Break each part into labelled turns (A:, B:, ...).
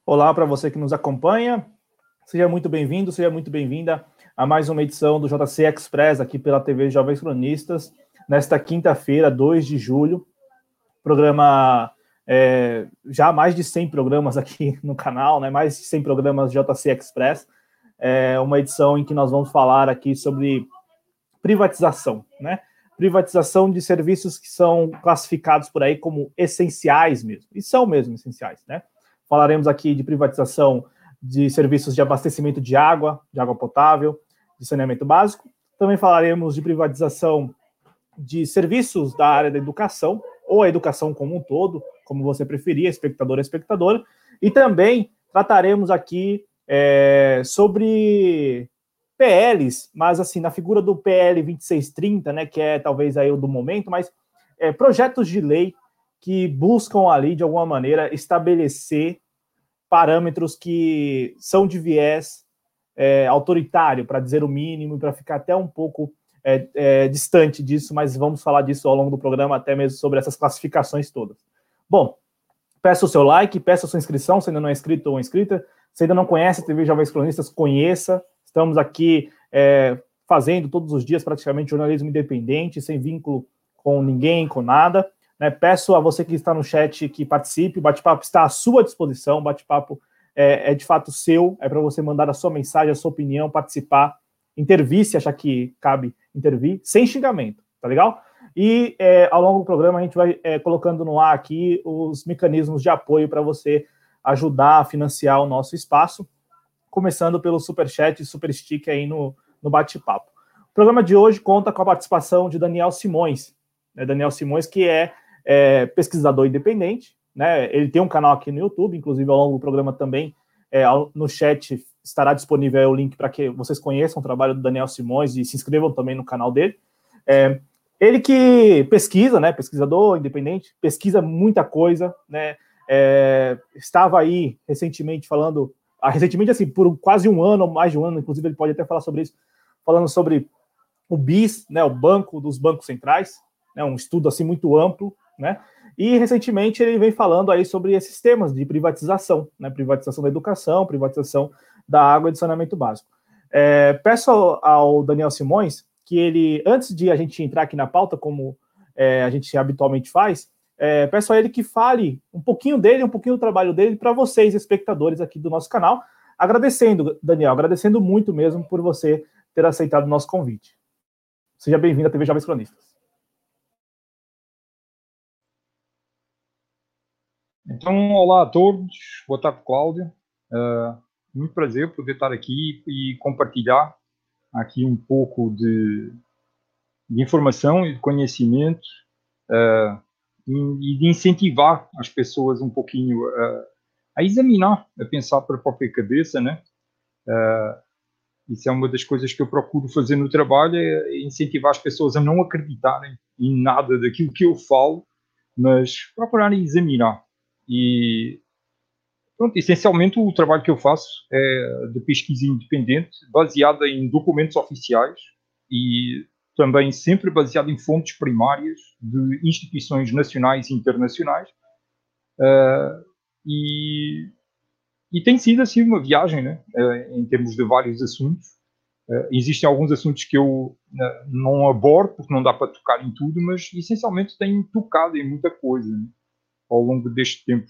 A: Olá para você que nos acompanha, seja muito bem-vindo, seja muito bem-vinda a mais uma edição do JC Express aqui pela TV Jovens Cronistas, nesta quinta-feira, 2 de julho, programa, já mais de 100 programas aqui no canal, né? Mais de 100 programas JC Express, uma edição em que nós vamos falar aqui sobre privatização, né? Privatização de serviços que são classificados por aí como essenciais mesmo, e são mesmo essenciais, né? Falaremos aqui de privatização de serviços de abastecimento de água potável, de saneamento básico. Também falaremos de privatização de serviços da área da educação, ou a educação como um todo, como você preferir, espectador a espectadora. E também trataremos aqui sobre PLs, mas assim, na figura do PL 2630, né, que é talvez aí o do momento, mas projetos de lei que buscam ali, de alguma maneira, estabelecer parâmetros que são de viés autoritário, para dizer o mínimo, para ficar até um pouco distante disso, mas vamos falar disso ao longo do programa, até mesmo sobre essas classificações todas. Bom, peça o seu like, peça a sua inscrição, se ainda não é inscrito ou inscrita, se ainda não conhece a TV Jovens Cronistas, conheça, estamos aqui fazendo todos os dias praticamente jornalismo independente, sem vínculo com ninguém, com nada, né? Peço a você que está no chat que participe, o bate-papo está à sua disposição, o bate-papo é de fato seu, é para você mandar a sua mensagem, a sua opinião, participar, intervir se achar que cabe intervir, sem xingamento, tá legal? E ao longo do programa a gente vai colocando no ar aqui os mecanismos de apoio para você ajudar a financiar o nosso espaço, começando pelo Superchat e Super Stick aí no bate-papo. O programa de hoje conta com a participação de Daniel Simões, né? Daniel Simões, que é pesquisador independente, né? Ele tem um canal aqui no YouTube, inclusive ao longo do programa também, no chat estará disponível o link para que vocês conheçam o trabalho do Daniel Simões e se inscrevam também no canal dele. Ele que pesquisa, né? Pesquisador independente, pesquisa muita coisa, né? Estava aí recentemente assim, por quase um ano, ou mais de um ano, inclusive ele pode até falar sobre isso, falando sobre o BIS, né, o Banco dos Bancos Centrais, né, um estudo assim muito amplo, né, e recentemente ele vem falando aí sobre esses temas de privatização, né, privatização da educação, privatização da água e do saneamento básico. Peço ao Daniel Simões que ele, antes de a gente entrar aqui na pauta, como a gente habitualmente faz, peço a ele que fale um pouquinho dele, um pouquinho do trabalho dele para vocês, espectadores aqui do nosso canal, agradecendo, Daniel, agradecendo muito mesmo por você ter aceitado o nosso convite. Seja bem-vindo à TV Jovens Cronistas.
B: Então, olá a todos, boa tarde, Cláudio. Muito prazer poder estar aqui e compartilhar aqui um pouco de informação e de conhecimento e de incentivar as pessoas um pouquinho a examinar, a pensar para a própria cabeça, né? Isso é uma das coisas que eu procuro fazer no trabalho, é incentivar as pessoas a não acreditarem em nada daquilo que eu falo, mas procurarem examinar. E pronto, essencialmente o trabalho que eu faço é de pesquisa independente, baseada em documentos oficiais e também sempre baseado em fontes primárias de instituições nacionais e internacionais. E tem sido assim uma viagem, né? Em termos de vários assuntos. Existem alguns assuntos que eu não abordo, porque não dá para tocar em tudo, mas essencialmente tenho tocado em muita coisa, né, ao longo deste tempo.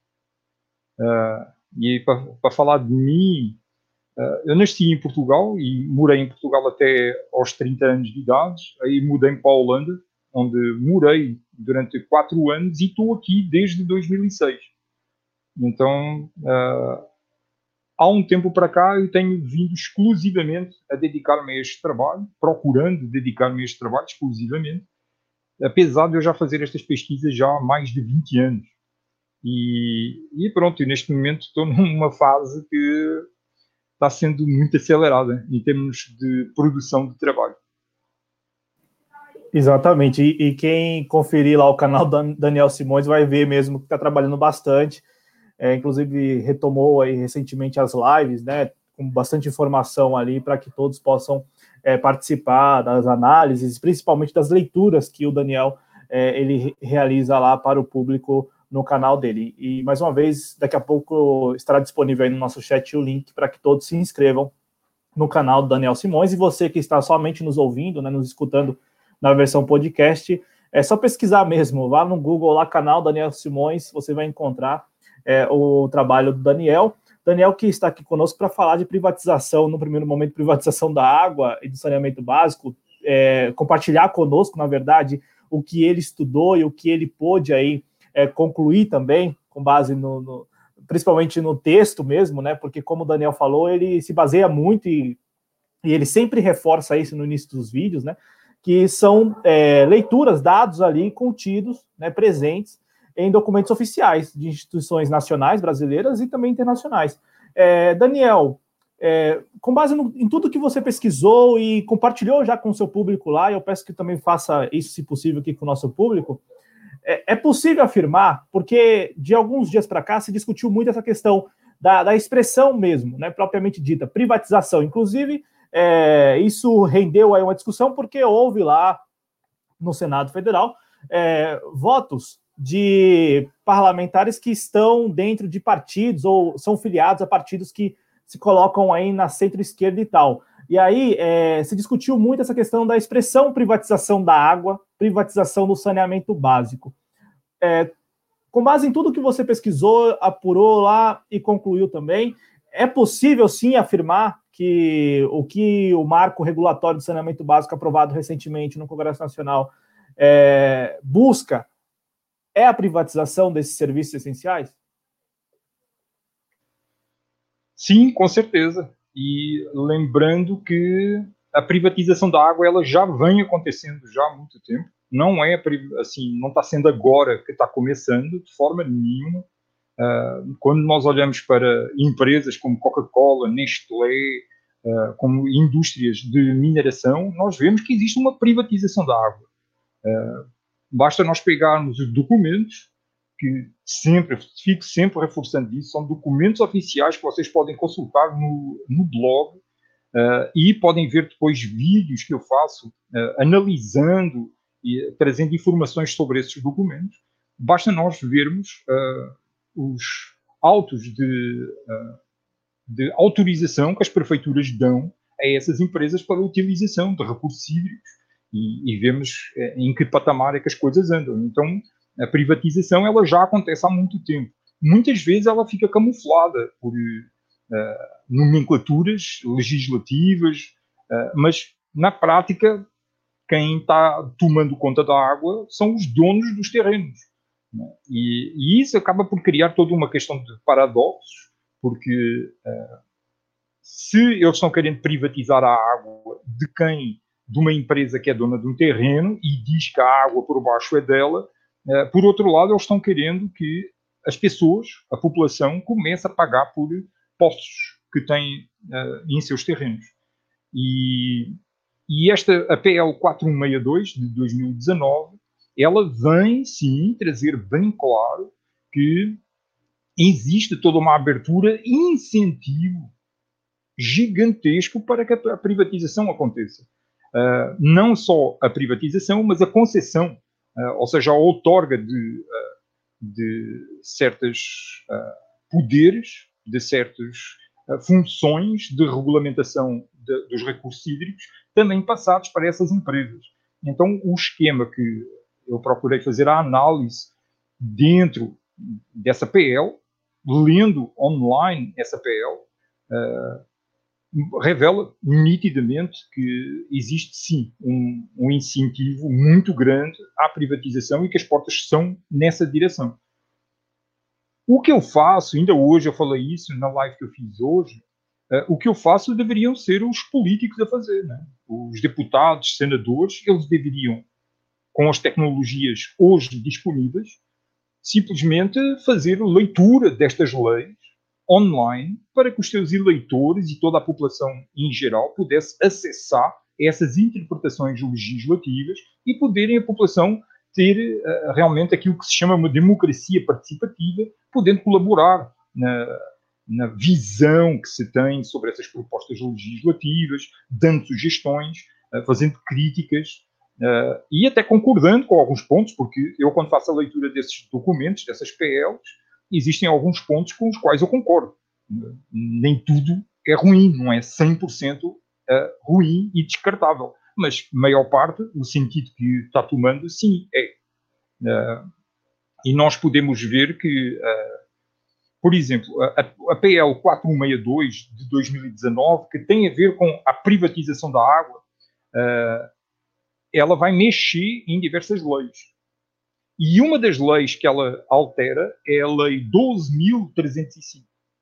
B: E para falar de mim, eu nasci em Portugal e morei em Portugal até aos 30 anos de idade. Aí mudei para a Holanda, onde morei durante 4 anos e estou aqui desde 2006. Então, há um tempo para cá, eu tenho vindo exclusivamente a dedicar-me a este trabalho, procurando dedicar-me a este trabalho exclusivamente, apesar de eu já fazer estas pesquisas já há mais de 20 anos. E pronto, e neste momento estou numa fase que está sendo muito acelerada em termos de produção de trabalho.
A: Exatamente, e quem conferir lá o canal do Daniel Simões vai ver mesmo que está trabalhando bastante, inclusive retomou aí recentemente as lives, né, com bastante informação ali para que todos possam participar das análises, principalmente das leituras que o Daniel ele realiza lá para o público no canal dele. E, mais uma vez, daqui a pouco estará disponível aí no nosso chat o link para que todos se inscrevam no canal do Daniel Simões. E você que está somente nos ouvindo, né, nos escutando na versão podcast, é só pesquisar mesmo. Vá no Google lá, canal Daniel Simões, você vai encontrar o trabalho do Daniel. Daniel que está aqui conosco para falar de privatização, no primeiro momento, privatização da água e do saneamento básico, compartilhar conosco, na verdade, o que ele estudou e o que ele pôde aí concluir também, com base principalmente no texto mesmo, né? Porque, como o Daniel falou, ele se baseia muito e ele sempre reforça isso no início dos vídeos, né? Que são leituras, dados ali contidos, né, presentes em documentos oficiais de instituições nacionais brasileiras e também internacionais. Daniel, com base em tudo que você pesquisou e compartilhou já com o seu público lá, eu peço que também faça isso, se possível, aqui com o nosso público, é possível afirmar, porque de alguns dias para cá se discutiu muito essa questão da expressão mesmo, né, propriamente dita, privatização. Inclusive, isso rendeu aí uma discussão, porque houve lá no Senado Federal votos de parlamentares que estão dentro de partidos ou são filiados a partidos que se colocam aí na centro-esquerda e tal. E aí se discutiu muito essa questão da expressão privatização da água, privatização do saneamento básico. Com base em tudo que você pesquisou, apurou lá e concluiu também, é possível sim afirmar que o marco regulatório do saneamento básico aprovado recentemente no Congresso Nacional busca a privatização desses serviços essenciais?
B: Sim, com certeza. E lembrando que a privatização da água ela já vem acontecendo já há muito tempo. Não é assim, não está sendo agora que está começando, de forma nenhuma. Quando nós olhamos para empresas como Coca-Cola, Nestlé, como indústrias de mineração, nós vemos que existe uma privatização da água. Basta nós pegarmos os documentos, que fico sempre reforçando isso, são documentos oficiais que vocês podem consultar no blog, e podem ver depois vídeos que eu faço analisando e trazendo informações sobre esses documentos. Basta nós vermos os autos de autorização que as prefeituras dão a essas empresas para a utilização de recursos hídricos e vemos em que patamar é que as coisas andam. Então, a privatização ela já acontece há muito tempo. Muitas vezes ela fica camuflada por nomenclaturas legislativas, mas na prática quem está tomando conta da água são os donos dos terrenos. Né? E isso acaba por criar toda uma questão de paradoxos, porque se eles estão querendo privatizar a água de uma empresa que é dona de um terreno e diz que a água por baixo é dela, por outro lado eles estão querendo que as pessoas, a população, comece a pagar por postos que têm em seus terrenos. E a PL 4162 de 2019, ela vem sim trazer bem claro que existe toda uma abertura e incentivo gigantesco para que a privatização aconteça. Não só a privatização, mas a concessão, ou seja, a outorga de certos poderes, de certas funções de regulamentação dos recursos hídricos, também passados para essas empresas. Então, o esquema que eu procurei fazer a análise dentro dessa PL, lendo online essa PL, revela nitidamente que existe sim um incentivo muito grande à privatização e que as portas são nessa direção. O que eu faço, ainda hoje eu falei isso na live que eu fiz hoje, o que eu faço deveriam ser os políticos a fazer, né? Os deputados, senadores, eles deveriam, com as tecnologias hoje disponíveis, simplesmente fazer leitura destas leis online para que os seus eleitores e toda a população em geral pudesse acessar essas interpretações legislativas e poderem a população ter realmente aquilo que se chama uma democracia participativa, podendo colaborar na visão que se tem sobre essas propostas legislativas, dando sugestões, fazendo críticas, E até concordando com alguns pontos, porque eu, quando faço a leitura desses documentos, dessas PLs, existem alguns pontos com os quais eu concordo. Nem tudo é ruim, não é 100% ruim e descartável. Mas, maior parte, o sentido que está tomando, sim, é. E nós podemos ver que, por exemplo, a PL 4162 de 2019, que tem a ver com a privatização da água, ela vai mexer em diversas leis. E uma das leis que ela altera é a Lei 12.305.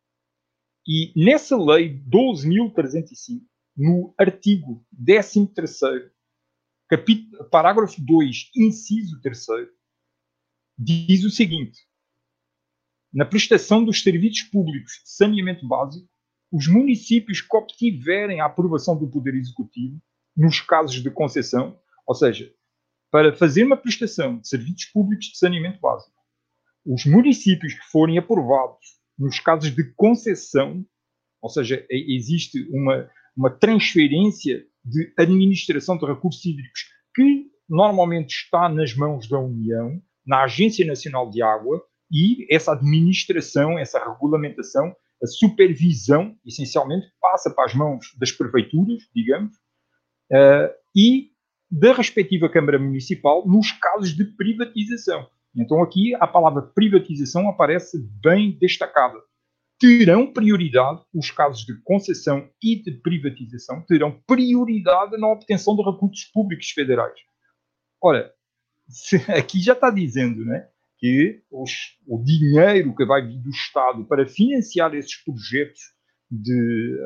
B: E nessa Lei 12.305, no artigo 13º, parágrafo 2, inciso 3º, diz o seguinte: na prestação dos serviços públicos de saneamento básico, os municípios que obtiverem a aprovação do Poder Executivo, nos casos de concessão, ou seja, para fazer uma prestação de serviços públicos de saneamento básico, os municípios que forem aprovados nos casos de concessão, ou seja, existe uma transferência de administração de recursos hídricos que normalmente está nas mãos da União, na Agência Nacional de Água, e essa administração, essa regulamentação, a supervisão, essencialmente, passa para as mãos das prefeituras, digamos, e da respectiva Câmara Municipal nos casos de privatização. Então aqui a palavra privatização aparece bem destacada. Terão prioridade, os casos de concessão e de privatização terão prioridade na obtenção de recursos públicos federais. Ora, aqui já está dizendo, né, que o dinheiro que vai vir do Estado para financiar esses projetos de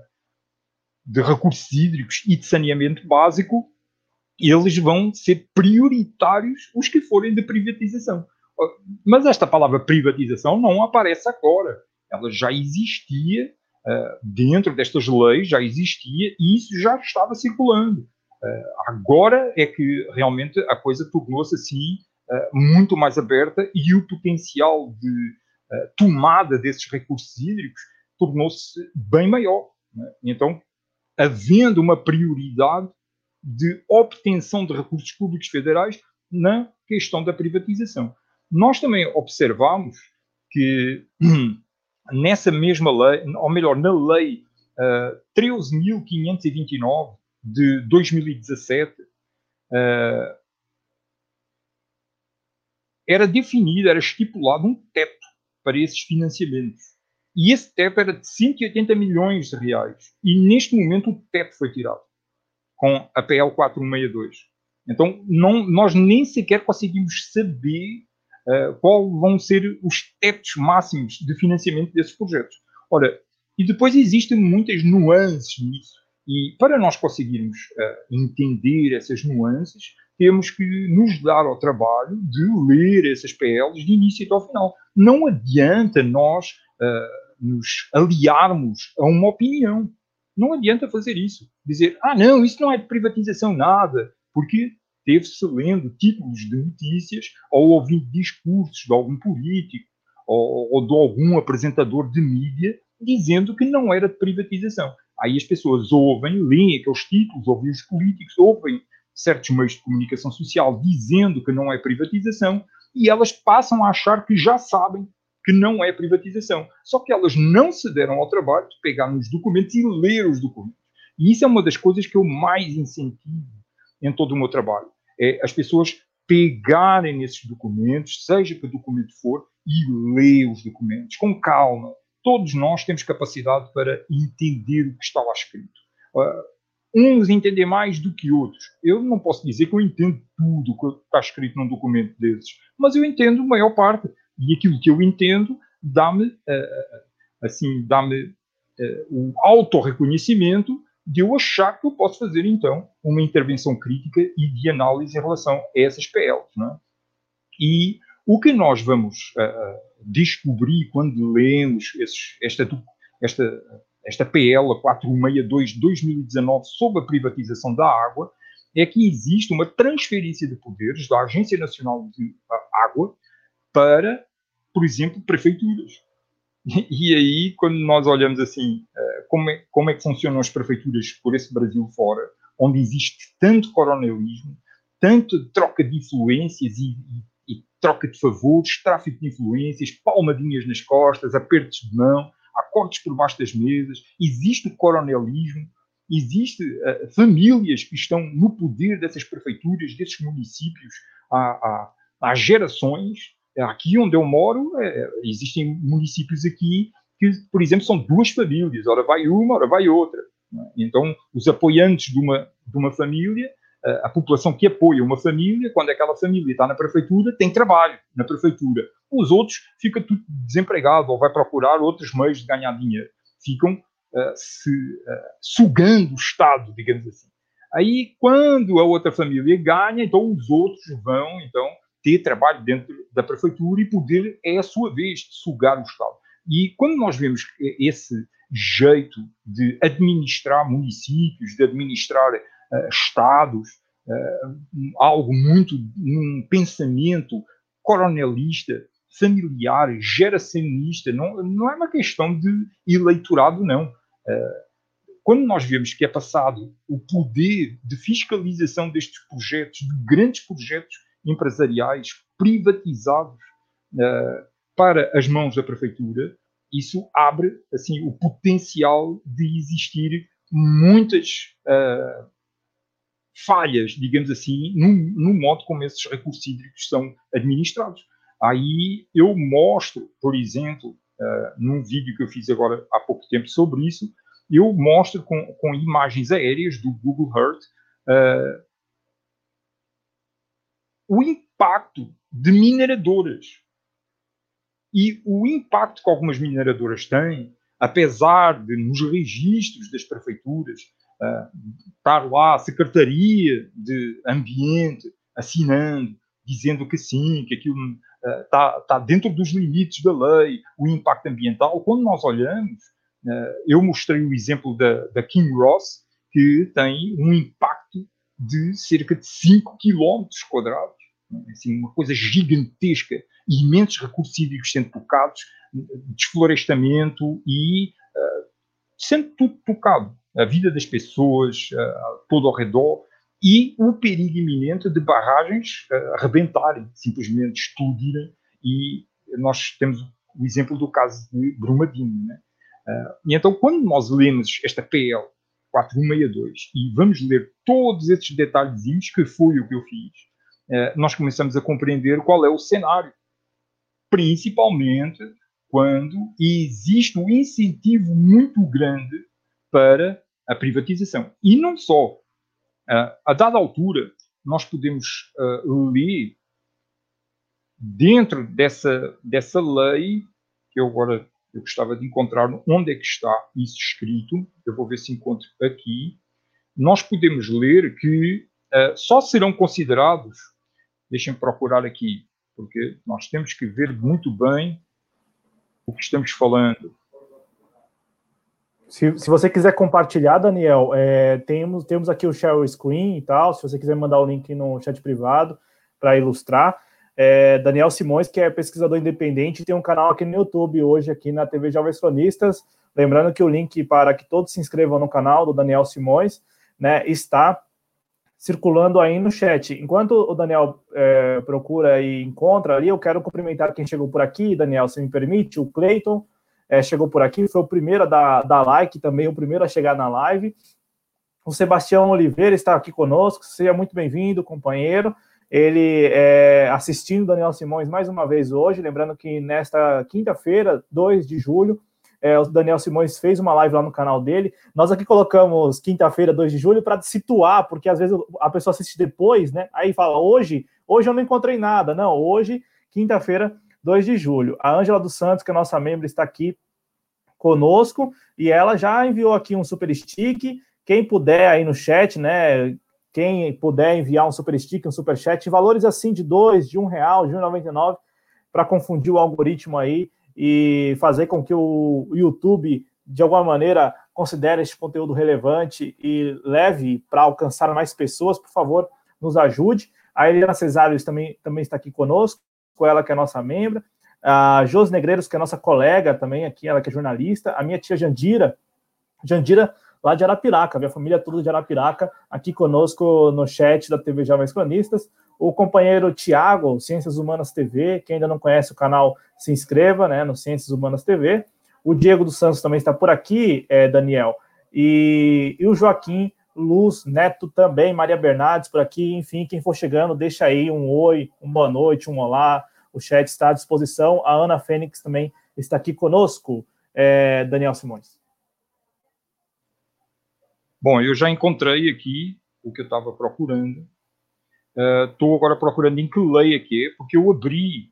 B: recursos hídricos e de saneamento básico, eles vão ser prioritários os que forem de privatização. Mas esta palavra privatização não aparece agora. Ela já existia dentro destas leis, já existia, e isso já estava circulando. Agora é que realmente a coisa tornou-se assim muito mais aberta e o potencial de tomada desses recursos hídricos tornou-se bem maior, né? Então, havendo uma prioridade de obtenção de recursos públicos federais na questão da privatização. Nós também observamos que nessa mesma lei, ou melhor, na lei 13.529 de 2017, era definido, era estipulado um teto para esses financiamentos. E esse teto era de 180 milhões de reais. E neste momento o teto foi tirado com a PL 4162. Então, nós nem sequer conseguimos saber qual vão ser os tetos máximos de financiamento desses projetos. Ora, e depois existem muitas nuances nisso. E para nós conseguirmos entender essas nuances, temos que nos dar ao trabalho de ler essas PLs de início até ao final. Não adianta nós nos aliarmos a uma opinião. Não adianta fazer isso. Dizer, não, isso não é de privatização nada, porque teve-se lendo títulos de notícias ou ouvindo discursos de algum político ou de algum apresentador de mídia dizendo que não era de privatização. Aí as pessoas ouvem, leem aqueles títulos, ouvem os políticos, ouvem certos meios de comunicação social dizendo que não é privatização e elas passam a achar que já sabem que não é privatização. Só que elas não se deram ao trabalho de pegar nos documentos e ler os documentos. E isso é uma das coisas que eu mais incentivo em todo o meu trabalho. É as pessoas pegarem nesses documentos, seja que documento for, e ler os documentos com calma. Todos nós temos capacidade para entender o que está lá escrito. Uns entendem mais do que outros. Eu não posso dizer que eu entendo tudo o que está escrito num documento desses, mas eu entendo a maior parte. E aquilo que eu entendo dá-me o autorreconhecimento de eu achar que eu posso fazer, então, uma intervenção crítica e de análise em relação a essas PLs. Não é? E o que nós vamos descobrir quando lemos esta PL 4162 de 2019 sobre a privatização da água é que existe uma transferência de poderes da Agência Nacional de Água para, por exemplo, prefeituras. E aí, quando nós olhamos assim, como é que funcionam as prefeituras por esse Brasil fora, onde existe tanto coronelismo, tanto troca de influências e troca de favores, tráfico de influências, palmadinhas nas costas, apertos de mão, acordos por baixo das mesas, existe o coronelismo, existe famílias que estão no poder dessas prefeituras, desses municípios há gerações. Aqui onde eu moro, existem municípios aqui que, por exemplo, são duas famílias, ora vai uma, ora vai outra. Então, os apoiantes de uma família, a população que apoia uma família, quando aquela família está na prefeitura, tem trabalho na prefeitura. Os outros ficam tudo desempregado ou vai procurar outros meios de ganhar dinheiro. Ficam sugando o Estado, digamos assim. Aí, quando a outra família ganha, então os outros vão ter trabalho dentro da prefeitura e poder, a sua vez, de sugar o Estado. E quando nós vemos esse jeito de administrar municípios, de administrar estados, algo muito, um pensamento coronelista, familiar, geracionista, não é uma questão de eleitorado, não. Quando nós vemos que é passado o poder de fiscalização destes projetos, de grandes projetos empresariais privatizados para as mãos da prefeitura, isso abre assim, o potencial de existir muitas falhas, digamos assim, no modo como esses recursos hídricos são administrados. Aí eu mostro, por exemplo, num vídeo que eu fiz agora há pouco tempo sobre isso, eu mostro com imagens aéreas do Google Earth o impacto de mineradoras. E o impacto que algumas mineradoras têm, apesar de nos registros das prefeituras estar lá a Secretaria de Ambiente assinando, dizendo que sim, que aquilo está dentro dos limites da lei, o impacto ambiental, quando nós olhamos, eu mostrei o exemplo da Kinross, que tem um impacto de cerca de 5 km quadrados, assim, uma coisa gigantesca, imensos recursos hídricos sendo tocados, desflorestamento e sendo tudo tocado, a vida das pessoas, todo ao redor, e o perigo iminente de barragens arrebentarem, simplesmente explodirem, e nós temos o exemplo do caso de Brumadinho, né? E então, quando nós lemos esta PL 4162 e vamos ler todos esses detalhezinhos, que foi o que eu fiz, nós começamos a compreender qual é o cenário, principalmente quando existe um incentivo muito grande para a privatização. E não só. A dada altura, nós podemos ler dentro dessa lei, que eu gostava de encontrar onde é que está isso escrito, eu vou ver se encontro aqui, nós podemos ler que só serão considerados, deixem-me procurar aqui, porque nós temos que ver muito bem o que estamos falando.
A: Se você quiser compartilhar, Daniel, temos aqui o share screen e tal, se você quiser mandar o link no chat privado para ilustrar. Daniel Simões, que é pesquisador independente, tem um canal aqui no YouTube hoje, aqui na TV Jovens Cronistas. Lembrando que o link para que todos se inscrevam no canal do Daniel Simões, né, está circulando aí no chat. Enquanto o Daniel procura e encontra ali, eu quero cumprimentar quem chegou por aqui, Daniel, se me permite, o Cleiton chegou por aqui, foi o primeiro a dar like também, o primeiro a chegar na live. O Sebastião Oliveira está aqui conosco, seja muito bem-vindo, companheiro. Ele assistindo Daniel Simões mais uma vez hoje, lembrando que nesta quinta-feira, 2 de julho, o Daniel Simões fez uma live lá no canal dele. Nós aqui colocamos quinta-feira, 2 de julho, para situar, porque às vezes a pessoa assiste depois, né? Aí fala, hoje eu não encontrei nada. Não, hoje, quinta-feira, 2 de julho. A Ângela dos Santos, que é nossa membro, está aqui conosco, e ela já enviou aqui um super stick. Quem puder aí no chat, né? Quem puder enviar um super stick, um super chat, valores assim de 2, de R$1, de R$1,99, para confundir o algoritmo aí e fazer com que o YouTube, de alguma maneira, considere este conteúdo relevante e leve para alcançar mais pessoas. Por favor, nos ajude. A Eliana Cesários também está aqui conosco, ela que é nossa membra. A Jos Negreiros, que é nossa colega também aqui, ela que é jornalista. A minha tia Jandira lá de Arapiraca, a família toda de Arapiraca, aqui conosco no chat da TV Jovens Cronistas. O companheiro Tiago, Ciências Humanas TV, quem ainda não conhece o canal, se inscreva, né, no Ciências Humanas TV. O Diego dos Santos também está por aqui, Daniel. E o Joaquim Luz Neto também, Maria Bernardes por aqui. Enfim, quem for chegando, deixa aí um oi, uma boa noite, um olá. O chat está à disposição. A Ana Fênix também está aqui conosco, Daniel Simões.
B: Bom, eu já encontrei aqui o que eu estava procurando. Estou agora procurando em que lei é que é, porque eu abri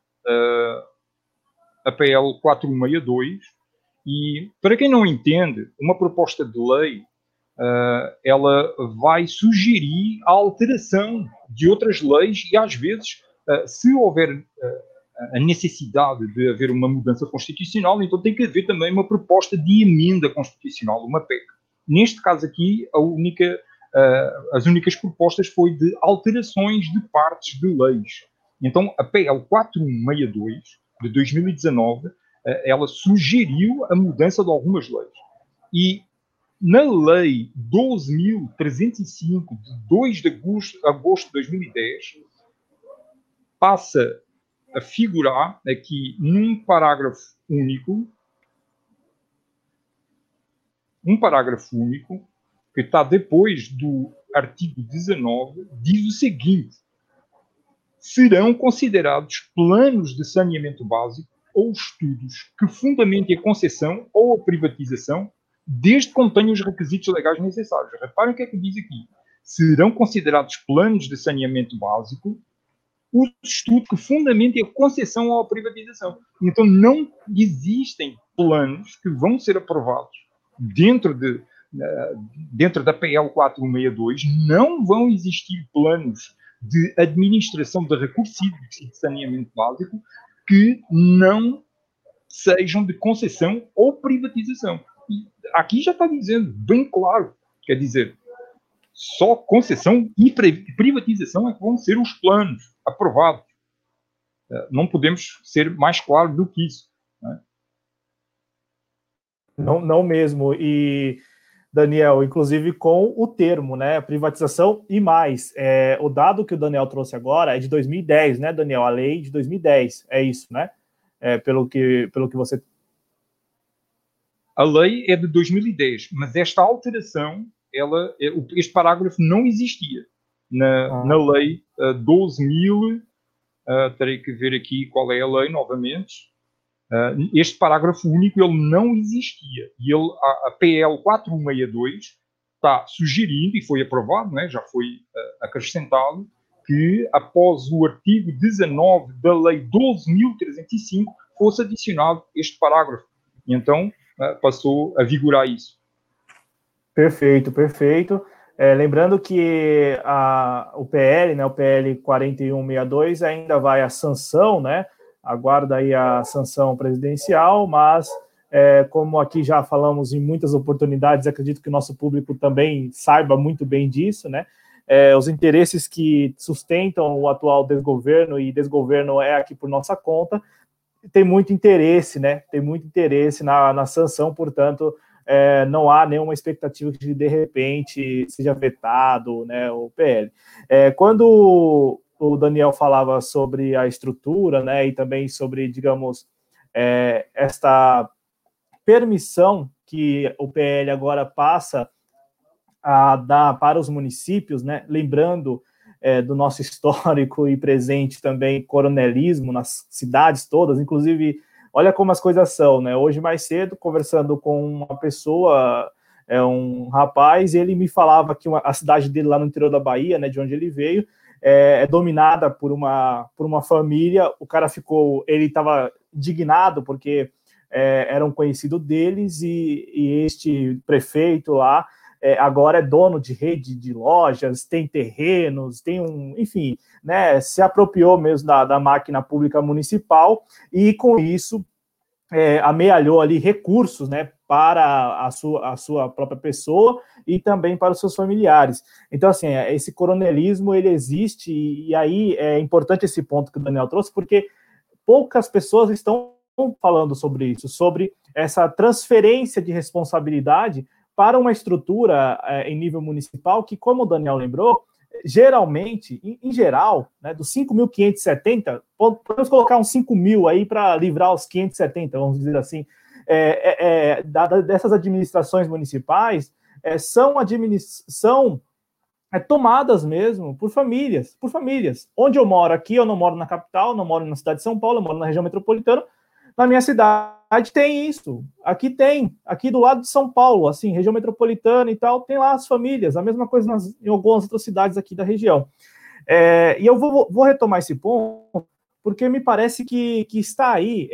B: a PL 462 e, para quem não entende, uma proposta de lei, ela vai sugerir a alteração de outras leis e, às vezes, se houver a necessidade de haver uma mudança constitucional, então tem que haver também uma proposta de emenda constitucional, uma PEC. Neste caso aqui, as únicas propostas foi de alterações de partes de leis. Então, a PL 4162 de 2019, ela sugeriu a mudança de algumas leis. E na Lei 12.305, de 2 de agosto de 2010, passa a figurar aqui num parágrafo único, que está depois do artigo 19, diz o seguinte: serão considerados planos de saneamento básico ou estudos que fundamentem a concessão ou a privatização, desde que contenham os requisitos legais necessários. Reparem o que é que diz aqui. Serão considerados planos de saneamento básico os estudos que fundamentem a concessão ou a privatização. Então, não existem planos que vão ser aprovados dentro da PL 4162, não vão existir planos de administração de recursos hídricos e de saneamento básico que não sejam de concessão ou privatização. E aqui já está dizendo bem claro, quer dizer, só concessão e privatização é que vão ser os planos aprovados. Não podemos ser mais claros do que isso. Né?
A: Não mesmo. E, Daniel, inclusive com o termo, né, privatização e mais. O dado que o Daniel trouxe agora é de 2010, né, Daniel? A lei de 2010, é isso, né? Pelo que você...
B: A lei é de 2010, mas esta alteração, este parágrafo não existia na lei 12.000. Terei que ver aqui qual é a lei novamente. Este parágrafo único ele não existia. E a PL 4162 está sugerindo, e foi aprovado, né, já foi acrescentado, que após o artigo 19 da lei 12.305 fosse adicionado este parágrafo. E então passou a vigorar isso.
A: Perfeito. Lembrando que o PL, né, o PL 4162 ainda vai à sanção, né? Aguarda aí a sanção presidencial, mas como aqui já falamos em muitas oportunidades, acredito que o nosso público também saiba muito bem disso, né? Os interesses que sustentam o atual desgoverno, e desgoverno é aqui por nossa conta, tem muito interesse, né? Tem muito interesse na sanção, portanto, não há nenhuma expectativa que de repente seja vetado, né, o PL. Quando o Daniel falava sobre a estrutura, né, e também sobre, digamos, esta permissão que o PL agora passa a dar para os municípios, né, lembrando do nosso histórico e presente também coronelismo nas cidades todas, inclusive, olha como as coisas são, né? Hoje mais cedo, conversando com uma pessoa, um rapaz, ele me falava que a cidade dele lá no interior da Bahia, né, de onde ele veio, é dominada por uma família. O cara ele estava indignado porque era um conhecido deles e este prefeito lá agora é dono de rede de lojas, tem terrenos, enfim, né, se apropriou mesmo da máquina pública municipal e com isso amealhou ali recursos, né, para a sua própria pessoa e também para os seus familiares. Então, assim, esse coronelismo, ele existe, e aí é importante esse ponto que o Daniel trouxe, porque poucas pessoas estão falando sobre isso, sobre essa transferência de responsabilidade para uma estrutura em nível municipal que, como o Daniel lembrou, geralmente, em geral, né, dos 5.570, podemos colocar uns 5.000 aí para livrar os 570, vamos dizer assim, dessas administrações municipais, são tomadas mesmo por famílias. Onde eu moro aqui, eu não moro na capital, não moro na cidade de São Paulo, eu moro na região metropolitana. Na minha cidade tem isso. Aqui do lado de São Paulo, assim, região metropolitana e tal, tem lá as famílias, a mesma coisa em algumas outras cidades aqui da região. E eu vou retomar esse ponto, porque me parece que está aí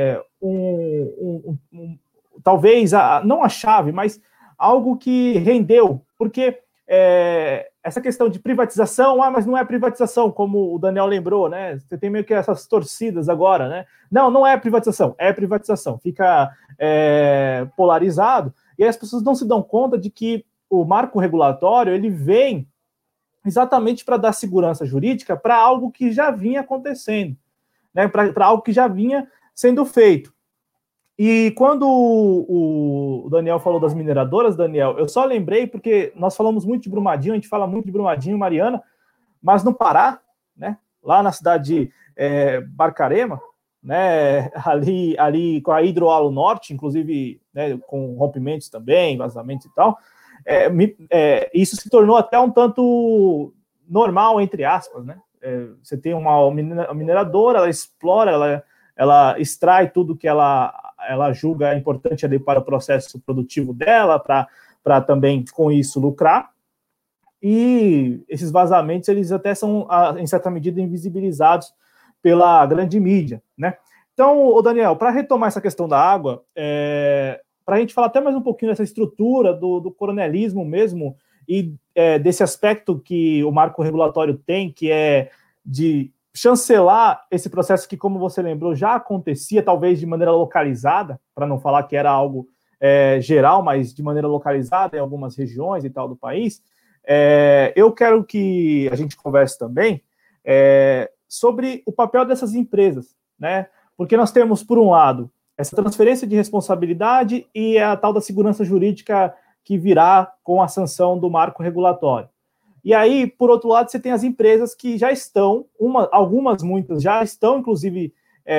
A: talvez, não a chave, mas algo que rendeu, porque essa questão de privatização, mas não é privatização, como o Daniel lembrou, né? Você tem meio que essas torcidas agora, né? Não é privatização, é privatização. Fica polarizado, e aí as pessoas não se dão conta de que o marco regulatório, ele vem exatamente para dar segurança jurídica para algo que já vinha acontecendo, né? Para algo que já vinha sendo feito. E quando o Daniel falou das mineradoras, Daniel, eu só lembrei porque nós falamos muito de Brumadinho, a gente fala muito de Brumadinho, Mariana, mas no Pará, né, lá na cidade de Barcarema, né, ali com a Hidroalo Norte, inclusive, né, com rompimentos também, vazamentos e tal, isso se tornou até um tanto normal, entre aspas, né? Você tem uma mineradora, ela explora, ela extrai tudo que ela julga importante ali para o processo produtivo dela, para também, com isso, lucrar. E esses vazamentos, eles até são, em certa medida, invisibilizados pela grande mídia, né? Então, Daniel, para retomar essa questão da água, para a gente falar até mais um pouquinho dessa estrutura do coronelismo mesmo, e desse aspecto que o marco regulatório tem, que é de chancelar esse processo que, como você lembrou, já acontecia, talvez de maneira localizada, para não falar que era algo geral, mas de maneira localizada em algumas regiões e tal do país. Eu quero que a gente converse também sobre o papel dessas empresas, né? Porque nós temos, por um lado, essa transferência de responsabilidade e a tal da segurança jurídica que virá com a sanção do marco regulatório. E aí, por outro lado, você tem as empresas que já estão, muitas já estão, inclusive,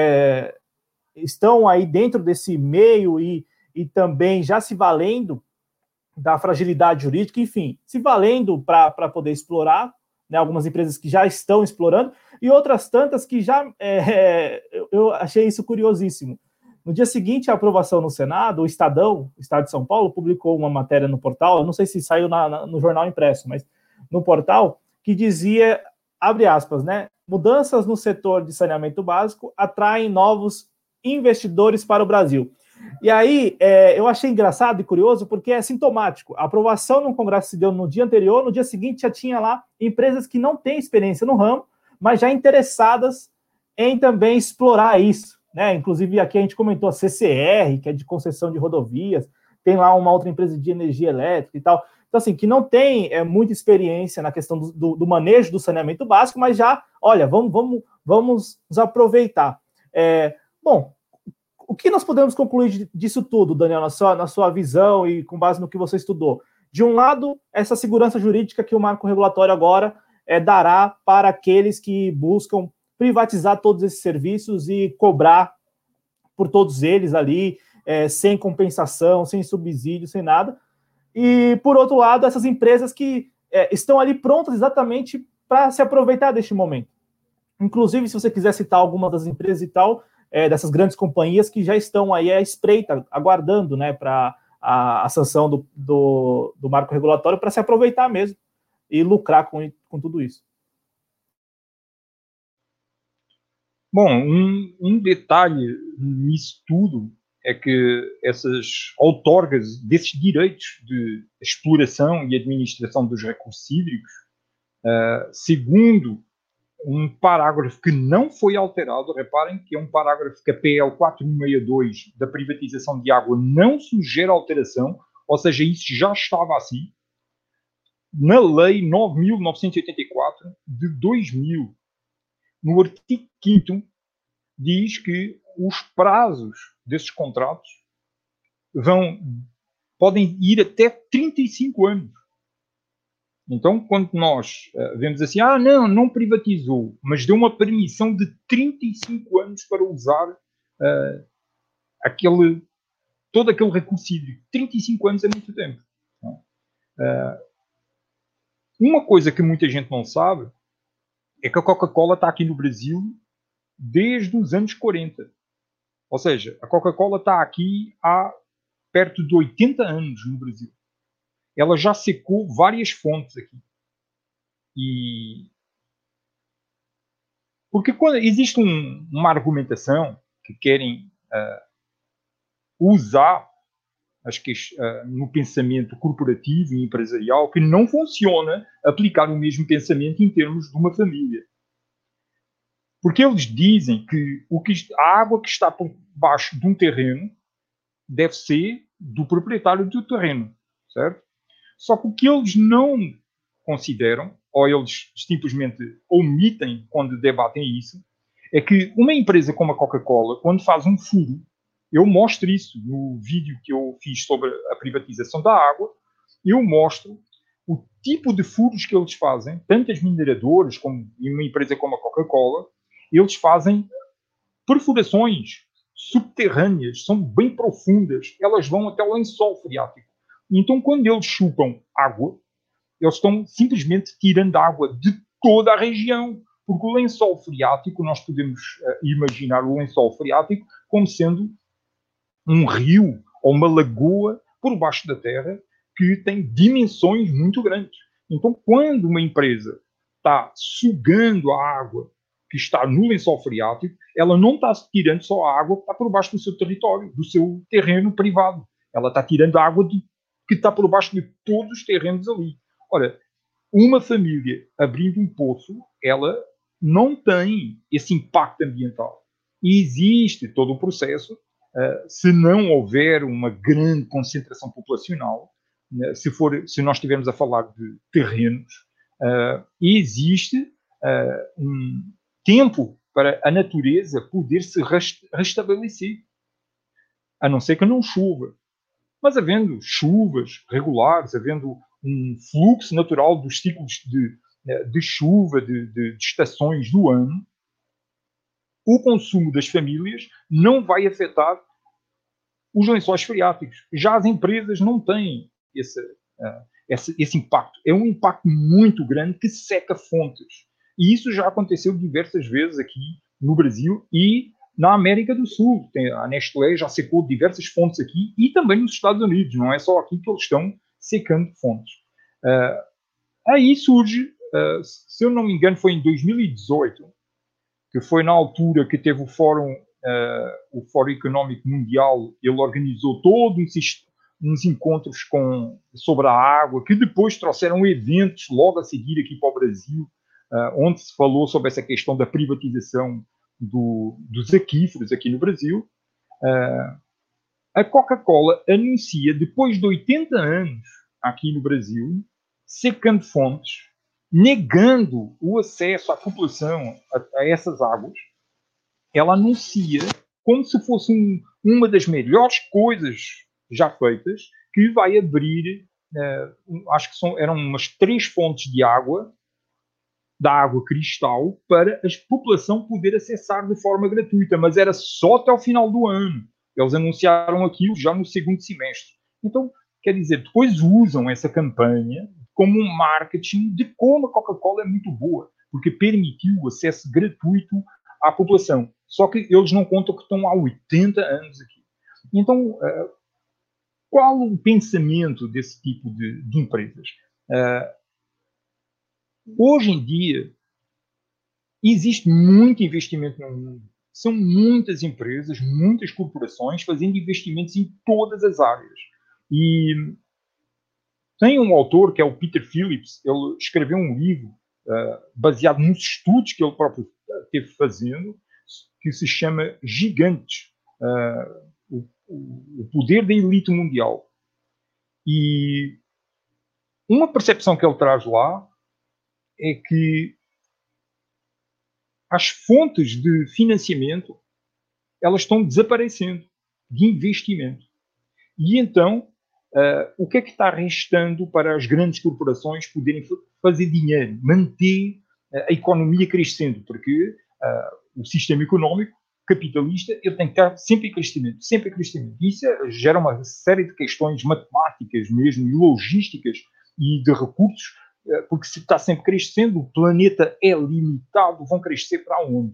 A: estão aí dentro desse meio e também já se valendo da fragilidade jurídica, enfim, se valendo para poder explorar, né, algumas empresas que já estão explorando, e outras tantas que já... eu achei isso curiosíssimo. No dia seguinte à aprovação no Senado, o Estado de São Paulo, publicou uma matéria no portal, eu não sei se saiu no jornal impresso, mas no portal, que dizia, abre aspas, né, mudanças no setor de saneamento básico atraem novos investidores para o Brasil. E aí, eu achei engraçado e curioso, porque é sintomático. A aprovação no Congresso se deu no dia anterior, no dia seguinte já tinha lá empresas que não têm experiência no ramo, mas já interessadas em também explorar isso, né? Inclusive, aqui a gente comentou a CCR, que é de concessão de rodovias, tem lá uma outra empresa de energia elétrica e tal. Então, assim, que não tem muita experiência na questão do manejo do saneamento básico, mas já, olha, vamos nos aproveitar. Bom, o que nós podemos concluir disso tudo, Daniel, na sua visão e com base no que você estudou? De um lado, essa segurança jurídica que o marco regulatório agora dará para aqueles que buscam privatizar todos esses serviços e cobrar por todos eles ali, sem compensação, sem subsídio, sem nada. E, por outro lado, essas empresas que estão ali prontas exatamente para se aproveitar deste momento. Inclusive, se você quiser citar alguma das empresas e tal, dessas grandes companhias que já estão aí à espreita, aguardando, né, para a sanção do marco regulatório para se aproveitar mesmo e lucrar com tudo isso.
B: Bom, um detalhe nisso tudo é que essas outorgas desses direitos de exploração e administração dos recursos hídricos, segundo um parágrafo que não foi alterado, reparem que é um parágrafo que a PL 4162 da privatização de água não sugere alteração, ou seja, isso já estava assim, na Lei 9.984 de 2000, no artigo 5º, diz que os prazos desses contratos vão podem ir até 35 anos. Então, quando nós vemos assim, não privatizou, mas deu uma permissão de 35 anos para usar todo aquele recurso hídrico. 35 anos é muito tempo. Uma coisa que muita gente não sabe é que a Coca-Cola está aqui no Brasil desde os anos 40. Ou seja, a Coca-Cola está aqui há perto de 80 anos no Brasil. Ela já secou várias fontes aqui. Porque quando existe uma argumentação que querem usar no pensamento corporativo e empresarial, que não funciona aplicar o mesmo pensamento em termos de uma família. Porque eles dizem que a água que está por baixo de um terreno deve ser do proprietário do terreno, certo? Só que o que eles não consideram, ou eles simplesmente omitem quando debatem isso, é que uma empresa como a Coca-Cola, quando faz um furo, eu mostro isso no vídeo que eu fiz sobre a privatização da água, eu mostro o tipo de furos que eles fazem, tanto as mineradoras como em uma empresa como a Coca-Cola, eles fazem perfurações subterrâneas, são bem profundas, elas vão até o lençol freático. Então, quando eles chupam água, eles estão simplesmente tirando água de toda a região, porque o lençol freático, nós podemos imaginar o lençol freático como sendo um rio ou uma lagoa por baixo da terra que tem dimensões muito grandes. Então, quando uma empresa está sugando a água que está no lençol freático, ela não está tirando só a água que está por baixo do seu território, do seu terreno privado. Ela está tirando a água que está por baixo de todos os terrenos ali. Ora, uma família abrindo um poço, ela não tem esse impacto ambiental. E existe todo o processo, se não houver uma grande concentração populacional, se nós estivermos a falar de terrenos, existe um tempo para a natureza poder se restabelecer, a não ser que não chova. Mas havendo chuvas regulares, havendo um fluxo natural dos ciclos de chuva, de estações do ano, o consumo das famílias não vai afetar os lençóis freáticos. Já as empresas não têm esse impacto. É um impacto muito grande que seca fontes. E isso já aconteceu diversas vezes aqui no Brasil e na América do Sul. A Nestlé já secou diversas fontes aqui e também nos Estados Unidos. Não é só aqui que eles estão secando fontes. Aí surge, se eu não me engano, foi em 2018, que foi na altura que teve o Fórum Económico Mundial. Ele organizou todos uns encontros sobre a água, que depois trouxeram eventos logo a seguir aqui para o Brasil, onde se falou sobre essa questão da privatização dos aquíferos aqui no Brasil. A Coca-Cola anuncia, depois de 80 anos aqui no Brasil, secando fontes, negando o acesso à população a essas águas, ela anuncia como se fosse uma das melhores coisas já feitas, que vai abrir, acho que eram umas 3 fontes de água, da água cristal, para a população poder acessar de forma gratuita, mas era só até o final do ano. Eles anunciaram aquilo já no segundo semestre. Então, quer dizer, depois usam essa campanha como um marketing de como a Coca-Cola é muito boa, porque permitiu o acesso gratuito à população. Só que eles não contam que estão há 80 anos aqui. Então, qual o pensamento desse tipo de empresas? Hoje em dia, existe muito investimento no mundo. São muitas empresas, muitas corporações fazendo investimentos em todas as áreas. E tem um autor, que é o Peter Phillips, ele escreveu um livro baseado nos estudos que ele próprio teve fazendo, que se chama Gigantes, o poder da elite mundial. E uma percepção que ele traz lá é que as fontes de financiamento, elas estão desaparecendo, de investimento. E então, o que é que está restando para as grandes corporações poderem fazer dinheiro, manter a economia crescendo? Porque o sistema económico capitalista ele tem que estar sempre em crescimento, sempre em crescimento. Isso gera uma série de questões matemáticas mesmo, e logísticas e de recursos, porque se está sempre crescendo, o planeta é limitado, vão crescer para onde?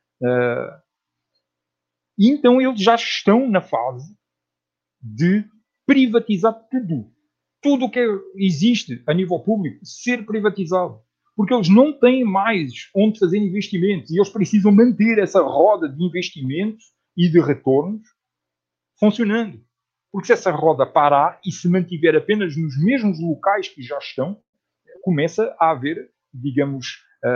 B: E então eles já estão na fase de privatizar tudo. Tudo o que existe a nível público, ser privatizado. Porque eles não têm mais onde fazer investimentos e eles precisam manter essa roda de investimentos e de retornos funcionando. Porque se essa roda parar e se mantiver apenas nos mesmos locais que já estão, começa a haver, digamos,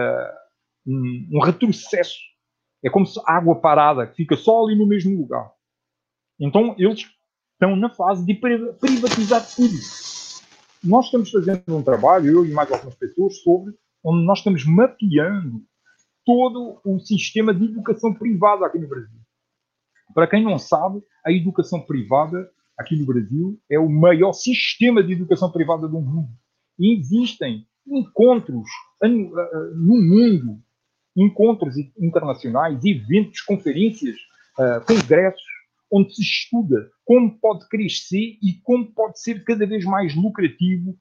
B: um retrocesso. É como se água parada, que fica só ali no mesmo lugar. Então, eles estão na fase de privatizar tudo. Nós estamos fazendo um trabalho, eu e mais algumas pessoas, onde nós estamos mapeando todo o sistema de educação privada aqui no Brasil. Para quem não sabe, a educação privada aqui no Brasil é o maior sistema de educação privada do mundo. E existem encontros no mundo, encontros internacionais, eventos, conferências, congressos, onde se estuda como pode crescer e como pode ser cada vez mais lucrativo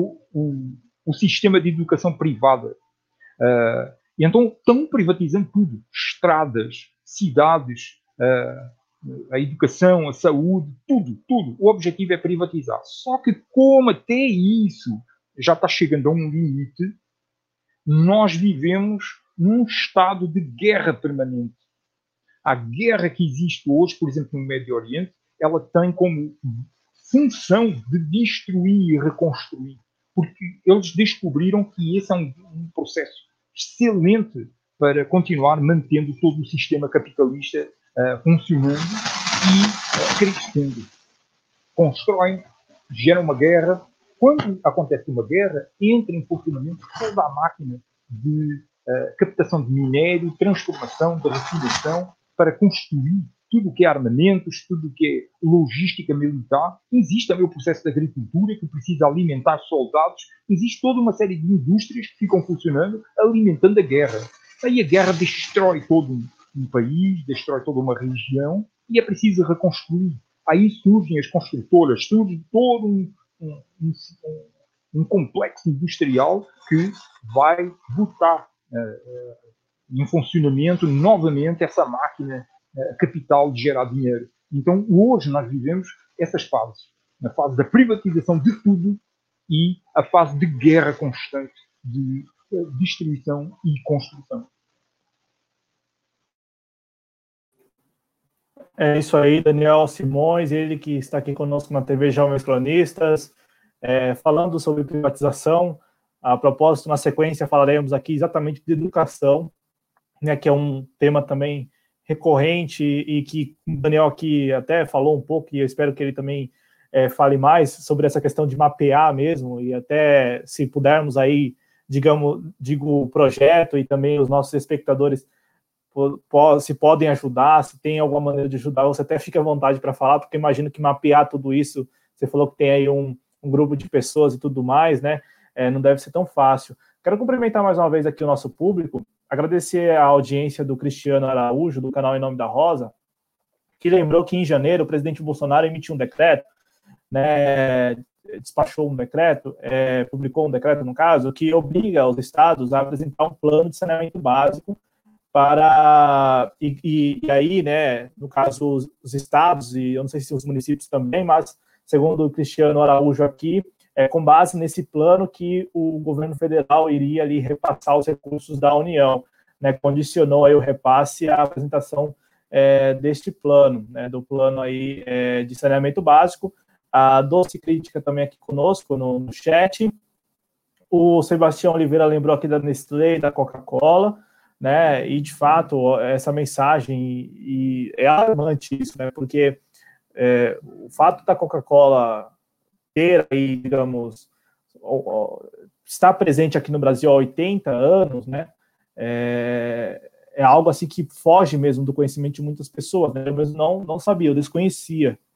B: o sistema de educação privada. E então estão privatizando tudo. Estradas, cidades, a educação, a saúde, tudo. O objetivo é privatizar. Só que como até isso já está chegando a um limite, nós vivemos num estado de guerra permanente. A guerra que existe hoje, por exemplo, no Médio Oriente, ela tem como função de destruir e reconstruir. Porque eles descobriram que esse é um processo excelente para continuar mantendo todo o sistema capitalista funcionando e crescendo. Constroem, geram uma guerra. Quando acontece uma guerra, entra em funcionamento toda a máquina de captação de minério, transformação, de refinação, para construir tudo o que é armamentos, tudo o que é logística militar. Existe também o processo de agricultura, que precisa alimentar soldados. Existe toda uma série de indústrias que ficam funcionando, alimentando a guerra. Aí a guerra destrói todo um país, destrói toda uma região, e é preciso reconstruir. Aí surgem as construtoras, surge todo um complexo industrial que vai botar em funcionamento novamente essa máquina capital de gerar dinheiro. Então, hoje nós vivemos essas fases. A fase da privatização de tudo e a fase de guerra constante, de destruição e construção.
A: É isso aí, Daniel Simões, ele que está aqui conosco na TV Jovens Cronistas, falando sobre privatização. A propósito, na sequência, falaremos aqui exatamente de educação, né, que é um tema também recorrente e que o Daniel aqui até falou um pouco, e eu espero que ele também fale mais sobre essa questão de mapear mesmo, e até se pudermos aí, digo o projeto e também os nossos espectadores se podem ajudar, se tem alguma maneira de ajudar, você até fica à vontade para falar, porque imagino que mapear tudo isso, você falou que tem aí um grupo de pessoas e tudo mais, né, não deve ser tão fácil. Quero cumprimentar mais uma vez aqui o nosso público, agradecer a audiência do Cristiano Araújo, do canal Em Nome da Rosa, que lembrou que em janeiro o presidente Bolsonaro emitiu um decreto, né, despachou um decreto, publicou um decreto, no caso, que obriga os estados a apresentar um plano de saneamento básico para... E aí, né, no caso, os estados, e eu não sei se os municípios também, mas, segundo o Cristiano Araújo aqui, com base nesse plano que o governo federal iria ali repassar os recursos da União, né, condicionou aí o repasse à apresentação deste plano, né, do plano aí de saneamento básico. A Doce Crítica também aqui conosco no chat. O Sebastião Oliveira lembrou aqui da Nestlé e da Coca-Cola, né, e de fato essa mensagem, e é alarmante isso, né, porque o fato da Coca-Cola ter aí, digamos, estar presente aqui no Brasil há 80 anos, né, é algo assim que foge mesmo do conhecimento de muitas pessoas, né, eu mesmo não sabia, eu desconhecia.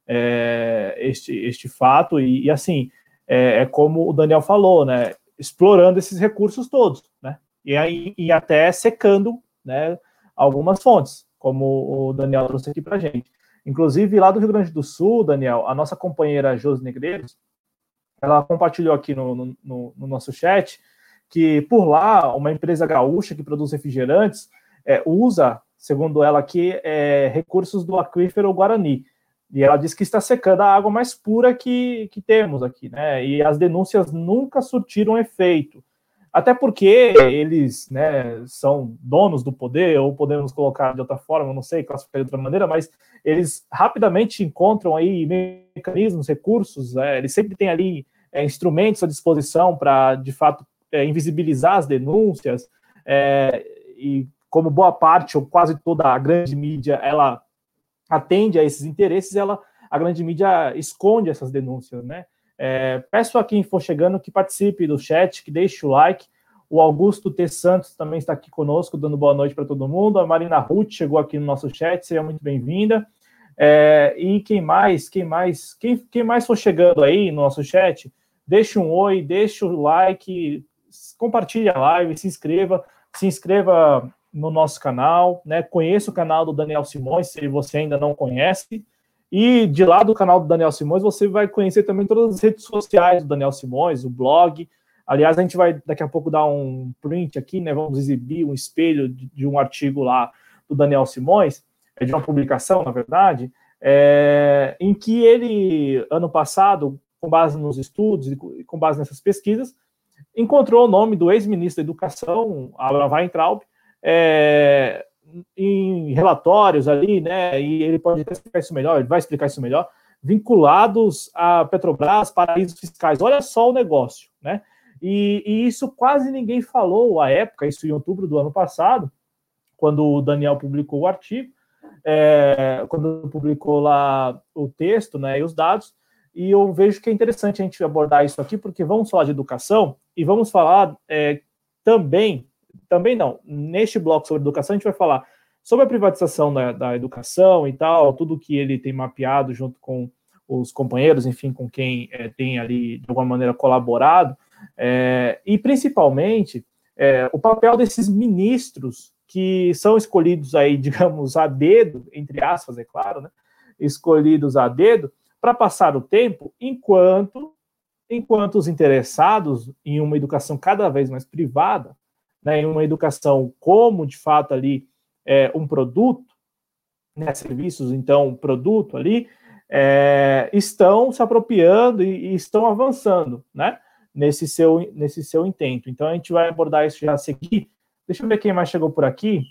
A: este fato, e assim, como o Daniel falou, né, explorando esses recursos todos, né, e até secando, né, algumas fontes, como o Daniel trouxe aqui para a gente. Inclusive, lá do Rio Grande do Sul, Daniel, a nossa companheira Josi Negreiros, ela compartilhou aqui no nosso chat que, por lá, uma empresa gaúcha que produz refrigerantes usa, segundo ela aqui, recursos do aquífero Guarani. E ela diz que está secando a água mais pura que temos aqui, né? E as denúncias nunca surtiram efeito. Até porque eles, né, são donos do poder, ou podemos colocar de outra forma, não sei, classificar de outra maneira, mas eles rapidamente encontram aí mecanismos, recursos, eles sempre têm ali instrumentos à disposição para, de fato, invisibilizar as denúncias, e como boa parte, ou quase toda a grande mídia, ela atende a esses interesses, a grande mídia esconde essas denúncias, né? Peço a quem for chegando que participe do chat, que deixe o like. O Augusto T. Santos também está aqui conosco, dando boa noite para todo mundo. A Marina Ruth chegou aqui no nosso chat, seja muito bem-vinda. E quem mais for chegando aí no nosso chat, deixe um oi, deixe o like, compartilhe a live, se inscreva no nosso canal, né? Conheça o canal do Daniel Simões, se você ainda não conhece. E de lá do canal do Daniel Simões, você vai conhecer também todas as redes sociais do Daniel Simões, o blog. Aliás, a gente vai daqui a pouco dar um print aqui, né? Vamos exibir um espelho de um artigo lá do Daniel Simões, de uma publicação, na verdade, em que ele, ano passado, com base nos estudos e com base nessas pesquisas, encontrou o nome do ex-ministro da Educação, Abraham Weintraub, em relatórios ali, né, e ele pode explicar isso melhor, ele vai explicar isso melhor, vinculados a Petrobras, paraísos fiscais. Olha só o negócio, né? E isso quase ninguém falou à época, isso em outubro do ano passado, quando o Daniel publicou o artigo, quando publicou lá o texto, né, e os dados, e eu vejo que é interessante a gente abordar isso aqui, porque vamos falar de educação, e vamos falar também não, neste bloco sobre educação, a gente vai falar sobre a privatização da educação e tal, tudo que ele tem mapeado junto com os companheiros, enfim, com quem tem ali, de alguma maneira, colaborado, e principalmente o papel desses ministros que são escolhidos aí, digamos, a dedo, entre aspas, é claro, né, escolhidos a dedo, para passar o tempo, enquanto os interessados em uma educação cada vez mais privada, né, em uma educação como, de fato, ali um produto, né, serviços, então, produto ali, estão se apropriando e estão avançando, né, nesse seu intento. Então, a gente vai abordar isso já a seguir. Deixa eu ver quem mais chegou por aqui.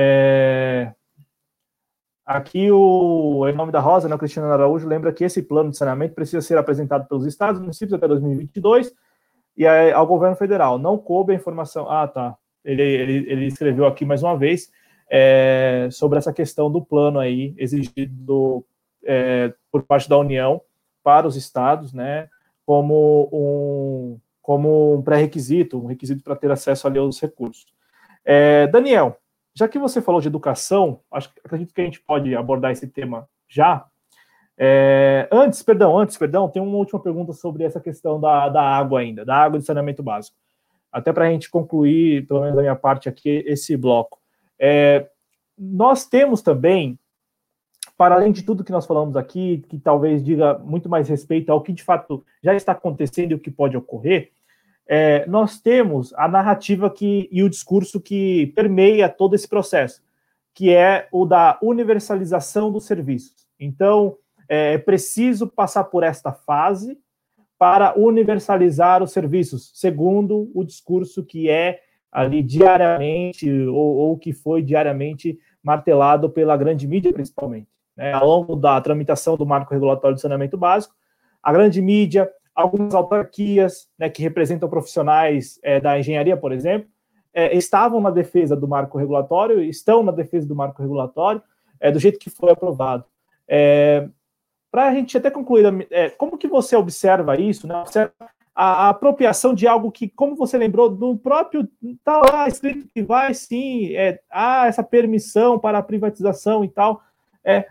A: Aqui, em nome da Rosa, né, o Cristiano Araújo, lembra que esse plano de saneamento precisa ser apresentado pelos estados e municípios até 2022, e ao governo federal. Não coube a informação... Ah, tá. Ele escreveu aqui mais uma vez sobre essa questão do plano aí exigido por parte da União para os estados, né, como um pré-requisito, um requisito para ter acesso ali aos recursos. Daniel, já que você falou de educação, acredito que a gente pode abordar esse tema já. Antes, tem uma última pergunta sobre essa questão da água ainda, da água de saneamento básico. Até para a gente concluir, pelo menos da minha parte aqui, esse bloco. Nós temos também, para além de tudo que nós falamos aqui, que talvez diga muito mais respeito ao que de fato já está acontecendo e o que pode ocorrer, nós temos a narrativa e o discurso que permeia todo esse processo, que é o da universalização dos serviços. Então, é preciso passar por esta fase para universalizar os serviços, segundo o discurso que é ali diariamente, ou que foi diariamente martelado pela grande mídia, principalmente. Ao longo da tramitação do Marco Regulatório de Saneamento Básico, a grande mídia, algumas autarquias, né, que representam profissionais da engenharia, por exemplo, estavam na defesa do Marco Regulatório, estão na defesa do Marco Regulatório, do jeito que foi aprovado. Para a gente até concluir, como que você observa isso, né? Observa a apropriação de algo que, como você lembrou, do próprio, está lá escrito que vai sim, há essa permissão para a privatização e tal.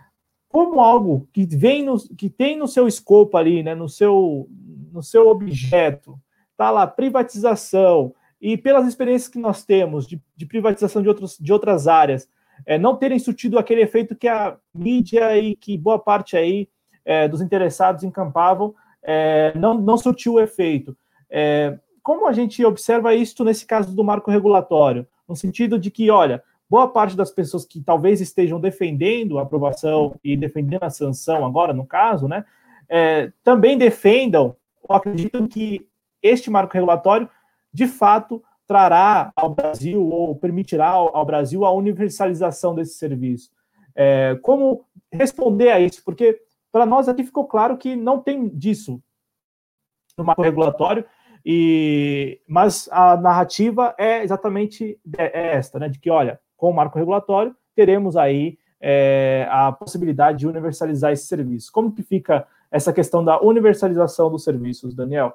A: como algo que que tem no seu escopo ali, né, no seu objeto, tá lá, privatização, e pelas experiências que nós temos de privatização de outras áreas, não terem surtido aquele efeito que a mídia e que boa parte aí dos interessados encampavam, não surtiu o efeito. Como a gente observa isso nesse caso do marco regulatório? No sentido de que, olha, boa parte das pessoas que talvez estejam defendendo a aprovação e defendendo a sanção agora, no caso, né, também defendam ou acreditam que este marco regulatório, de fato, trará ao Brasil ou permitirá ao Brasil a universalização desse serviço. Como responder a isso? Porque para nós aqui ficou claro que não tem disso no marco regulatório, mas a narrativa é exatamente esta, né, de que, olha, com o marco regulatório, teremos aí a possibilidade de universalizar esse serviço. Como que fica essa questão da universalização dos serviços, Daniel?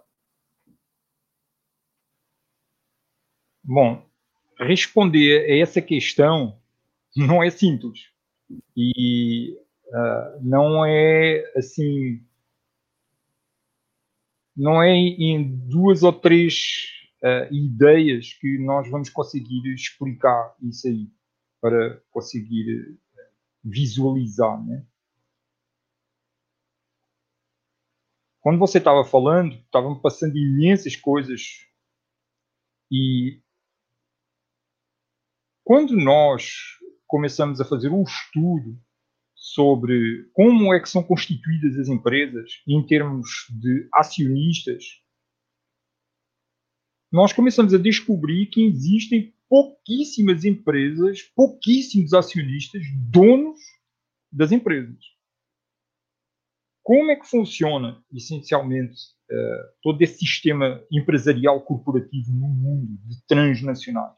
B: Bom, responder a essa questão não é simples. E não é assim... Não é em 2 ou 3 ideias que nós vamos conseguir explicar isso aí, para conseguir visualizar, né? Quando você estava falando, estavam passando imensas coisas, e quando nós começamos a fazer um estudo sobre como é que são constituídas as empresas em termos de acionistas, nós começamos a descobrir que existem pouquíssimas empresas, pouquíssimos acionistas, donos das empresas. Como é que funciona, essencialmente, todo esse sistema empresarial corporativo no mundo de transnacionais?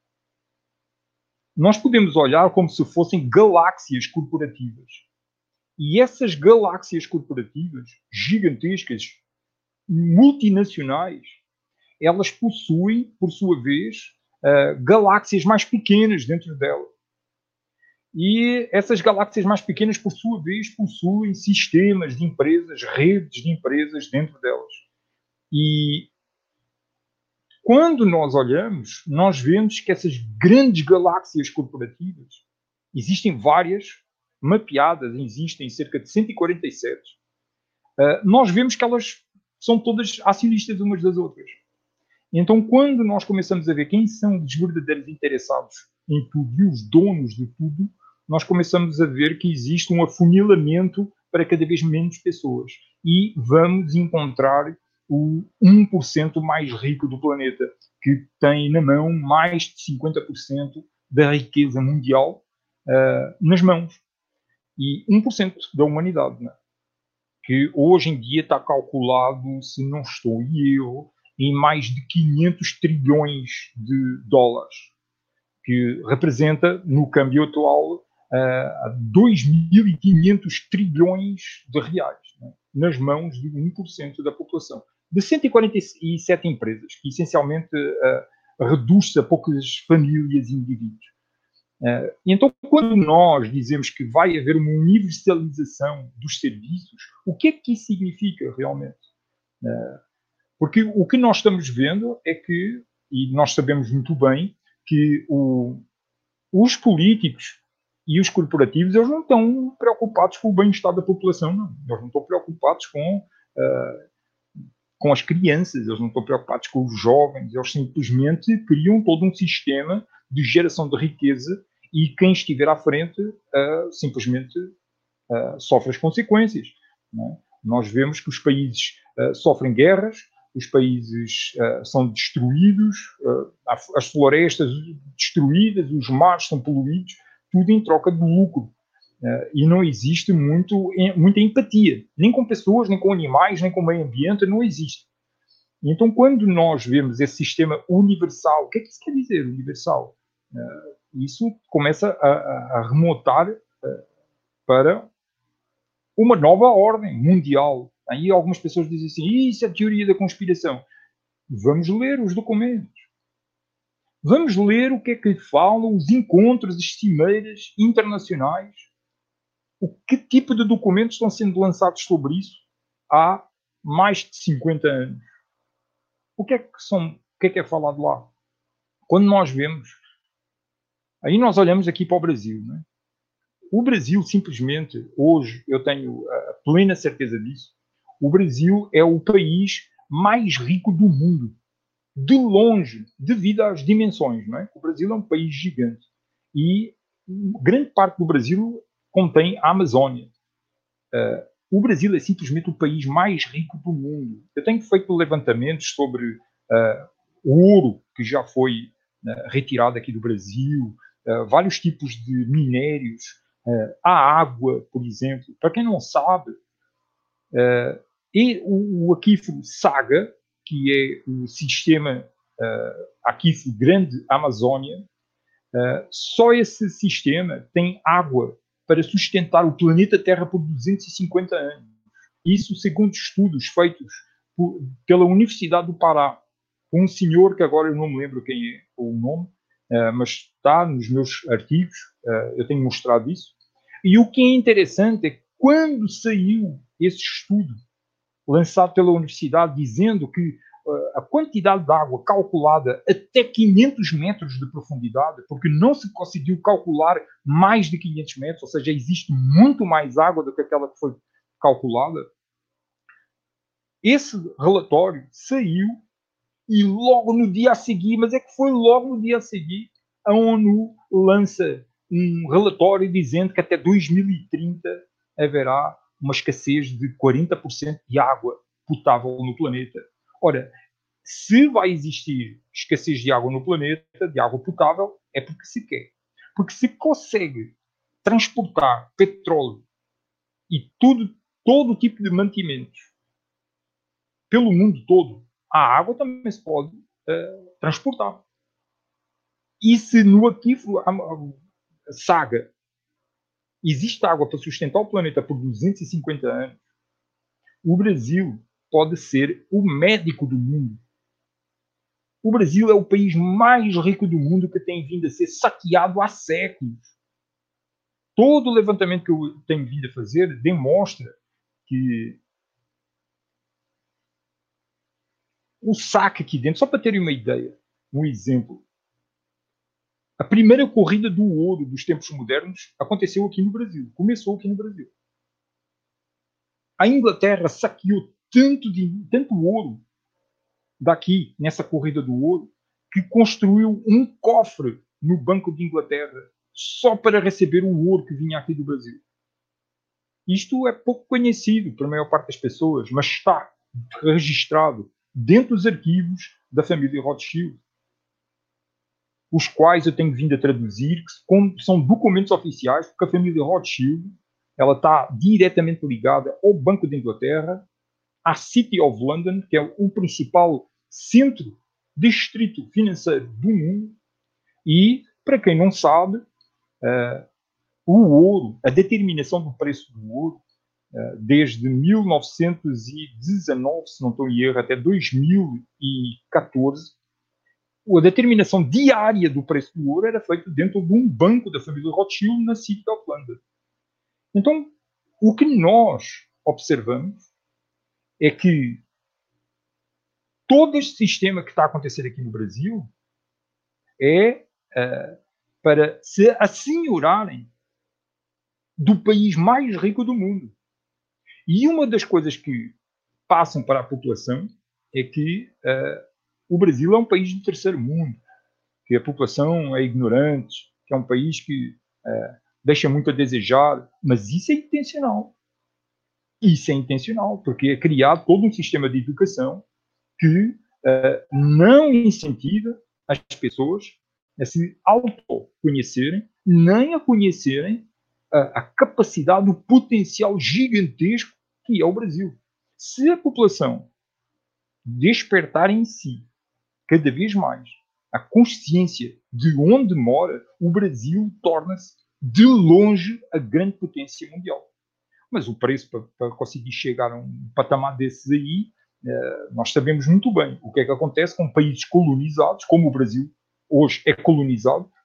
B: Nós podemos olhar como se fossem galáxias corporativas. E essas galáxias corporativas, gigantescas, multinacionais, elas possuem, por sua vez, galáxias mais pequenas dentro dela. E essas galáxias mais pequenas, por sua vez, possuem sistemas de empresas, redes de empresas dentro delas. E quando nós olhamos, nós vemos que essas grandes galáxias corporativas, existem várias, mapeadas, existem cerca de 147, nós vemos que elas são todas acionistas umas das outras. Então, quando nós começamos a ver quem são os verdadeiros interessados em tudo e os donos de tudo, nós começamos a ver que existe um afunilamento para cada vez menos pessoas. E vamos encontrar o 1% mais rico do planeta, que tem na mão mais de 50% da riqueza mundial nas mãos. E 1% da humanidade, né? Que hoje em dia está calculado, se não estou eu, em mais de 500 trilhões de dólares, que representa, no câmbio atual, 2.500 trilhões de reais, né, nas mãos de 1% da população. De 147 empresas, que essencialmente reduz-se a poucas famílias e indivíduos. Então, quando nós dizemos que vai haver uma universalização dos serviços, o que é que isso significa realmente? Porque o que nós estamos vendo é que, e nós sabemos muito bem, que os políticos e os corporativos, eles não estão preocupados com o bem-estar da população, não. Eles não estão preocupados com as crianças, eles não estão preocupados com os jovens, eles simplesmente criam todo um sistema de geração de riqueza e quem estiver à frente simplesmente sofre as consequências. Não é? Nós vemos que os países sofrem guerras, os países são destruídos, as florestas destruídas, os mares são poluídos, tudo em troca de lucro. E não existe muita empatia, nem com pessoas, nem com animais, nem com o meio ambiente, não existe. Então, quando nós vemos esse sistema universal, o que é que isso quer dizer, universal? Isso começa a remontar para uma nova ordem mundial. Aí algumas pessoas dizem assim, isso é teoria da conspiração. Vamos ler os documentos. Vamos ler o que é que falam os encontros, as cimeiras internacionais. Que tipo de documentos estão sendo lançados sobre isso há mais de 50 anos? O que é que é falado lá? Quando nós vemos, aí nós olhamos aqui para o Brasil, não é? O Brasil, simplesmente, hoje, eu tenho a plena certeza disso, o Brasil é o país mais rico do mundo. De longe, devido às dimensões, não é? O Brasil é um país gigante. E grande parte do Brasil contém a Amazónia. O Brasil é simplesmente o país mais rico do mundo. Eu tenho feito levantamentos sobre o ouro que já foi retirado aqui do Brasil, vários tipos de minérios, a água, por exemplo. Para quem não sabe, e o aquífero Saga, que é o sistema aquífero Grande Amazónia, só esse sistema tem água para sustentar o planeta Terra por 250 anos. Isso segundo estudos feitos pela Universidade do Pará, um senhor que agora eu não me lembro quem é o nome, mas está nos meus artigos, eu tenho mostrado isso. E o que é interessante é que quando saiu esse estudo lançado pela universidade dizendo que a quantidade de água calculada até 500 metros de profundidade, porque não se conseguiu calcular mais de 500 metros, ou seja, existe muito mais água do que aquela que foi calculada. Esse relatório saiu e logo no dia a seguir, mas é que foi logo no dia a seguir, a ONU lança um relatório dizendo que até 2030 haverá uma escassez de 40% de água potável no planeta. Ora, se vai existir escassez de água no planeta, de água potável, é porque se quer. Porque se consegue transportar petróleo e todo tipo de mantimentos pelo mundo todo, a água também se pode transportar. E se no aquífero Saga existe água para sustentar o planeta por 250 anos, o Brasil pode ser o médico do mundo. O Brasil é o país mais rico do mundo que tem vindo a ser saqueado há séculos. Todo o levantamento que eu tenho vindo a fazer demonstra que o saque aqui dentro, só para terem uma ideia, um exemplo, a primeira corrida do ouro dos tempos modernos aconteceu aqui no Brasil, começou aqui no Brasil. A Inglaterra saqueou tanto ouro daqui, nessa corrida do ouro, que construiu um cofre no Banco de Inglaterra só para receber o ouro que vinha aqui do Brasil. Isto é pouco conhecido para a maior parte das pessoas, mas está registrado dentro dos arquivos da família Rothschild, os quais eu tenho vindo a traduzir, que são documentos oficiais, porque a família Rothschild ela está diretamente ligada ao Banco de Inglaterra, à City of London, que é o principal centro distrito financeiro do mundo, e, para quem não sabe, o ouro, a determinação do preço do ouro, desde 1919, se não estou em erro, até 2014, a determinação diária do preço do ouro era feita dentro de um banco da família Rothschild na City of London. Então, o que nós observamos é que todo este sistema que está a acontecer aqui no Brasil é para se assenhorarem do país mais rico do mundo. E uma das coisas que passam para a população é que o Brasil é um país de terceiro mundo, que a população é ignorante, que é um país que deixa muito a desejar, mas isso é intencional. Isso é intencional, porque é criado todo um sistema de educação que não incentiva as pessoas a se autoconhecerem, nem a conhecerem a capacidade, o potencial gigantesco que é o Brasil. Se a população despertar em si, cada vez mais, a consciência de onde mora, o Brasil torna-se, de longe, a grande potência mundial. Mas o preço para conseguir chegar a um patamar desses aí, nós sabemos muito bem o que é que acontece com países colonizados, como o Brasil hoje é colonizado,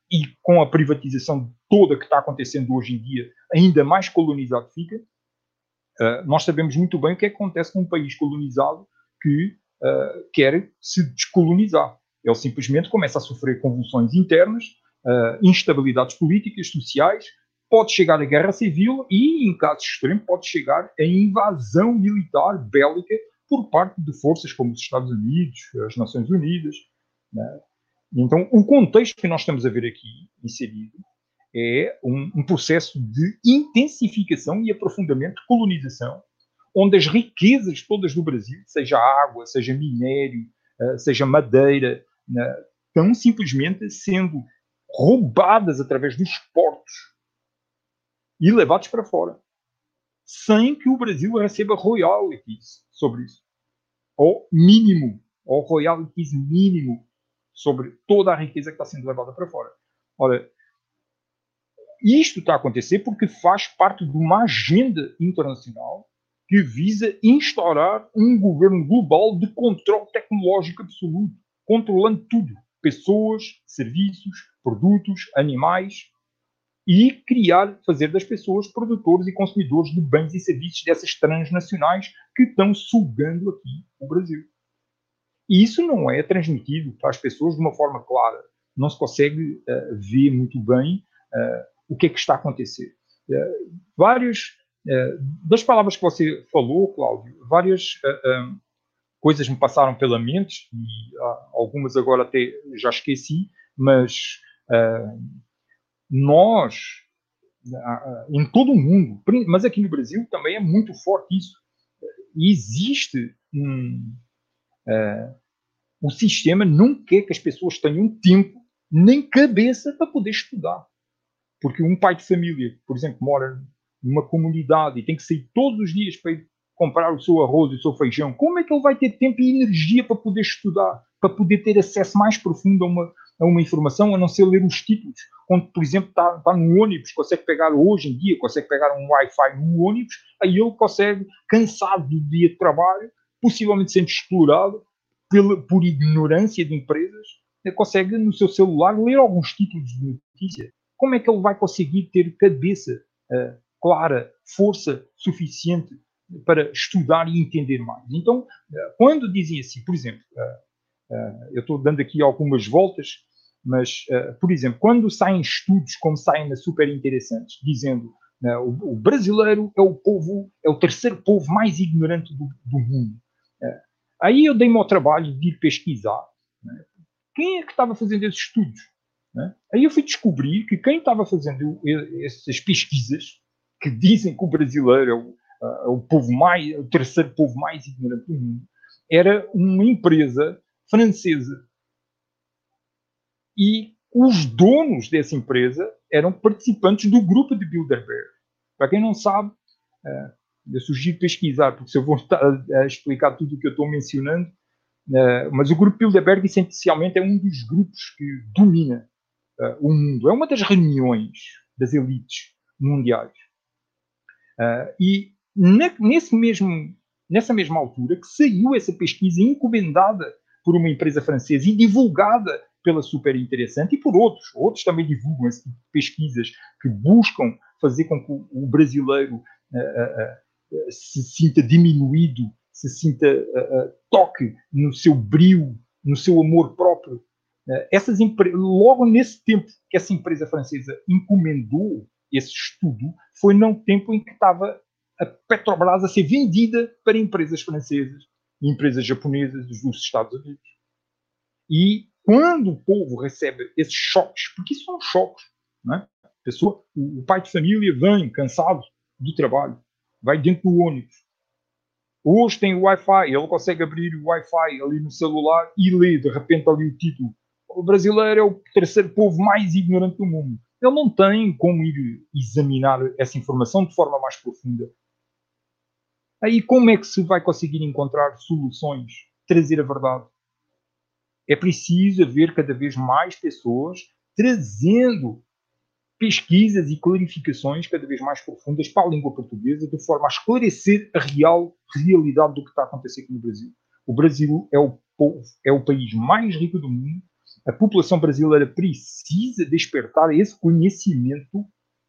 B: e com a privatização toda que está acontecendo hoje em dia, ainda mais colonizado fica. Nós sabemos muito bem o que é que acontece num país colonizado que quer se descolonizar. Ele simplesmente começa a sofrer convulsões internas, instabilidades políticas, sociais, pode chegar à guerra civil e, em casos extremos, pode chegar a invasão militar bélica por parte de forças como os Estados Unidos, as Nações Unidas, né? Então, o contexto que nós estamos a ver aqui inserido é um processo de intensificação e aprofundamento de colonização, onde as riquezas todas do Brasil, seja água, seja minério, seja madeira, estão simplesmente sendo roubadas através dos portos e levados para fora, sem que o Brasil receba royalties sobre isso. Ou royalties mínimo sobre toda a riqueza que está sendo levada para fora. Ora, isto está a acontecer porque faz parte de uma agenda internacional que visa instaurar um governo global de controle tecnológico absoluto, controlando tudo. Pessoas, serviços, produtos, animais, e fazer das pessoas produtores e consumidores de bens e serviços dessas transnacionais que estão sugando aqui o Brasil. E isso não é transmitido para as pessoas de uma forma clara. Não se consegue ver muito bem o que é que está a acontecer. Das palavras que você falou, Cláudio, várias coisas me passaram pela mente, e algumas agora até já esqueci, mas nós, em todo o mundo, mas aqui no Brasil também é muito forte isso, existe o sistema não quer que as pessoas tenham tempo nem cabeça para poder estudar. Porque um pai de família, por exemplo, mora numa comunidade e tem que sair todos os dias para ir comprar o seu arroz e o seu feijão, como é que ele vai ter tempo e energia para poder estudar, para poder ter acesso mais profundo a uma informação, a não ser ler os títulos? Quando, por exemplo, está no ônibus, consegue pegar hoje em dia, consegue pegar um Wi-Fi no ônibus, aí ele consegue, cansado do dia de trabalho, possivelmente sendo explorado por ignorância de empresas, ele consegue no seu celular ler alguns títulos de notícia. Como é que ele vai conseguir ter cabeça clara, força suficiente para estudar e entender mais? Então, quando dizem assim, por exemplo, eu estou dando aqui algumas voltas, mas, por exemplo, quando saem estudos como saem na Super Interessantes, dizendo o brasileiro é o terceiro povo mais ignorante do mundo. Aí eu dei-me ao trabalho de ir pesquisar, né? Quem é que estava fazendo esses estudos? Né? Aí eu fui descobrir que quem estava fazendo essas pesquisas, que dizem que o brasileiro é o terceiro povo mais ignorante do mundo, era uma empresa francesa. E os donos dessa empresa eram participantes do grupo de Bilderberg. Para quem não sabe, eu sugiro pesquisar, porque se eu vou estar a explicar tudo o que eu estou mencionando, mas o grupo Bilderberg essencialmente é um dos grupos que domina o mundo. É uma das reuniões das elites mundiais. E nessa mesma altura que saiu essa pesquisa encomendada por uma empresa francesa e divulgada pela Super Interessante e por outros também divulgam esse tipo de pesquisas que buscam fazer com que o brasileiro se sinta diminuído, se sinta toque no seu brio, no seu amor próprio. Logo nesse tempo que essa empresa francesa encomendou esse estudo, foi no tempo em que estava a Petrobras a ser vendida para empresas francesas e empresas japonesas dos Estados Unidos. E quando o povo recebe esses choques, porque isso são choques, não é? O pai de família vem cansado do trabalho, vai dentro do ônibus. Hoje tem o Wi-Fi, ele consegue abrir o Wi-Fi ali no celular e ler de repente ali o título: o brasileiro é o terceiro povo mais ignorante do mundo. Ele não tem como ir examinar essa informação de forma mais profunda. Aí como é que se vai conseguir encontrar soluções, trazer a verdade? É preciso haver cada vez mais pessoas trazendo pesquisas e clarificações cada vez mais profundas para a língua portuguesa, de forma a esclarecer a realidade do que está a acontecer aqui no Brasil. O Brasil é o país mais rico do mundo, A população brasileira precisa despertar esse conhecimento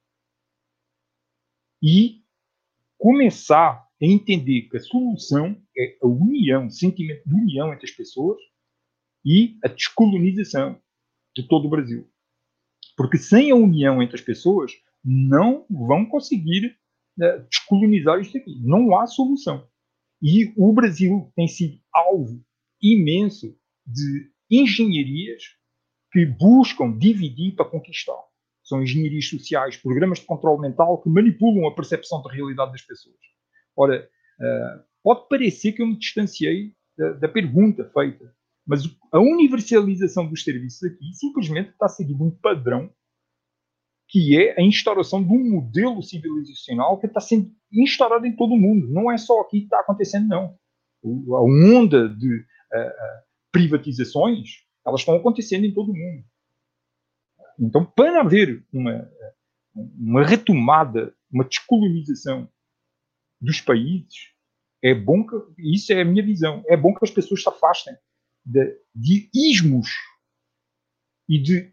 B: e começar a entender que a solução é a união, o sentimento de união entre as pessoas e a descolonização de todo o Brasil. Porque sem a união entre as pessoas, não vão conseguir descolonizar isto aqui. Não há solução. E o Brasil tem sido alvo imenso de engenharias que buscam dividir para conquistar. São engenharias sociais, programas de controle mental que manipulam a percepção da realidade das pessoas. Ora, pode parecer que eu me distanciei da pergunta feita, mas a universalização dos serviços aqui simplesmente está seguindo um padrão que é a instauração de um modelo civilizacional que está sendo instaurado em todo o mundo. Não é só aqui que está acontecendo, não. A onda de privatizações, elas estão acontecendo em todo o mundo. Então, para haver uma retomada, uma descolonização dos países, é bom que, isso é a minha visão, é bom que as pessoas se afastem de ismos e de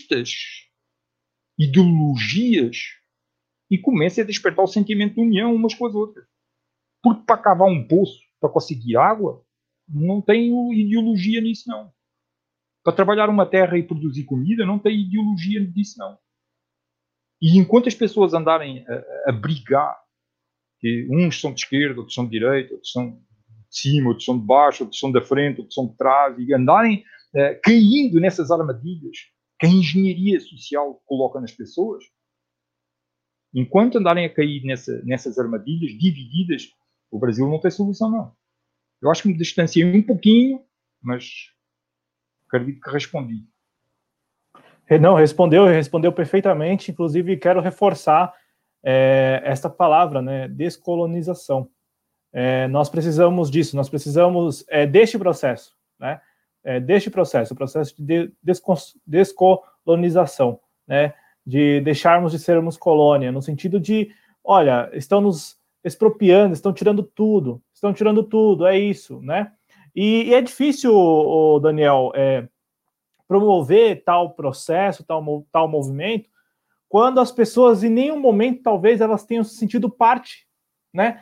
B: ideologias e comecem a despertar o sentimento de união umas com as outras. Porque para cavar um poço, para conseguir água, não tem ideologia nisso, não. Para trabalhar uma terra e produzir comida, não tem ideologia disso, não. E enquanto as pessoas andarem a brigar, que uns são de esquerda, outros são de direita, outros são de cima, outros são de baixo, outros são da frente, outros são de trás, e andarem caindo nessas armadilhas que a engenharia social coloca nas pessoas, enquanto andarem a cair nessas armadilhas divididas, o Brasil não tem solução, não. Eu acho que me distanciei um pouquinho, mas acredito que respondi.
A: Não, respondeu perfeitamente. Inclusive, quero reforçar esta palavra, né, descolonização. Nós precisamos disso, nós precisamos deste processo, né? Deste processo, o processo de descolonização, né? De deixarmos de sermos colônia, no sentido de, olha, estão nos expropriando, estão tirando tudo, é isso, né? E é difícil, Daniel, promover tal processo, tal movimento, quando as pessoas, em nenhum momento, talvez, elas tenham se sentido parte, né?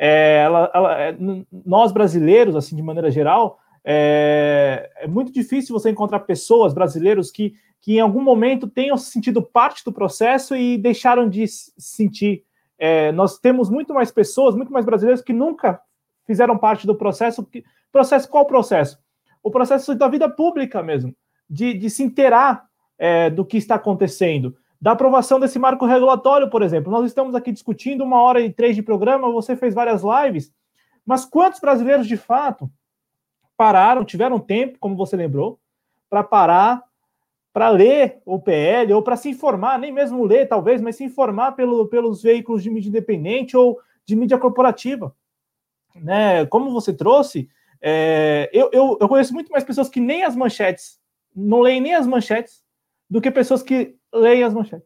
A: Nós, brasileiros, assim, de maneira geral, é muito difícil você encontrar pessoas, brasileiros, que em algum momento tenham se sentido parte do processo e deixaram de se sentir. Nós temos muito mais pessoas, muito mais brasileiros que nunca fizeram parte do processo. Qual processo? O processo da vida pública mesmo, de se inteirar do que está acontecendo, da aprovação desse marco regulatório, por exemplo. Nós estamos aqui discutindo 1h03 de programa, você fez várias lives, mas quantos brasileiros, de fato, pararam, tiveram tempo, como você lembrou, para parar, para ler o PL, ou para se informar, nem mesmo ler, talvez, mas se informar pelos veículos de mídia independente ou de mídia corporativa, né? Como você trouxe, eu conheço muito mais pessoas que nem as manchetes, não leem nem as manchetes, do que pessoas que leem as manchetes.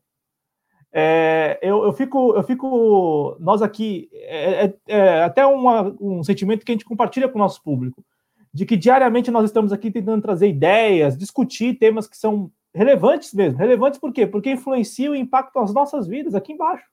A: Eu fico, nós aqui, até um sentimento que a gente compartilha com o nosso público, de que diariamente nós estamos aqui tentando trazer ideias, discutir temas que são relevantes mesmo. Relevantes por quê? Porque influenciam e impactam as nossas vidas aqui embaixo.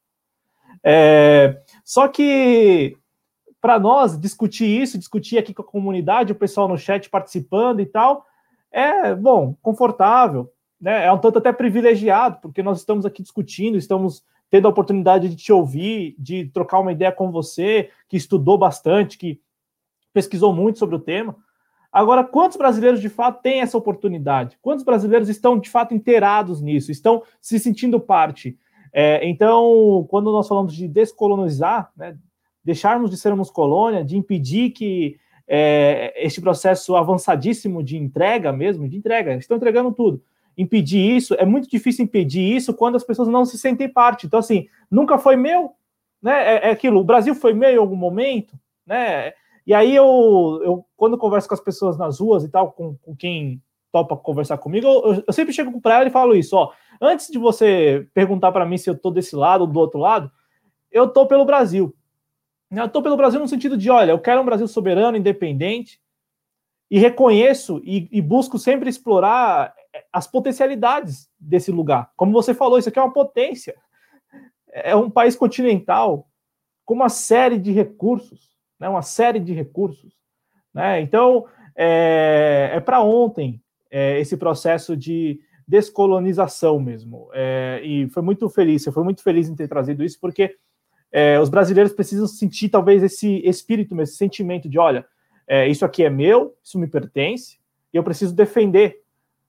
A: Só que, para nós, discutir aqui com a comunidade, o pessoal no chat participando e tal, bom, confortável, né? É um tanto até privilegiado, porque nós estamos aqui discutindo, estamos tendo a oportunidade de te ouvir, de trocar uma ideia com você, que estudou bastante, que pesquisou muito sobre o tema. Agora, quantos brasileiros de fato têm essa oportunidade? Quantos brasileiros estão de fato inteirados nisso? Estão se sentindo parte? Então, quando nós falamos de descolonizar, né, deixarmos de sermos colônia, de impedir que este processo avançadíssimo de entrega, estão entregando tudo. Impedir isso, é muito difícil impedir isso quando as pessoas não se sentem parte. Então, assim, nunca foi meu, né? Aquilo, o Brasil foi meu em algum momento, né? E aí eu quando converso com as pessoas nas ruas e tal, com quem topa conversar comigo, eu sempre chego para ela e falo isso, ó, antes de você perguntar para mim se eu tô desse lado ou do outro lado, eu tô pelo Brasil. Eu tô pelo Brasil no sentido de, olha, eu quero um Brasil soberano, independente, e reconheço e busco sempre explorar as potencialidades desse lugar. Como você falou, isso aqui é uma potência. É um país continental com uma série de recursos, né? Uma série de recursos, né? Então, para ontem esse processo de descolonização mesmo. E foi muito feliz, você foi muito feliz em ter trazido isso, porque os brasileiros precisam sentir talvez esse espírito, esse sentimento de, olha, isso aqui é meu, isso me pertence, e eu preciso defender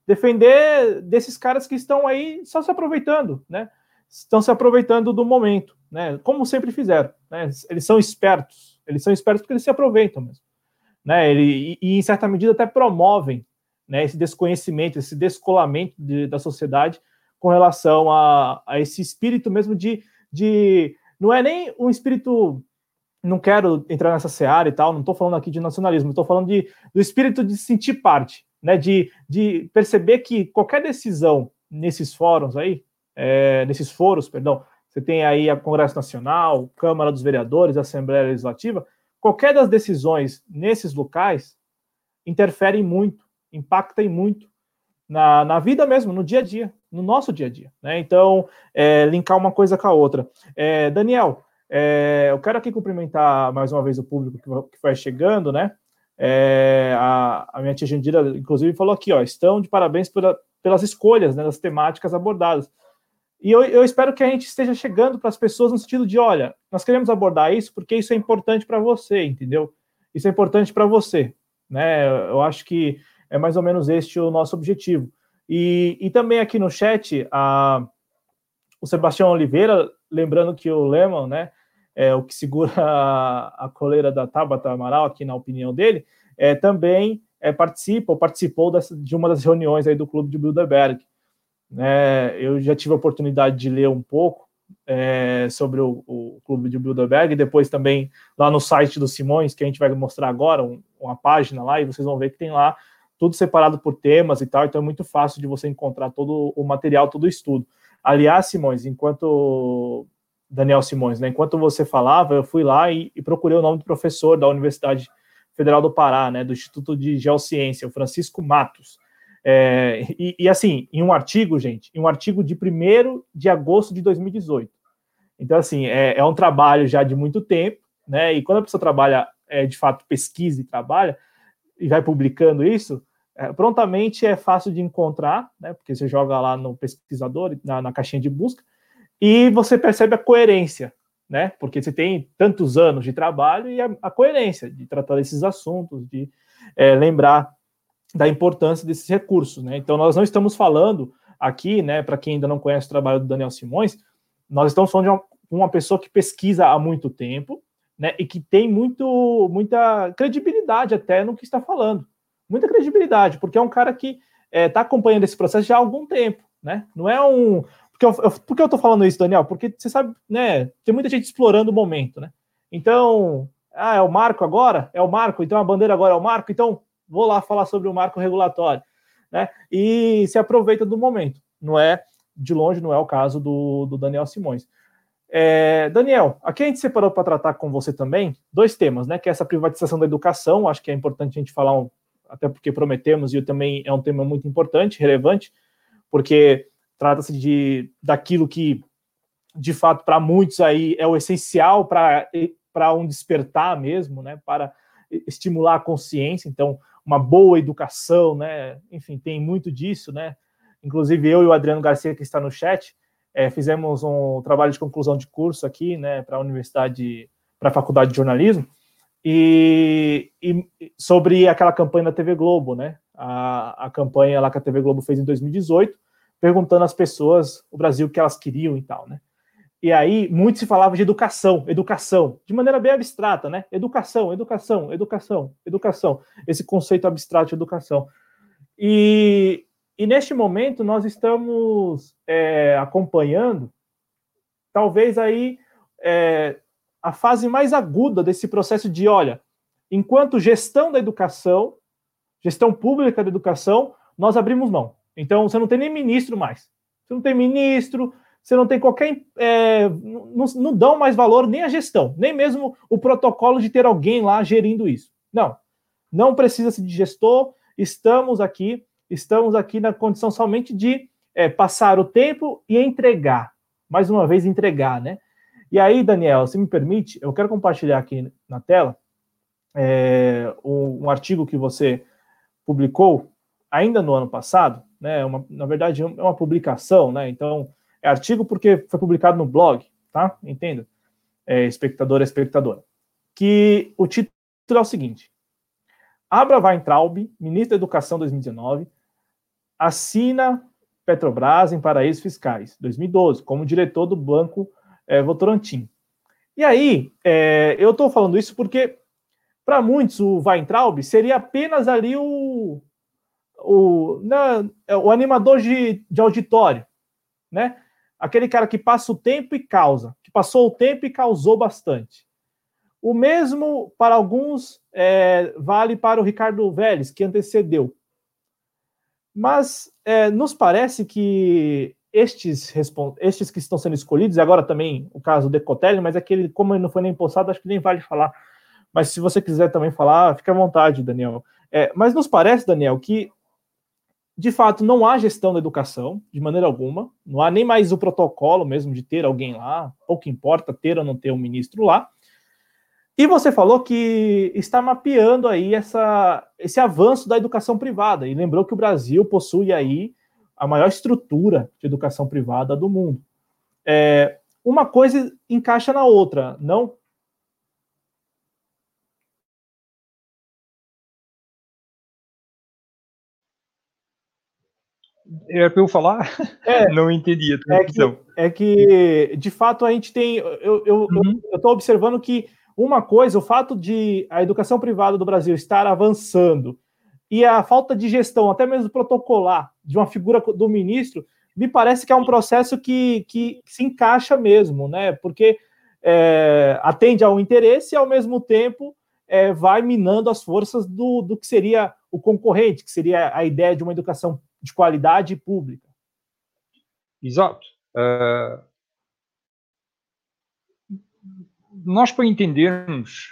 A: desses caras que estão aí só se aproveitando, né? Estão se aproveitando do momento, né? Como sempre fizeram, né? Eles são espertos porque eles se aproveitam mesmo, né? E em certa medida até promovem, né, esse desconhecimento, esse descolamento da sociedade com relação a esse espírito mesmo de não é nem um espírito, não quero entrar nessa seara e tal, não estou falando aqui de nacionalismo, estou falando do espírito de sentir parte, né, de perceber que qualquer decisão nesses fóruns aí, nesses foros, perdão, você tem aí a Congresso Nacional, Câmara dos Vereadores, Assembleia Legislativa, qualquer das decisões nesses locais interferem muito, impactam muito na vida mesmo, no dia a dia, no nosso dia a dia, né? Então, linkar uma coisa com a outra. Daniel, eu quero aqui cumprimentar mais uma vez o público que vai chegando, né? A minha tia Jandira, inclusive, falou aqui, ó, estão de parabéns pelas escolhas, né, das temáticas abordadas. E eu espero que a gente esteja chegando para as pessoas no sentido de, olha, nós queremos abordar isso porque isso é importante para você, entendeu? Isso é importante para você, né? Eu acho que é mais ou menos este o nosso objetivo. E também aqui no chat, o Sebastião Oliveira, lembrando que o Lemon, né, o que segura a coleira da Tabata Amaral, aqui na opinião dele, também participou de uma das reuniões aí do Clube de Bilderberg. Eu já tive a oportunidade de ler um pouco sobre o Clube de Bilderberg, e depois também lá no site do Simões, que a gente vai mostrar agora, uma página lá, e vocês vão ver que tem lá tudo separado por temas e tal, então é muito fácil de você encontrar todo o material, todo o estudo. Aliás, Simões, Daniel Simões, né, enquanto você falava, eu fui lá e procurei o nome do professor da Universidade Federal do Pará, né, do Instituto de Geociência, o Francisco Matos. E assim, em um artigo, gente, de 1º de agosto de 2018. Então, assim, é um trabalho já de muito tempo, né, e quando a pessoa trabalha, de fato, pesquisa e trabalha, e vai publicando isso, prontamente é fácil de encontrar, né, porque você joga lá no pesquisador, na caixinha de busca, e você percebe a coerência, né, porque você tem tantos anos de trabalho e a coerência de tratar desses assuntos, de lembrar da importância desses recursos, né. Então, nós não estamos falando aqui, né, para quem ainda não conhece o trabalho do Daniel Simões, nós estamos falando de uma pessoa que pesquisa há muito tempo, né, e que tem muita credibilidade até no que está falando. Muita credibilidade, porque é um cara que está acompanhando esse processo já há algum tempo, né? Não é um... Por que eu estou falando isso, Daniel? Porque você sabe, né, tem muita gente explorando o momento, né? Então, é o marco agora? É o marco, então a bandeira agora é o marco, então vou lá falar sobre o marco regulatório, né? E se aproveita do momento. De longe, não é o caso do Daniel Simões. Daniel, aqui a gente separou para tratar com você também 2 temas, né? Que é essa privatização da educação, acho que é importante a gente falar, até porque prometemos, e também é um tema muito importante, relevante, porque trata-se daquilo que, de fato, para muitos aí é o essencial para um despertar mesmo, né? Para estimular a consciência. Então, uma boa educação, né? Enfim, tem muito disso, né? Inclusive, eu e o Adriano Garcia, que está no chat, fizemos um trabalho de conclusão de curso aqui, né, para a Faculdade de Jornalismo, e sobre aquela campanha da TV Globo, né, a campanha lá que a TV Globo fez em 2018, perguntando às pessoas o Brasil que elas queriam e tal, né. E aí, muito se falava de educação, de maneira bem abstrata, né, educação, esse conceito abstrato de educação. E neste momento nós estamos acompanhando, talvez aí, a fase mais aguda desse processo de, olha, enquanto gestão da educação, gestão pública da educação, nós abrimos mão. Então, você não tem nem ministro mais. Você não tem ministro, você não tem qualquer... não dão mais valor nem à gestão, nem mesmo o protocolo de ter alguém lá gerindo isso. Não precisa-se de gestor, estamos aqui estamos aqui na condição somente de passar o tempo e entregar. Mais uma vez, entregar, né? E aí, Daniel, se me permite, eu quero compartilhar aqui na tela um artigo que você publicou ainda no ano passado, né? Na verdade, é uma publicação, né? Então, é artigo porque foi publicado no blog, tá? Entenda? Espectador, espectadora. Que o título é o seguinte: Abra Weintraub, ministro da Educação 2019, assina Petrobras em paraísos fiscais, 2012, como diretor do Banco Votorantim. E aí, eu estou falando isso porque, para muitos, o Weintraub seria apenas ali o animador de auditório, né? Aquele cara que passa o tempo e causa, que passou o tempo e causou bastante. O mesmo, para alguns, vale para o Ricardo Vélez, que antecedeu. Mas nos parece que estes que estão sendo escolhidos, e agora também o caso do Decotelli, mas aquele, como ele não foi nem postado, acho que nem vale falar. Mas se você quiser também falar, fique à vontade, Daniel. Mas nos parece, Daniel, que de fato não há gestão da educação, de maneira alguma. Não há nem mais o protocolo mesmo de ter alguém lá. Pouco importa ter ou não ter um ministro lá. E você falou que está mapeando aí esse avanço da educação privada. E lembrou que o Brasil possui aí a maior estrutura de educação privada do mundo. Uma coisa encaixa na outra, não?
B: Era para eu falar? Não entendi a tua questão.
A: Que, de fato, a gente tem... Eu estou observando que uma coisa, o fato de a educação privada do Brasil estar avançando e a falta de gestão, até mesmo protocolar, de uma figura do ministro, me parece que é um processo que se encaixa mesmo, né? Porque atende ao interesse e, ao mesmo tempo, vai minando as forças do que seria o concorrente, que seria a ideia de uma educação de qualidade pública.
B: Exato. Nós, para entendermos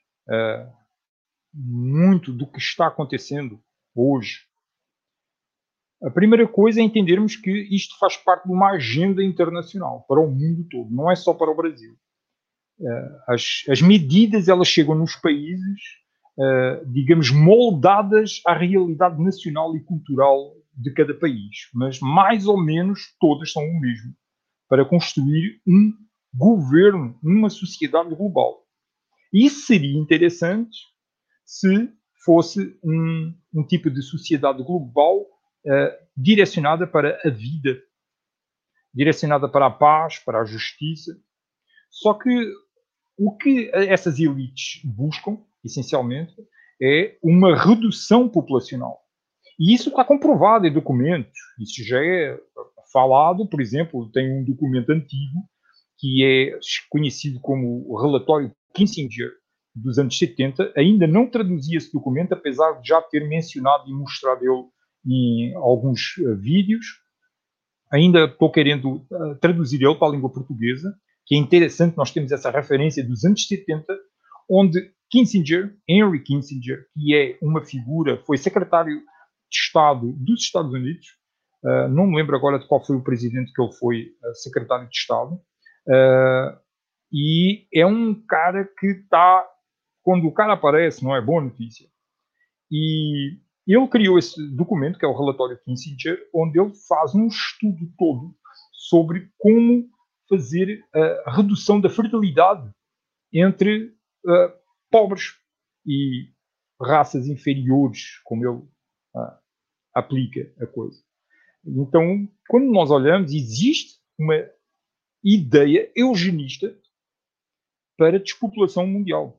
B: muito do que está acontecendo hoje, a primeira coisa é entendermos que isto faz parte de uma agenda internacional para o mundo todo, não é só para o Brasil. As medidas, elas chegam nos países, digamos, moldadas à realidade nacional e cultural de cada país, mas mais ou menos todas são o mesmo, para construir um governo, uma sociedade global. Isso seria interessante se fosse um tipo de sociedade global direcionada para a vida, direcionada para a paz, para a justiça. Só que o que essas elites buscam, essencialmente, é uma redução populacional. E isso está comprovado em documentos. Isso já é falado, por exemplo, tem um documento antigo que é conhecido como o relatório Kissinger, dos anos 70. Ainda não traduzi esse documento, apesar de já ter mencionado e mostrado ele em alguns vídeos. Ainda estou querendo traduzir ele para a língua portuguesa, que é interessante, nós temos essa referência dos anos 70, onde Kissinger, Henry Kissinger, que é uma figura, foi secretário de Estado dos Estados Unidos, não me lembro agora de qual foi o presidente que ele foi secretário de Estado, e é um cara que está, quando o cara aparece, não é boa notícia. E ele criou esse documento, que é o relatório Kissinger, onde ele faz um estudo todo sobre como fazer a redução da fertilidade entre pobres e raças inferiores, como ele aplica a coisa. Então, quando nós olhamos, existe uma ideia eugenista para a despopulação mundial.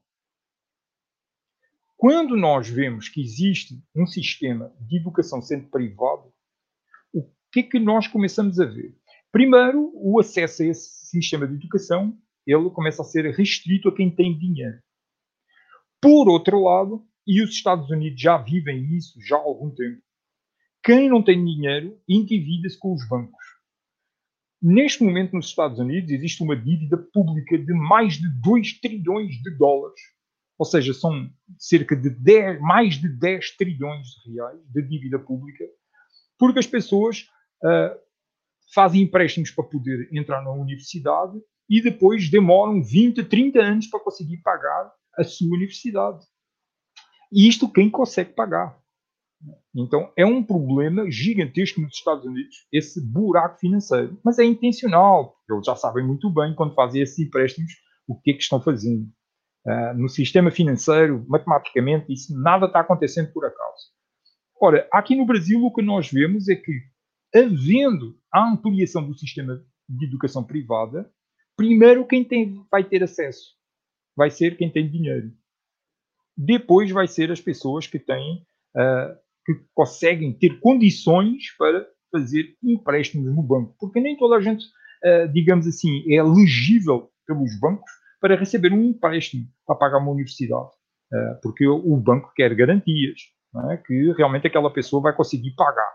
B: Quando nós vemos que existe um sistema de educação sendo privado, o que é que nós começamos a ver? Primeiro, o acesso a esse sistema de educação, ele começa a ser restrito a quem tem dinheiro. Por outro lado, e os Estados Unidos já vivem isso já há algum tempo, quem não tem dinheiro endivida-se com os bancos. Neste momento, nos Estados Unidos, existe uma dívida pública de mais de 2 trilhões de dólares. Ou seja, são cerca de mais de 10 trilhões de reais de dívida pública Porque as pessoas fazem empréstimos para poder entrar na universidade e depois demoram 20, 30 anos para conseguir pagar a sua universidade. E isto quem consegue pagar. Então, é um problema gigantesco nos Estados Unidos, esse buraco financeiro. Mas é intencional, porque eles já sabem muito bem, quando fazem esses empréstimos, o que é que estão fazendo. No sistema financeiro, matematicamente, isso nada está acontecendo por acaso. Ora, aqui no Brasil, o que nós vemos é que, havendo a ampliação do sistema de educação privada, primeiro quem vai ter acesso vai ser quem tem dinheiro. Depois vai ser as pessoas que têm, que conseguem ter condições para fazer empréstimos no banco. Porque nem toda a gente, digamos assim, é elegível pelos bancos para receber um empréstimo para pagar uma universidade. Porque o banco quer garantias, não é? Que realmente aquela pessoa vai conseguir pagar.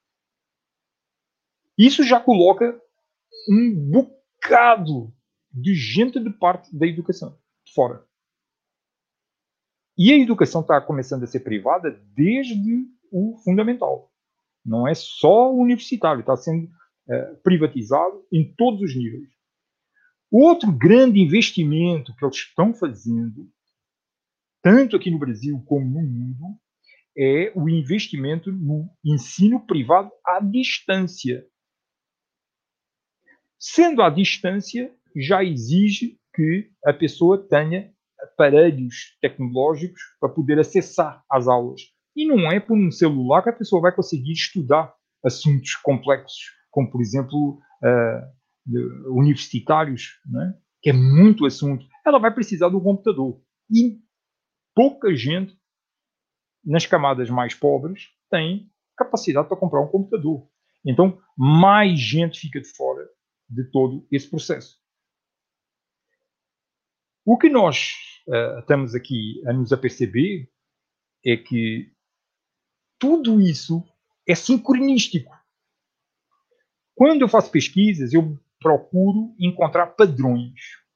B: Isso já coloca um bocado de gente de parte da educação, de fora. E a educação está começando a ser privada desde o fundamental. Não é só o universitário, está sendo privatizado em todos os níveis. Outro grande investimento que eles estão fazendo, tanto aqui no Brasil como no mundo, é o investimento no ensino privado à distância. Sendo à distância, já exige que a pessoa tenha aparelhos tecnológicos para poder acessar às aulas. E não é por um celular que a pessoa vai conseguir estudar assuntos complexos, como, por exemplo, universitários, né? Que é muito assunto. Ela vai precisar de um computador. E pouca gente, nas camadas mais pobres, tem capacidade para comprar um computador. Então, mais gente fica de fora de todo esse processo. O que nós estamos aqui a nos aperceber é que tudo isso é sincronístico. Quando eu faço pesquisas, eu procuro encontrar padrões.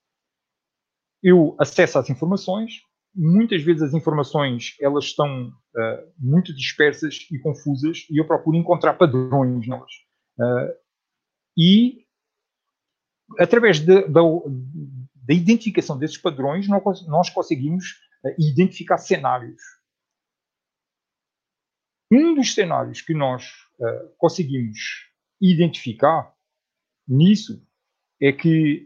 B: Eu acesso às informações, muitas vezes as informações elas estão muito dispersas e confusas, e eu procuro encontrar padrões nelas. E através da identificação desses padrões, nós conseguimos identificar cenários. Um dos cenários que nós conseguimos identificar nisso é que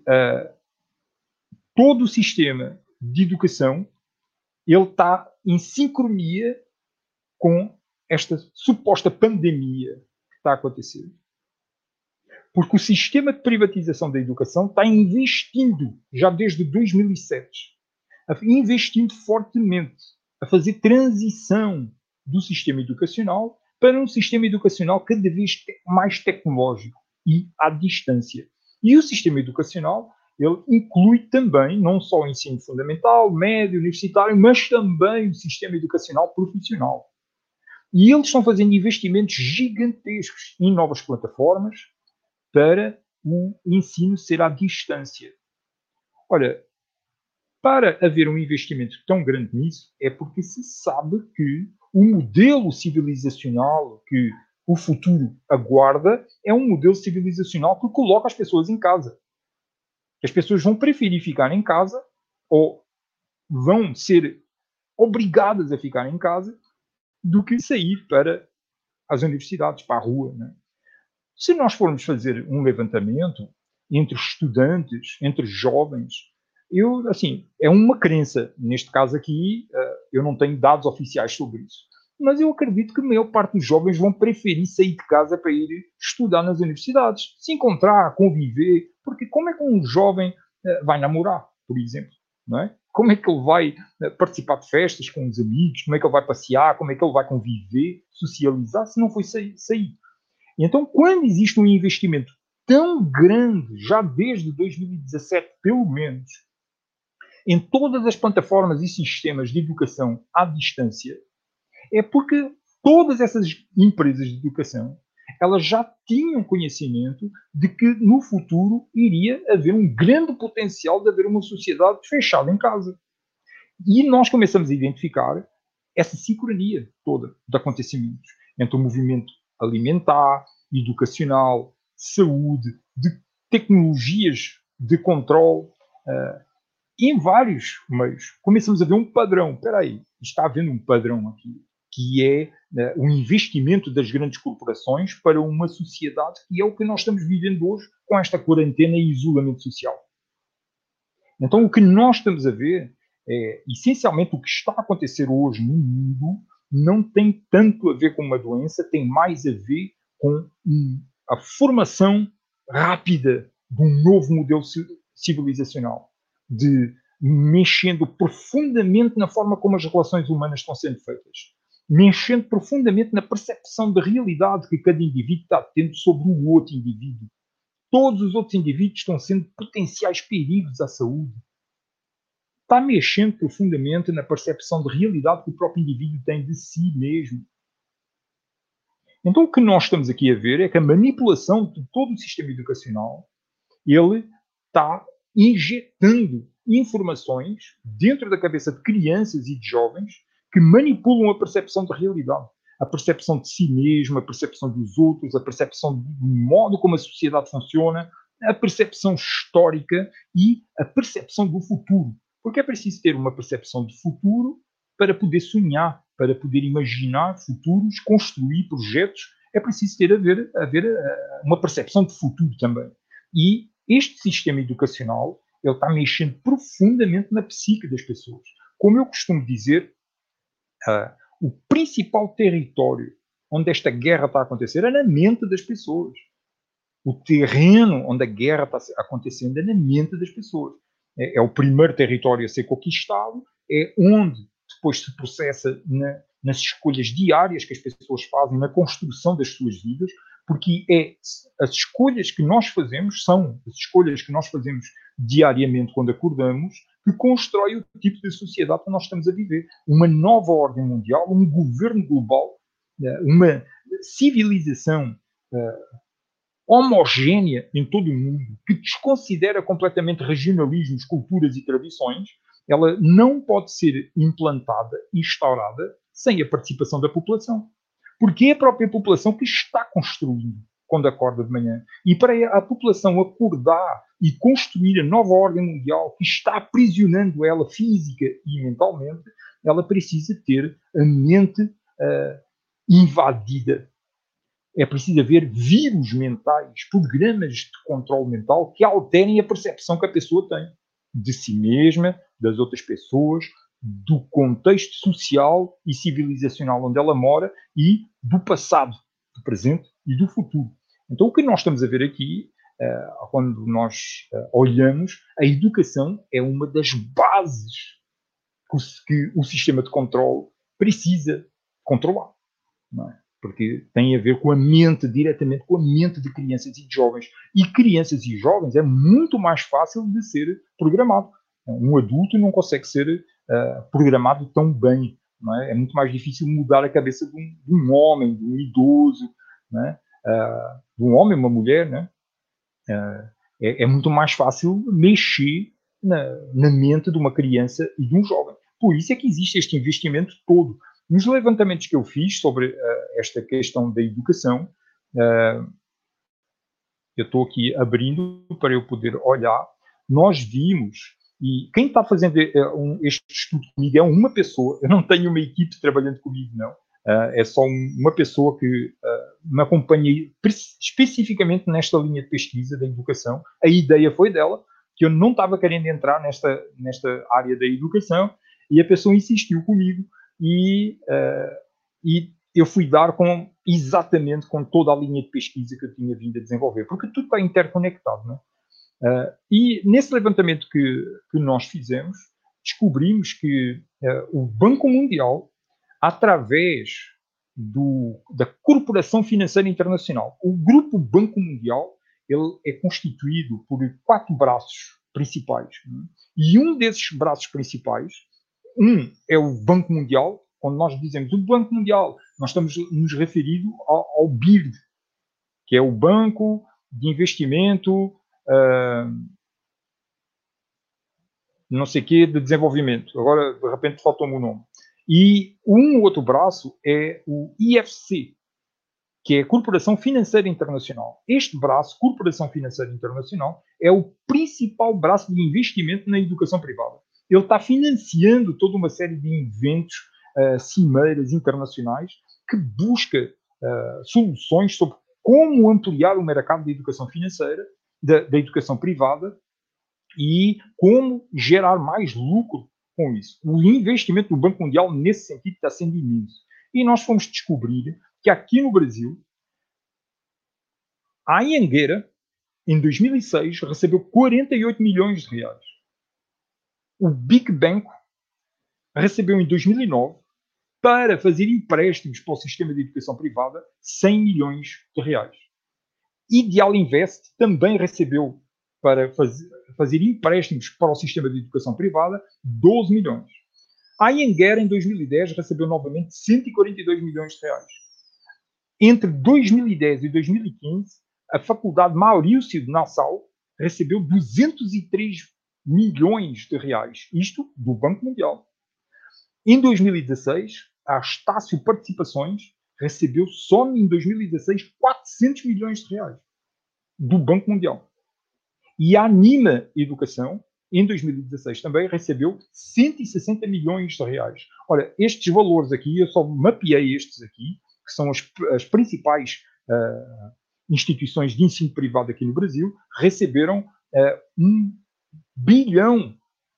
B: todo o sistema de educação ele está em sincronia com esta suposta pandemia que está a acontecer. Porque o sistema de privatização da educação está investindo, já desde 2007, investindo fortemente a fazer transição do sistema educacional para um sistema educacional cada vez mais tecnológico e à distância. E o sistema educacional ele inclui também não só o ensino fundamental, médio, universitário, mas também o sistema educacional profissional. E eles estão fazendo investimentos gigantescos em novas plataformas para o ensino ser à distância. Olha, para haver um investimento tão grande nisso, é porque se sabe que o modelo civilizacional que o futuro aguarda é um modelo civilizacional que coloca as pessoas em casa. As pessoas vão preferir ficar em casa ou vão ser obrigadas a ficar em casa do que sair para as universidades, para a rua. Né? Se nós formos fazer um levantamento entre estudantes, entre jovens, é uma crença. Neste caso aqui, eu não tenho dados oficiais sobre isso. Mas eu acredito que a maior parte dos jovens vão preferir sair de casa para ir estudar nas universidades, se encontrar, conviver, porque como é que um jovem vai namorar, por exemplo, não é? Como é que ele vai participar de festas com os amigos, como é que ele vai passear, como é que ele vai conviver, socializar, se não for sair? E então, quando existe um investimento tão grande, já desde 2017, pelo menos, em todas as plataformas e sistemas de educação à distância, é porque todas essas empresas de educação elas já tinham conhecimento de que no futuro iria haver um grande potencial de haver uma sociedade fechada em casa. E nós começamos a identificar essa sincronia toda de acontecimentos entre o movimento alimentar, educacional, saúde, de tecnologias de controle, em vários meios. Começamos a ver um padrão. Espera aí, está havendo um padrão aqui, que é o investimento das grandes corporações para uma sociedade que é o que nós estamos vivendo hoje com esta quarentena e isolamento social. Então, o que nós estamos a ver é, essencialmente, o que está a acontecer hoje no mundo não tem tanto a ver com uma doença, tem mais a ver com a formação rápida de um novo modelo civilizacional, de mexendo profundamente na forma como as relações humanas estão sendo feitas, mexendo profundamente na percepção da realidade que cada indivíduo está tendo sobre o outro indivíduo. Todos os outros indivíduos estão sendo potenciais perigos à saúde. Está mexendo profundamente na percepção de realidade que o próprio indivíduo tem de si mesmo. Então, o que nós estamos aqui a ver é que a manipulação de todo o sistema educacional, ele está injetando informações dentro da cabeça de crianças e de jovens que manipulam a percepção da realidade. A percepção de si mesmo, a percepção dos outros, a percepção do modo como a sociedade funciona, a percepção histórica e a percepção do futuro. Porque é preciso ter uma percepção de futuro para poder sonhar, para poder imaginar futuros, construir projetos. É preciso haver uma percepção de futuro também. E este sistema educacional, ele está mexendo profundamente na psique das pessoas. Como eu costumo dizer, o principal território onde esta guerra está a acontecer é na mente das pessoas. O terreno onde a guerra está acontecendo é na mente das pessoas. É o primeiro território a ser conquistado, é onde depois se processa nas escolhas diárias que as pessoas fazem, na construção das suas vidas, porque as escolhas que nós fazemos são as escolhas que nós fazemos diariamente quando acordamos, que constrói o tipo de sociedade que nós estamos a viver. Uma nova ordem mundial, um governo global, uma civilização homogénea em todo o mundo, que desconsidera completamente regionalismos, culturas e tradições, ela não pode ser implantada e instaurada sem a participação da população. Porque é a própria população que está construindo quando acorda de manhã. E para a população acordar e construir a nova ordem mundial que está aprisionando ela física e mentalmente, ela precisa ter a mente invadida. É preciso haver vírus mentais, programas de controle mental que alterem a percepção que a pessoa tem de si mesma, das outras pessoas, do contexto social e civilizacional onde ela mora e do passado, do presente e do futuro. Então, o que nós estamos a ver aqui, quando nós olhamos, a educação é uma das bases que o sistema de controle precisa controlar, não é? Porque tem a ver com a mente, diretamente com a mente de crianças e de jovens. E crianças e jovens é muito mais fácil de ser programado. Um adulto não consegue ser programado tão bem. Não é? É muito mais difícil mudar a cabeça de um homem, de um idoso, não é? De um homem, uma mulher. Não é? É muito mais fácil mexer na mente de uma criança e de um jovem. Por isso é que existe este investimento todo. Nos levantamentos que eu fiz sobre esta questão da educação, eu estou aqui abrindo para eu poder olhar, nós vimos, e quem está fazendo este estudo comigo é uma pessoa, eu não tenho uma equipe trabalhando comigo, não. É só uma pessoa que me acompanha especificamente nesta linha de pesquisa da educação. A ideia foi dela, que eu não estava querendo entrar nesta área da educação, e a pessoa insistiu comigo, e eu fui dar exatamente com toda a linha de pesquisa que eu tinha vindo a desenvolver, porque tudo está interconectado, não é? E nesse levantamento que nós fizemos, descobrimos que o Banco Mundial, através da Corporação Financeira Internacional, o Grupo Banco Mundial, ele é constituído por 4 braços principais, não é? E um desses braços principais, é o Banco Mundial. Quando nós dizemos o Banco Mundial, nós estamos nos referindo ao BIRD, que é o Banco de Investimento, não sei o quê, de Desenvolvimento. Agora, de repente, faltou-me o nome. E um outro braço é o IFC, que é a Corporação Financeira Internacional. Este braço, Corporação Financeira Internacional, é o principal braço de investimento na educação privada. Ele está financiando toda uma série de eventos, cimeiras internacionais, que busca soluções sobre como ampliar o mercado da educação financeira, da educação privada, e como gerar mais lucro com isso. O investimento do Banco Mundial, nesse sentido, está sendo imenso. E nós fomos descobrir que aqui no Brasil, a Anhanguera, em 2006, recebeu 48 milhões de reais. O Big Banco recebeu em 2009, para fazer empréstimos para o sistema de educação privada, 100 milhões de reais. Ideal Invest também recebeu, para fazer empréstimos para o sistema de educação privada, 12 milhões. A Anhanguera, em 2010, recebeu novamente 142 milhões de reais. Entre 2010 e 2015, a Faculdade Maurício de Nassau recebeu 203 milhões de reais. Isto do Banco Mundial. Em 2016, a Estácio Participações recebeu só em 2016 400 milhões de reais do Banco Mundial. E a Anima Educação, em 2016 também, recebeu 160 milhões de reais. Olha, estes valores aqui, eu só mapeei estes aqui, que são as principais instituições de ensino privado aqui no Brasil, receberam 1 bilhão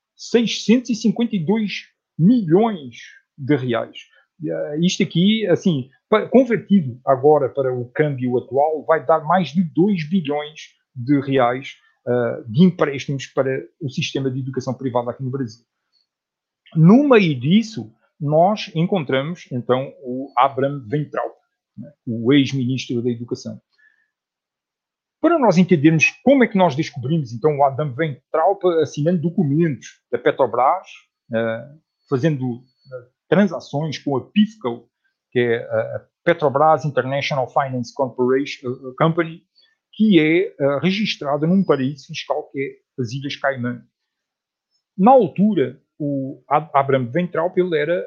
B: 652 milhões de reais. Isto aqui, assim, convertido agora para o câmbio atual, vai dar mais de 2 bilhões de reais de empréstimos para o sistema de educação privada aqui no Brasil. No meio disso, nós encontramos, então, o Abraham Weintraub, né, o ex-ministro da Educação. Para nós entendermos como é que nós descobrimos, então, o Abraham Weintraub assinando documentos da Petrobras, fazendo transações com a PIFCO, que é a Petrobras International Finance Corporation Company, que é registrada num paraíso fiscal que é as Ilhas Caimã. Na altura, o Abraham Weintraub ele era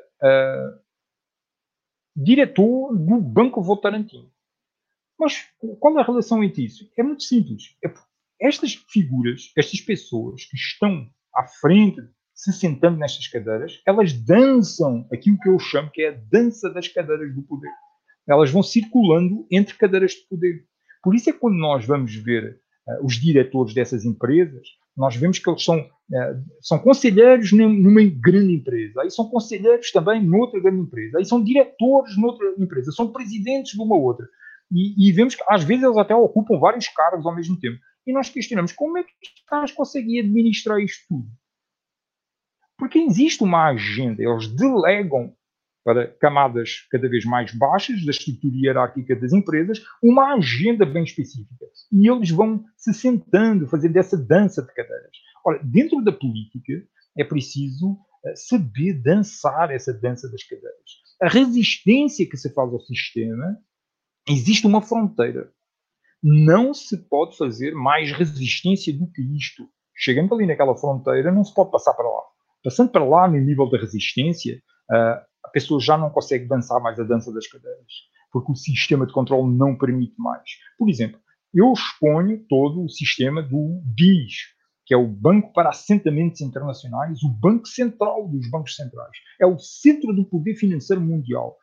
B: diretor do Banco Votorantim. Mas qual é a relação entre isso? É muito simples. Estas figuras, estas pessoas que estão à frente, se sentando nestas cadeiras, elas dançam aquilo que eu chamo que é a dança das cadeiras do poder. Elas vão circulando entre cadeiras de poder. Por isso é que quando nós vamos ver os diretores dessas empresas, nós vemos que eles são conselheiros numa grande empresa, aí são conselheiros também noutra grande empresa, aí são diretores noutra empresa, são presidentes de uma outra. E vemos que às vezes eles até ocupam vários cargos ao mesmo tempo. E nós questionamos como é que os caras conseguem administrar isto tudo? Porque existe uma agenda, eles delegam para camadas cada vez mais baixas da estrutura hierárquica das empresas uma agenda bem específica. E eles vão se sentando, fazendo essa dança de cadeiras. Ora, dentro da política é preciso saber dançar essa dança das cadeiras. A resistência que se faz ao sistema, existe uma fronteira. Não se pode fazer mais resistência do que isto. Chegando ali naquela fronteira, não se pode passar para lá. Passando para lá, no nível da resistência, a pessoa já não consegue dançar mais a dança das cadeiras, porque o sistema de controle não permite mais. Por exemplo, eu exponho todo o sistema do BIS, que é o Banco para Assentamentos Internacionais, o Banco Central dos Bancos Centrais. É o centro do poder financeiro mundial.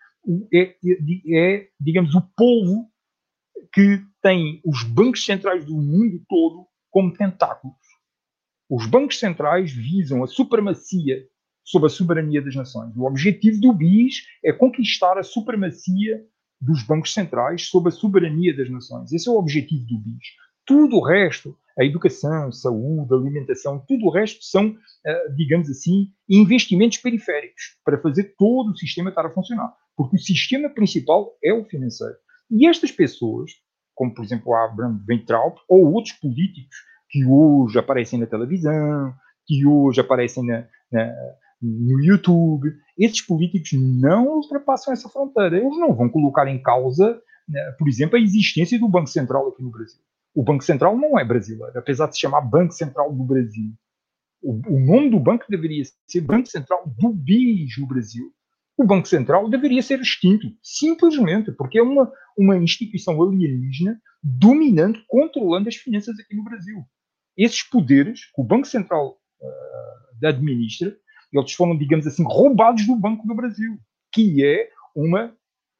B: Digamos, o polvo que tem os bancos centrais do mundo todo como tentáculos. Os bancos centrais visam a supremacia sobre a soberania das nações. O objetivo do BIS é conquistar a supremacia dos bancos centrais sobre a soberania das nações. Esse é o objetivo do BIS. Tudo o resto, a educação, saúde, alimentação, tudo o resto são, digamos assim, investimentos periféricos para fazer todo o sistema estar a funcionar. Porque o sistema principal é o financeiro. E estas pessoas, como por exemplo a Abraham Weintraub ou outros políticos que hoje aparecem na televisão, que hoje aparecem no YouTube, esses políticos não ultrapassam essa fronteira. Eles não vão colocar em causa, por exemplo, a existência do Banco Central aqui no Brasil. O Banco Central não é brasileiro, apesar de se chamar Banco Central do Brasil. O nome do banco deveria ser Banco Central do BIS no Brasil. o Banco Central deveria ser extinto, simplesmente, porque é uma instituição alienígena dominando, controlando as finanças aqui no Brasil. Esses poderes que o Banco Central administra, eles foram, digamos assim, roubados do Banco do Brasil, que é uma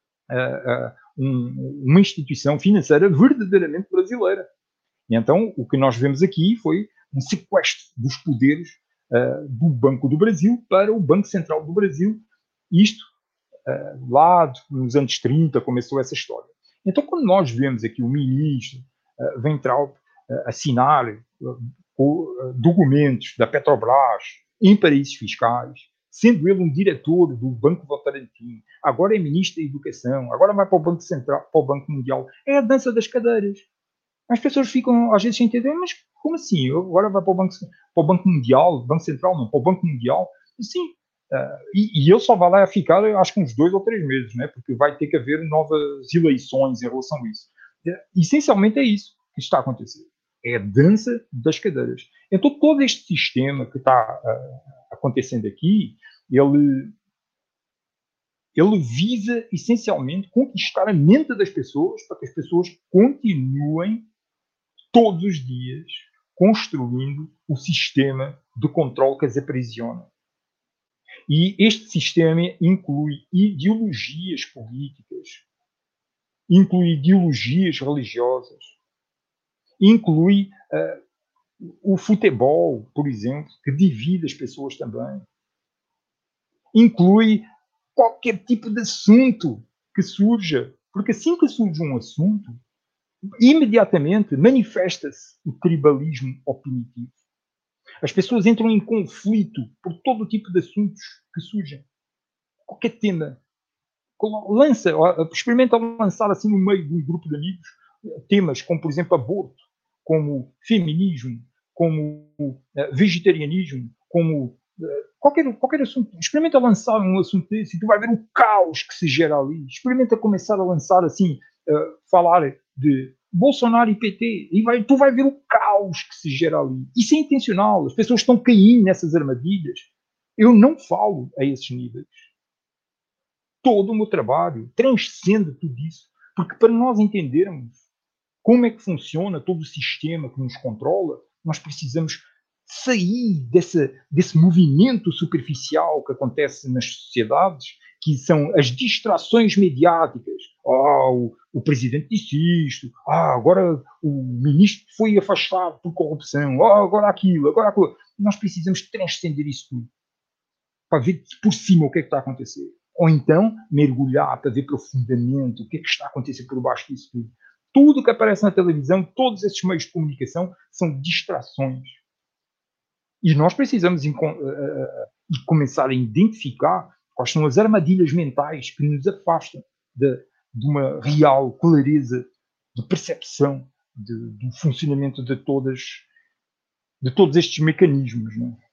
B: instituição financeira verdadeiramente brasileira. E então, o que nós vemos aqui foi um sequestro dos poderes do Banco do Brasil para o Banco Central do Brasil. Isto, lá nos anos 30, começou essa história. Então, quando nós vemos aqui o ministro Weintraub assinar documentos da Petrobras em paraísos fiscais, sendo ele um diretor do Banco Votorantim, agora é ministro da Educação, agora vai para o Banco Central, para o Banco Mundial, é a dança das cadeiras. As pessoas ficam, às vezes, sem entender, mas como assim? Agora vai para o Banco Mundial, Banco Central não, para o Banco Mundial? Sim. E ele só vai lá ficar, acho que uns 2 ou 3 meses, né? Porque vai ter que haver novas eleições em relação a isso. Essencialmente é isso que está a acontecer. É a dança das cadeiras. Então, todo este sistema que está acontecendo aqui, ele visa, essencialmente, conquistar a mente das pessoas para que as pessoas continuem todos os dias construindo o sistema de controle que as aprisiona. E este sistema inclui ideologias políticas, inclui ideologias religiosas, inclui o futebol, por exemplo, que divide as pessoas também, inclui qualquer tipo de assunto que surja, porque assim que surge um assunto, imediatamente manifesta-se o tribalismo opinitivo. As pessoas entram em conflito por todo o tipo de assuntos que surgem. Qualquer tema. Experimenta lançar assim no meio de um grupo de amigos temas como, por exemplo, aborto, como feminismo, como vegetarianismo, como qualquer assunto. Experimenta lançar um assunto desse e tu vai ver o caos que se gera ali. Experimenta começar a lançar assim, falar de Bolsonaro e PT, e tu vai ver o caos que se gera ali. Isso é intencional, as pessoas estão caindo nessas armadilhas. Eu não falo a esses níveis. Todo o meu trabalho transcende tudo isso, porque para nós entendermos como é que funciona todo o sistema que nos controla, nós precisamos sair desse movimento superficial que acontece nas sociedades, que são as distrações mediáticas. O presidente disse isto, agora o ministro foi afastado por corrupção, agora aquilo. Nós precisamos transcender isso tudo, para ver por cima o que é que está a acontecer. Ou então mergulhar para ver profundamente o que é que está a acontecer por baixo disso tudo. Tudo que aparece na televisão, todos esses meios de comunicação são distrações. E nós precisamos começar a identificar quais são as armadilhas mentais que nos afastam de uma real clareza de percepção do funcionamento de todos estes mecanismos. Não é?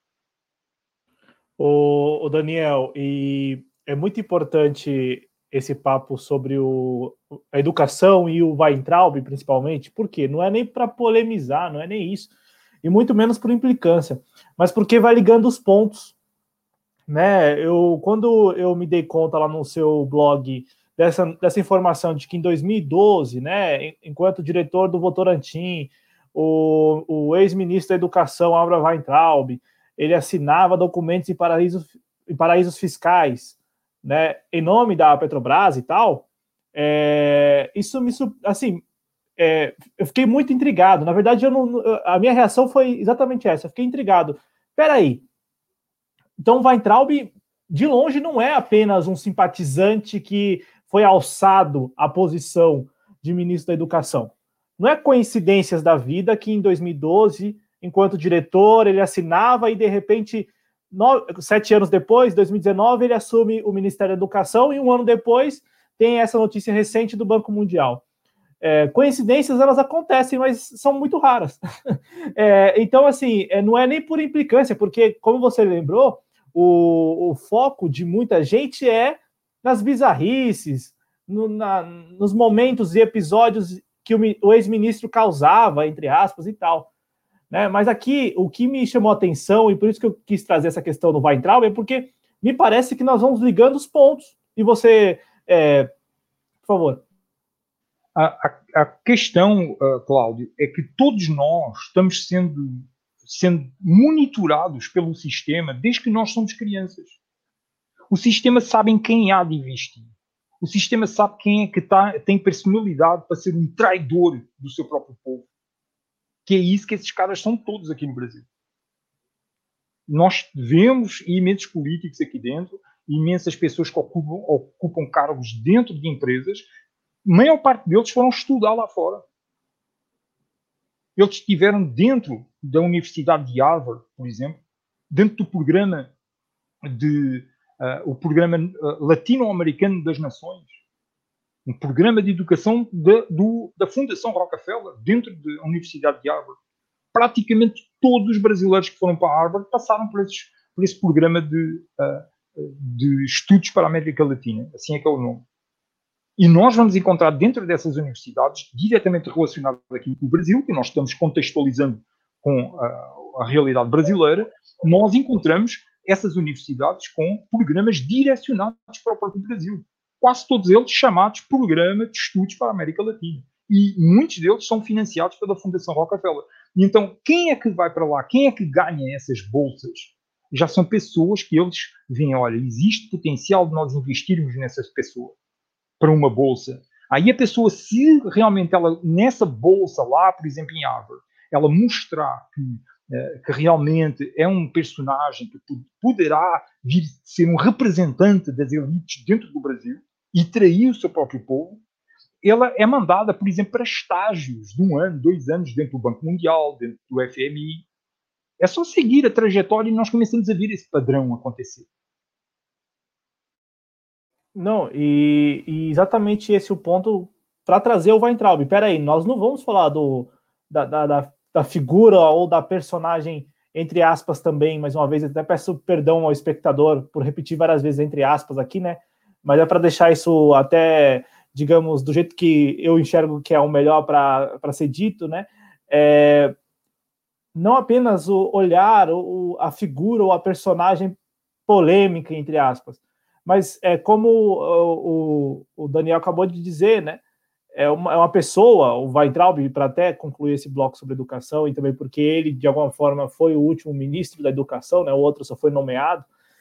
A: O Daniel, e é muito importante esse papo sobre a educação e o Weintraub, principalmente, porque não é nem para polemizar, não é nem isso, e muito menos por implicância, mas porque vai ligando os pontos, né? Quando eu me dei conta lá no seu blog dessa informação de que em 2012, né, enquanto diretor do Votorantim, o ex-ministro da Educação, Abraham Weintraub, ele assinava documentos em paraísos fiscais, né, em nome da Petrobras e tal, isso me, assim, eu fiquei muito intrigado. Na verdade, a minha reação foi exatamente essa. Eu fiquei intrigado. Peraí, então Weintraub, de longe, não é apenas um simpatizante que foi alçado à posição de ministro da Educação. Não é coincidências da vida que em 2012, enquanto diretor, ele assinava e, de repente, 7 anos depois, 2019, ele assume o Ministério da Educação e um ano depois tem essa notícia recente do Banco Mundial. Coincidências, elas acontecem, mas são muito raras. Então, assim, não é nem por implicância, porque, como você lembrou, o foco de muita gente é nas bizarrices, nos momentos e episódios que o ex-ministro causava, entre aspas, e tal. Né? Mas aqui, o que me chamou a atenção, e por isso que eu quis trazer essa questão do Weintraub, é porque Me parece que nós vamos ligando os pontos. E você, por favor.
B: A questão, Cláudio, é que todos nós estamos sendo monitorados pelo sistema desde que nós somos crianças. O sistema sabe em quem há de investir. O sistema sabe quem é que tem personalidade para ser um traidor do seu próprio povo. Que é isso que esses caras são todos aqui no Brasil. Nós vemos imensos políticos aqui dentro, imensas pessoas que ocupam cargos dentro de empresas. A maior parte deles foram estudar lá fora. Eles estiveram dentro da Universidade de Harvard, por exemplo, dentro do programa o programa latino-americano das nações, um programa de educação da Fundação Rockefeller, dentro da Universidade de Harvard. Praticamente todos os brasileiros que foram para Harvard passaram por esse programa de estudos para a América Latina, assim é que é o nome. E nós vamos encontrar dentro dessas universidades, diretamente relacionadas aqui com o Brasil, que nós estamos contextualizando com a realidade brasileira, nós encontramos essas universidades com programas direcionados para o próprio Brasil. Quase todos eles chamados Programa de Estudos para a América Latina. E muitos deles são financiados pela Fundação Rockefeller. E então, quem é que vai para lá? Quem é que ganha essas bolsas? Já são pessoas que eles veem, olha, existe potencial de nós investirmos nessas pessoas para uma bolsa. Aí a pessoa, se realmente ela, nessa bolsa lá, por exemplo, em Harvard, ela mostrar que realmente é um personagem que poderá vir ser um representante das elites dentro do Brasil e trair o seu próprio povo, ela é mandada, por exemplo, para estágios de 1 ano, 2 anos dentro do Banco Mundial, dentro do FMI. É só seguir a trajetória e nós começamos a ver esse padrão acontecer.
A: Não, e exatamente esse é o ponto para trazer o Weintraub. Peraí, nós não vamos falar da figura ou da personagem, entre aspas, também, mais uma vez, até peço perdão ao espectador por repetir várias vezes entre aspas aqui, né? Mas é para deixar isso até, digamos, do jeito que eu enxergo que é o melhor para ser dito, né? Não apenas o olhar, a figura ou a personagem polêmica, entre aspas, mas como o Daniel acabou de dizer, né? É uma pessoa, o Weintraub, para até concluir esse bloco sobre educação, e também porque ele, de alguma forma, foi o último ministro da educação, né? O outro só foi nomeado.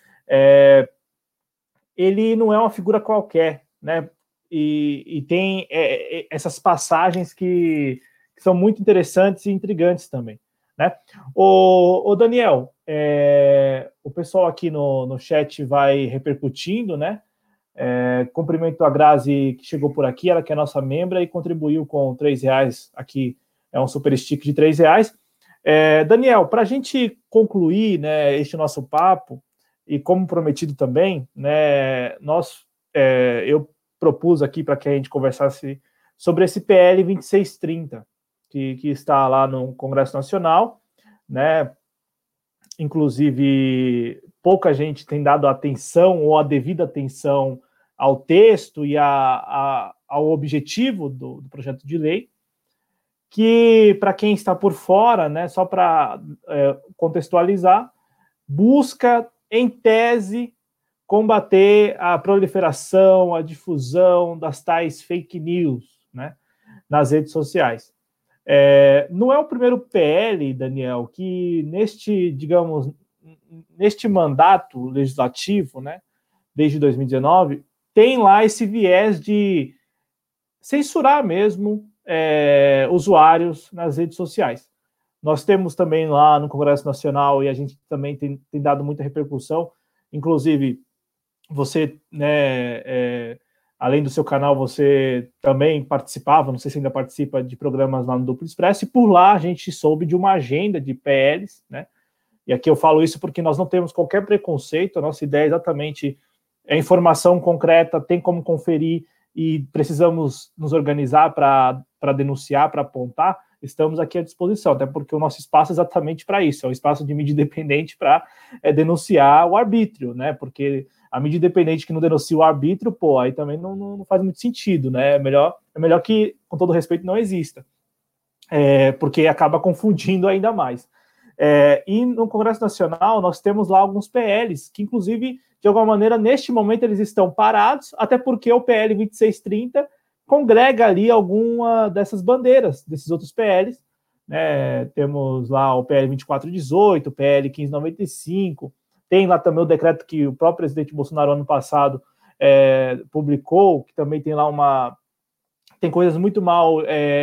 A: Ele não é uma figura qualquer, né? E tem essas passagens que são muito interessantes e intrigantes também, né? O Daniel, o pessoal aqui no chat vai repercutindo, né? Cumprimento a Grazi, que chegou por aqui, ela que é nossa membra e contribuiu com R$3 aqui, é um super stick de R$3. Daniel, para a gente concluir, né, este nosso papo, e como prometido também, né, eu propus aqui para que a gente conversasse sobre esse PL 2630, que está lá no Congresso Nacional, né? Inclusive, pouca gente tem dado atenção ou a devida atenção ao texto e ao objetivo do projeto de lei, que, para quem está por fora, né, só para contextualizar, busca, em tese, combater a proliferação, a difusão das tais fake news, né, nas redes sociais. Não é o primeiro PL, Daniel, que neste mandato legislativo, né, desde 2019, tem lá esse viés de censurar mesmo usuários nas redes sociais. Nós temos também lá no Congresso Nacional, e a gente também tem dado muita repercussão, inclusive você, né, além do seu canal, você também participava, não sei se ainda participa, de programas lá no Duplo Expresso, e por lá a gente soube de uma agenda de PLs, né? E aqui eu falo isso porque nós não temos qualquer preconceito, a nossa ideia é exatamente informação concreta, tem como conferir e precisamos nos organizar para denunciar, para apontar, estamos aqui à disposição, até porque o nosso espaço é exatamente para isso, é um espaço de mídia independente para denunciar o arbítrio, né? Porque a mídia independente que não denuncia o arbítrio, pô, aí também não faz muito sentido, né? É melhor que, com todo respeito, não exista, porque acaba confundindo ainda mais. E no Congresso Nacional nós temos lá alguns PLs que, inclusive, de alguma maneira, neste momento eles estão parados, até porque o PL 2630 congrega ali alguma dessas bandeiras, desses outros PLs, né? Temos lá o PL 2418, o PL 1595, tem lá também o decreto que o próprio presidente Bolsonaro, ano passado, publicou, que também tem lá tem coisas muito mal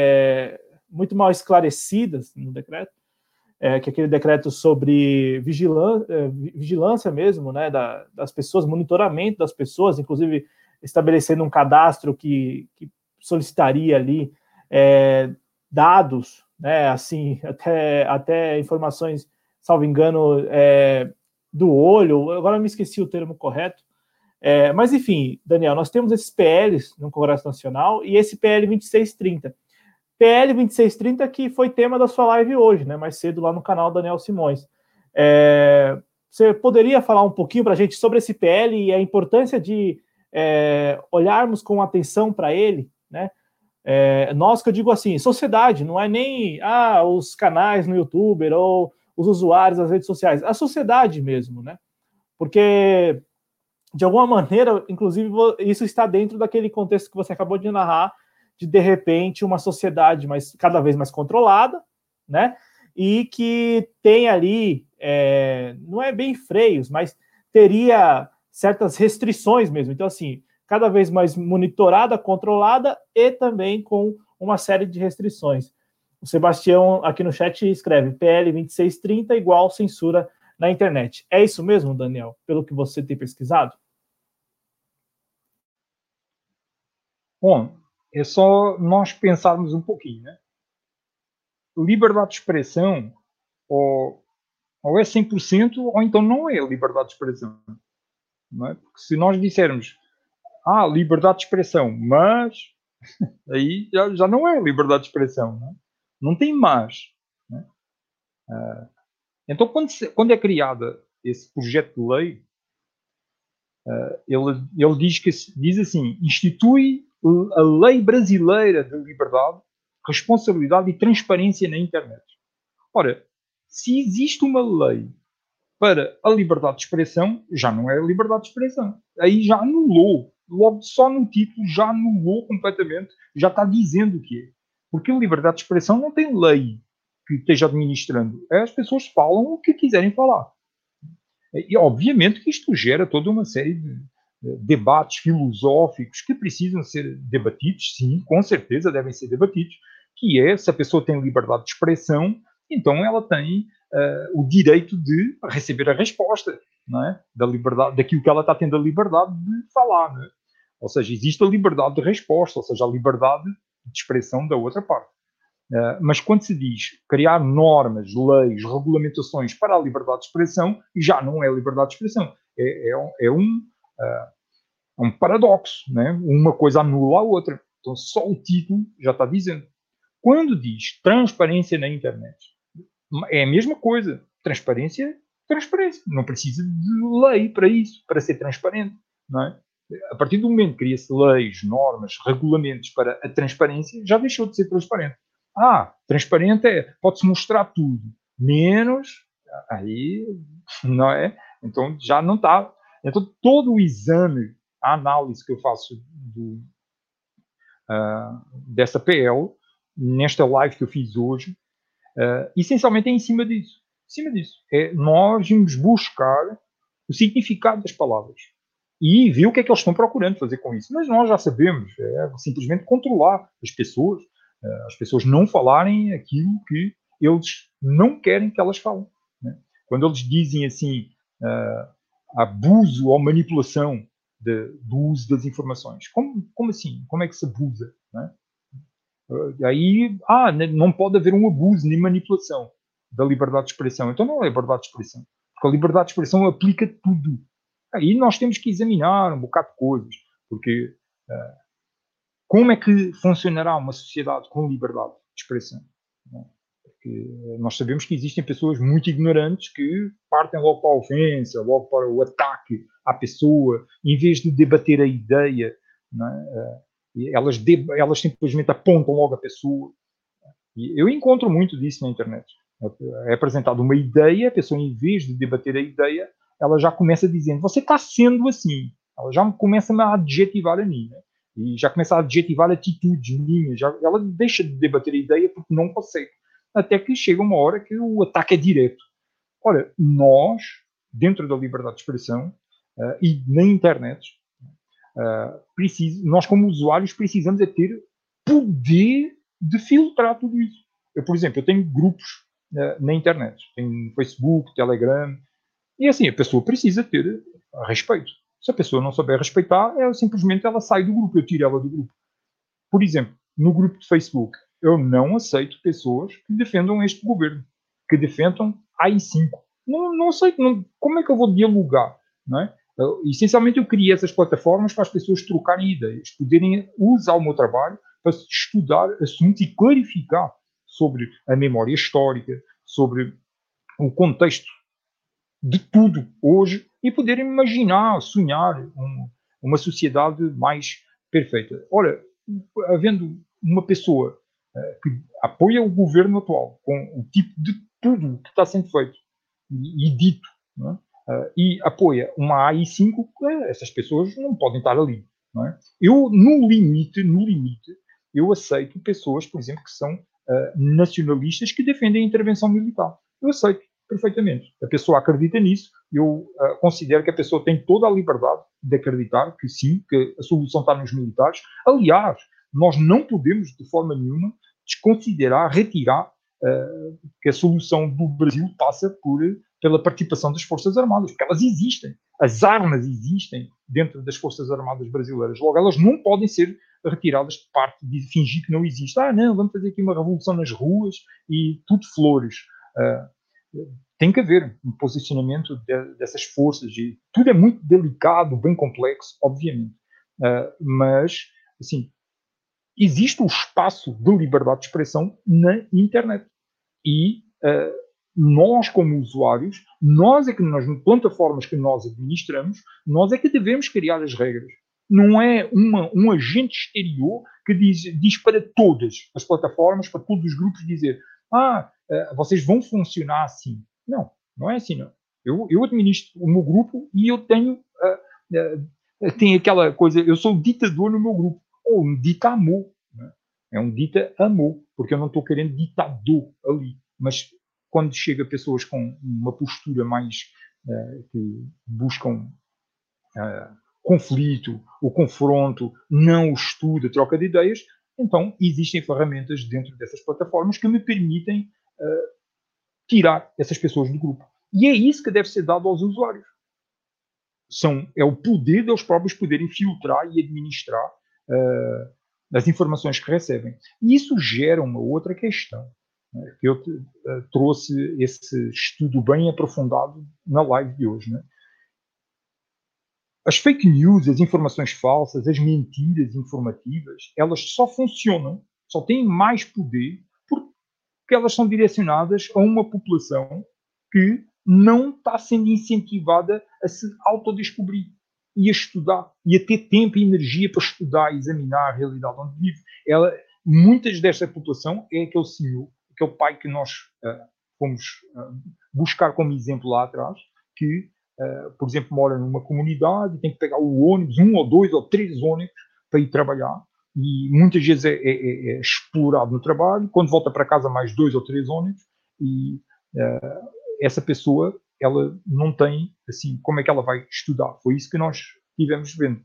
A: esclarecidas no decreto, que é aquele decreto sobre vigilância mesmo, né, das pessoas, monitoramento das pessoas, inclusive estabelecendo um cadastro que solicitaria ali dados, né, assim, até informações, salvo engano, do olho, agora me esqueci o termo correto, mas enfim, Daniel, nós temos esses PLs no Congresso Nacional e esse PL 2630. PL 2630 que foi tema da sua live hoje, né, mais cedo lá no canal Daniel Simões. Você poderia falar um pouquinho para a gente sobre esse PL e a importância de olharmos com atenção para ele, né? Nós, que eu digo assim, sociedade, não é nem os canais no YouTube ou os usuários das redes sociais, a sociedade mesmo, né? Porque, de alguma maneira, inclusive, isso está dentro daquele contexto que você acabou de narrar, de repente, uma sociedade cada vez mais controlada, né? E que tem ali, não é bem freios, mas teria certas restrições mesmo. Então, assim, cada vez mais monitorada, controlada e também com uma série de restrições. O Sebastião, aqui no chat, escreve PL 2630 igual censura na internet. É isso mesmo, Daniel, pelo que você tem pesquisado?
B: Bom, é só nós pensarmos um pouquinho, né? Liberdade de expressão ou é 100% ou então não é liberdade de expressão. Não é? Porque se nós dissermos liberdade de expressão, mas aí já não é liberdade de expressão. Não é? Não tem mais. Não é? Então, quando é criada esse projeto de lei, ele diz assim, institui a Lei Brasileira de Liberdade, Responsabilidade e Transparência na Internet. Ora, se existe uma lei para a liberdade de expressão, já não é liberdade de expressão. Aí já anulou. Logo só no título já anulou completamente, já está dizendo o que é. Porque a liberdade de expressão não tem lei que esteja administrando. As pessoas falam o que quiserem falar. E obviamente que isto gera toda uma série de debates filosóficos que precisam ser debatidos, sim, com certeza devem ser debatidos, que é, se a pessoa tem liberdade de expressão, então ela tem o direito de receber a resposta, não é? Da liberdade, daquilo que ela está tendo a liberdade de falar, não é? Ou seja, existe a liberdade de resposta, ou seja, a liberdade de expressão da outra parte. Mas quando se diz criar normas, leis, regulamentações para a liberdade de expressão, já não é liberdade de expressão. É um paradoxo, né? Uma coisa anula a outra. Então, só o título já está dizendo. Quando diz transparência na internet, é a mesma coisa. Transparência. Não precisa de lei para isso, para ser transparente. Não é? A partir do momento que cria-se leis, normas, regulamentos para a transparência, já deixou de ser transparente. Transparente pode-se mostrar tudo, menos, aí, não é? Então já não está. Então todo o exame, a análise que eu faço dessa PL, nesta live que eu fiz hoje, essencialmente é em cima disso. Nós vamos buscar o significado das palavras e ver o que é que eles estão procurando fazer com isso. Mas nós já sabemos, simplesmente controlar as pessoas não falarem aquilo que eles não querem que elas falem. Né? Quando eles dizem assim, abuso ou manipulação do uso das informações, como assim? Como é que se abusa? Né? Aí, não pode haver um abuso nem manipulação da liberdade de expressão. Então não é liberdade de expressão. Porque a liberdade de expressão aplica tudo. Aí nós temos que examinar um bocado de coisas. Porque como é que funcionará uma sociedade com liberdade de expressão? Porque nós sabemos que existem pessoas muito ignorantes que partem logo para a ofensa, logo para o ataque à pessoa, em vez de debater a ideia. Não é? Elas simplesmente apontam logo a pessoa. E eu encontro muito disso na internet. É apresentada uma ideia, a pessoa, em vez de debater a ideia, ela já começa dizendo, você está sendo assim. Ela já começa a adjetivar a mim, né? E já começa a adjetivar atitudes minhas. Ela deixa de debater a ideia porque não consegue. Até que chega uma hora que o ataque é direto. Ora, nós, dentro da liberdade de expressão e na internet, nós como usuários precisamos é ter poder de filtrar tudo isso. Por exemplo, eu tenho grupos na internet, tenho Facebook, Telegram, e assim, a pessoa precisa ter respeito. Se a pessoa não souber respeitar, simplesmente ela sai do grupo, eu tiro ela do grupo. Por exemplo, no grupo de Facebook, eu não aceito pessoas que defendam este governo, que defendam AI-5. Não aceito. Como é que eu vou dialogar? Não é? Essencialmente, eu criei essas plataformas para as pessoas trocarem ideias, poderem usar o meu trabalho para estudar assuntos e clarificar sobre a memória histórica, sobre o contexto de tudo hoje e poderem imaginar, sonhar uma sociedade mais perfeita. Ora, havendo uma pessoa que apoia o governo atual com o tipo de tudo que está sendo feito e dito, não é? E apoia uma AI-5, essas pessoas não podem estar ali. Não é? Eu, no limite, eu aceito pessoas, por exemplo, que são nacionalistas que defendem a intervenção militar. Eu aceito perfeitamente. A pessoa acredita nisso, eu considero que a pessoa tem toda a liberdade de acreditar que sim, que a solução está nos militares. Aliás, nós não podemos, de forma nenhuma, desconsiderar, retirar que a solução do Brasil passa pela participação das Forças Armadas, porque elas existem. As armas existem dentro das Forças Armadas brasileiras. Logo, elas não podem ser retiradas de parte de fingir que não existe. Não, vamos fazer aqui uma revolução nas ruas e tudo flores. Tem que haver um posicionamento dessas forças. E tudo é muito delicado, bem complexo, obviamente. Mas, assim, existe um espaço de liberdade de expressão na internet. E nós, como usuários, nós é que, nas plataformas que nós administramos, nós é que devemos criar as regras. Não é um agente exterior que diz para todas as plataformas, para todos os grupos, dizer vocês vão funcionar assim. Não é assim, não. Eu administro o meu grupo e eu tenho aquela coisa, eu sou ditador no meu grupo, ou um dita-amor. É um dita-amor, porque eu não estou querendo ditador ali. Mas quando chega pessoas com uma postura mais que buscam conflito, o confronto, não o estudo, a troca de ideias, então existem ferramentas dentro dessas plataformas que me permitem tirar essas pessoas do grupo. E é isso que deve ser dado aos usuários. É o poder deles próprios poderem filtrar e administrar as informações que recebem. E isso gera uma outra questão. Né? Eu trouxe esse estudo bem aprofundado na live de hoje. Né? As fake news, as informações falsas, as mentiras informativas, elas só funcionam, só têm mais poder porque elas são direcionadas a uma população que não está sendo incentivada a se autodescobrir e a estudar, e a ter tempo e energia para estudar e examinar a realidade onde vive. Muitas desta população é aquele senhor, aquele pai que nós fomos buscar como exemplo lá atrás, que, por exemplo, mora numa comunidade, tem que pegar o ônibus, 1 ou 2 ou 3 ônibus para ir trabalhar, e muitas vezes é explorado no trabalho, quando volta para casa mais 2 ou 3 ônibus, e essa pessoa, ela não tem, assim, como é que ela vai estudar? Foi isso que nós tivemos vendo.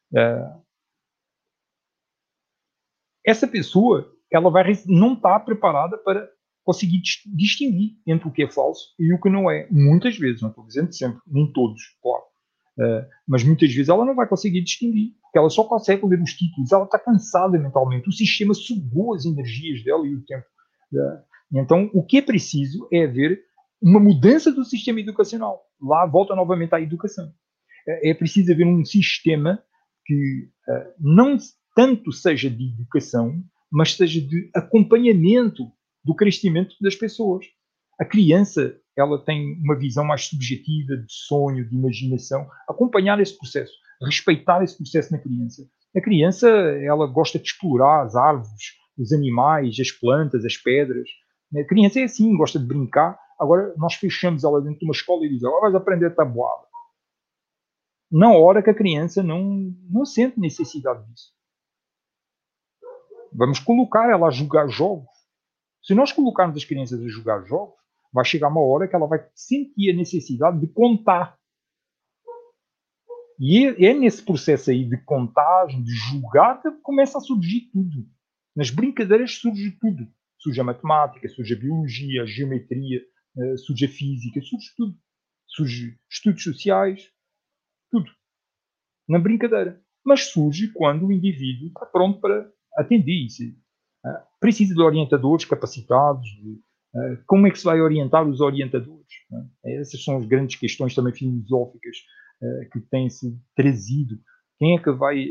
B: Essa pessoa, ela não está preparada para conseguir distinguir entre o que é falso e o que não é. Muitas vezes, não estou dizendo sempre, nem todos, claro. Mas muitas vezes ela não vai conseguir distinguir, porque ela só consegue ler os títulos, ela está cansada mentalmente, o sistema sugou as energias dela e o tempo. Então, o que é preciso é haver uma mudança do sistema educacional. Lá volta novamente à educação. É preciso haver um sistema que não tanto seja de educação, mas seja de acompanhamento do crescimento das pessoas. A criança, ela tem uma visão mais subjetiva, de sonho, de imaginação. Acompanhar esse processo, respeitar esse processo na criança. A criança, ela gosta de explorar as árvores, os animais, as plantas, as pedras. A criança é assim, gosta de brincar. Agora nós fechamos ela dentro de uma escola e dizemos, agora vais aprender tabuada. Na hora que a criança não sente necessidade disso. Vamos colocar ela a jogar jogos. Se nós colocarmos as crianças a jogar jogos, vai chegar uma hora que ela vai sentir a necessidade de contar. E é nesse processo aí de contagem, de jogar, que começa a surgir tudo. Nas brincadeiras surge tudo. Surge a matemática, surge a biologia, a geometria, surge a física, surge tudo. Surge estudos sociais, tudo. Na brincadeira. Mas surge quando o indivíduo está pronto para atender isso. Precisa de orientadores capacitados. Como é que se vai orientar os orientadores? Essas são as grandes questões também filosóficas que têm sido trazido. Quem é que vai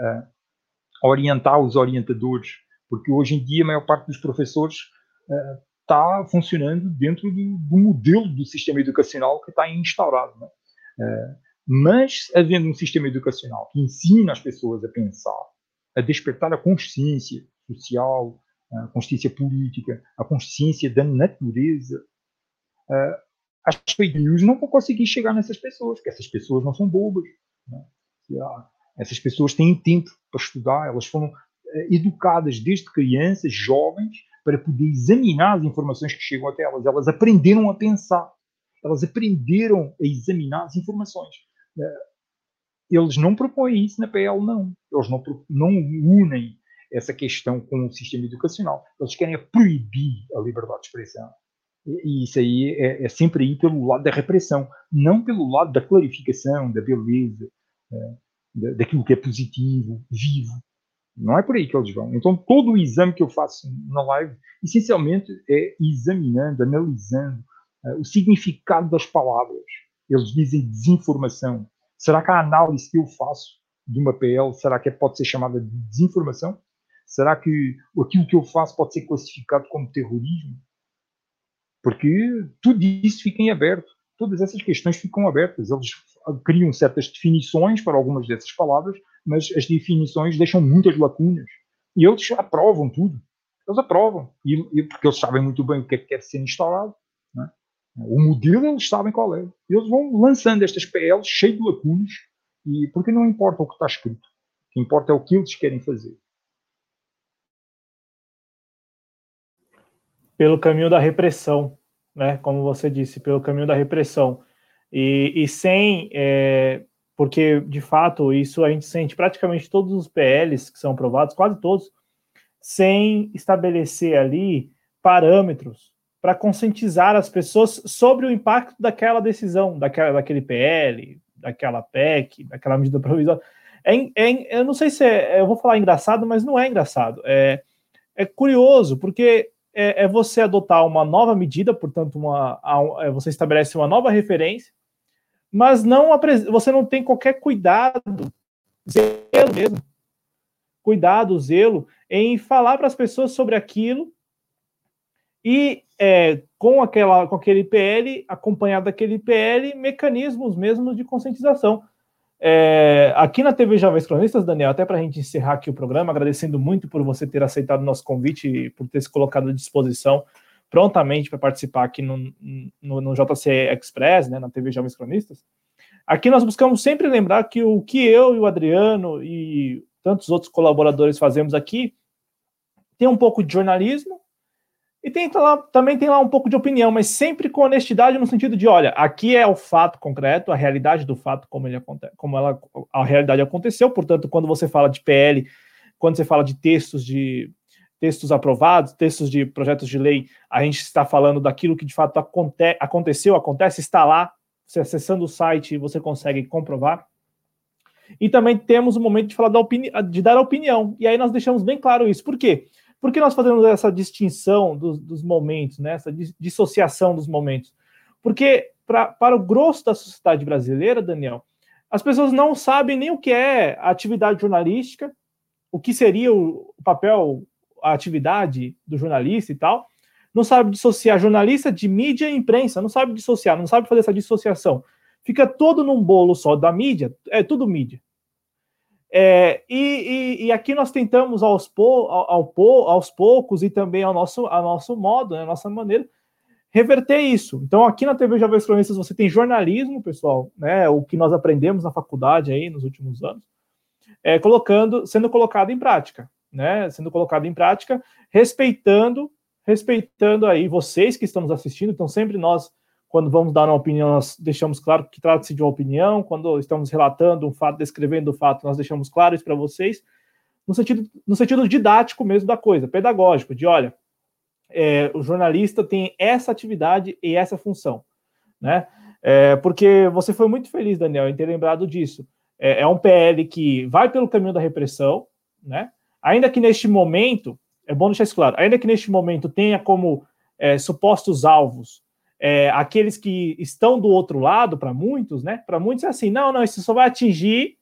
B: orientar os orientadores? Porque hoje em dia a maior parte dos professores está funcionando dentro do modelo do sistema educacional que está instaurado. Não é? Mas, havendo um sistema educacional que ensina as pessoas a pensar, a despertar a consciência social, a consciência política, a consciência da natureza, as fake news não vão conseguir chegar nessas pessoas, porque essas pessoas não são bobas. Não é? Essas pessoas têm tempo para estudar, elas foram educadas desde crianças, jovens, para poder examinar as informações que chegam até elas. Elas aprenderam a pensar, elas aprenderam a examinar as informações. Eles não propõem isso na PL, não. Eles não unem essa questão com o sistema educacional. Eles querem proibir a liberdade de expressão. E isso aí é sempre aí pelo lado da repressão, não pelo lado da clarificação, da beleza, daquilo que é positivo, vivo. Não é por aí que eles vão. Então, todo o exame que eu faço na live, essencialmente, é examinando, analisando o significado das palavras. Eles dizem desinformação. Será que a análise que eu faço de uma PL, será que pode ser chamada de desinformação? Será que aquilo que eu faço pode ser classificado como terrorismo? Porque tudo isso fica em aberto. Todas essas questões ficam abertas. Eles criam certas definições para algumas dessas palavras, mas as definições deixam muitas lacunas. E eles aprovam tudo. Eles aprovam. Porque eles sabem muito bem o que é que quer ser instaurado. Não é? O modelo eles sabem qual é. Eles vão lançando estas PLs cheias de lacunas, porque não importa o que está escrito. O que importa é o que eles querem fazer.
A: Pelo caminho da repressão, né? Como você disse, pelo caminho da repressão. E sem... porque, de fato, isso a gente sente praticamente todos os PLs que são aprovados, quase todos, sem estabelecer ali parâmetros para conscientizar as pessoas sobre o impacto daquela decisão, daquele PL, daquela PEC, daquela medida provisória. Eu não sei se eu vou falar engraçado, mas não é engraçado. É curioso, porque é você adotar uma nova medida, portanto, você estabelece uma nova referência, mas você não tem qualquer cuidado, zelo mesmo, zelo em falar para as pessoas sobre aquilo e com aquele PL, acompanhado daquele PL, mecanismos mesmo de conscientização. Aqui na TV Jovens Cronistas, Daniel, até para a gente encerrar aqui o programa, agradecendo muito por você ter aceitado o nosso convite e por ter se colocado à disposição prontamente para participar aqui no JC Express, né, na TV Jovens Cronistas. Aqui nós buscamos sempre lembrar que o que eu e o Adriano e tantos outros colaboradores fazemos aqui tem um pouco de jornalismo e também tem lá um pouco de opinião, mas sempre com honestidade no sentido de, olha, aqui é o fato concreto, a realidade do fato, a realidade aconteceu. Portanto, quando você fala de PL, quando você fala de textos aprovados, textos de projetos de lei, a gente está falando daquilo que de fato acontece, está lá. Você acessando o site, você consegue comprovar. E também temos o momento de falar de dar a opinião. E aí nós deixamos bem claro isso. Por quê? Por que nós fazemos essa distinção dos momentos, né? Essa dissociação dos momentos? Porque, para o grosso da sociedade brasileira, Daniel, as pessoas não sabem nem o que é a atividade jornalística, o que seria o papel, a atividade do jornalista e tal. Não sabe dissociar jornalista de mídia e imprensa, não sabe dissociar, não sabe fazer essa dissociação. Fica todo num bolo só da mídia, é tudo mídia. E aqui nós tentamos aos poucos e também ao nosso modo, né, a nossa maneira, reverter isso. Então, aqui na TV Jovens Cronistas você tem jornalismo, pessoal, né, o que nós aprendemos na faculdade aí nos últimos anos, sendo colocado em prática, né, sendo colocado em prática, respeitando aí vocês que estão nos assistindo. Então, sempre nós, quando vamos dar uma opinião, nós deixamos claro que trata-se de uma opinião. Quando estamos relatando um fato, descrevendo o fato, nós deixamos claro isso para vocês, no sentido didático mesmo da coisa, pedagógico, de olha, o jornalista tem essa atividade e essa função, né? Porque você foi muito feliz, Daniel, em ter lembrado disso. É um PL que vai pelo caminho da repressão, né? Ainda que neste momento, é bom deixar isso claro, ainda que neste momento tenha como supostos alvos aqueles que estão do outro lado, para muitos, né? Para muitos é assim, não, isso só vai atingir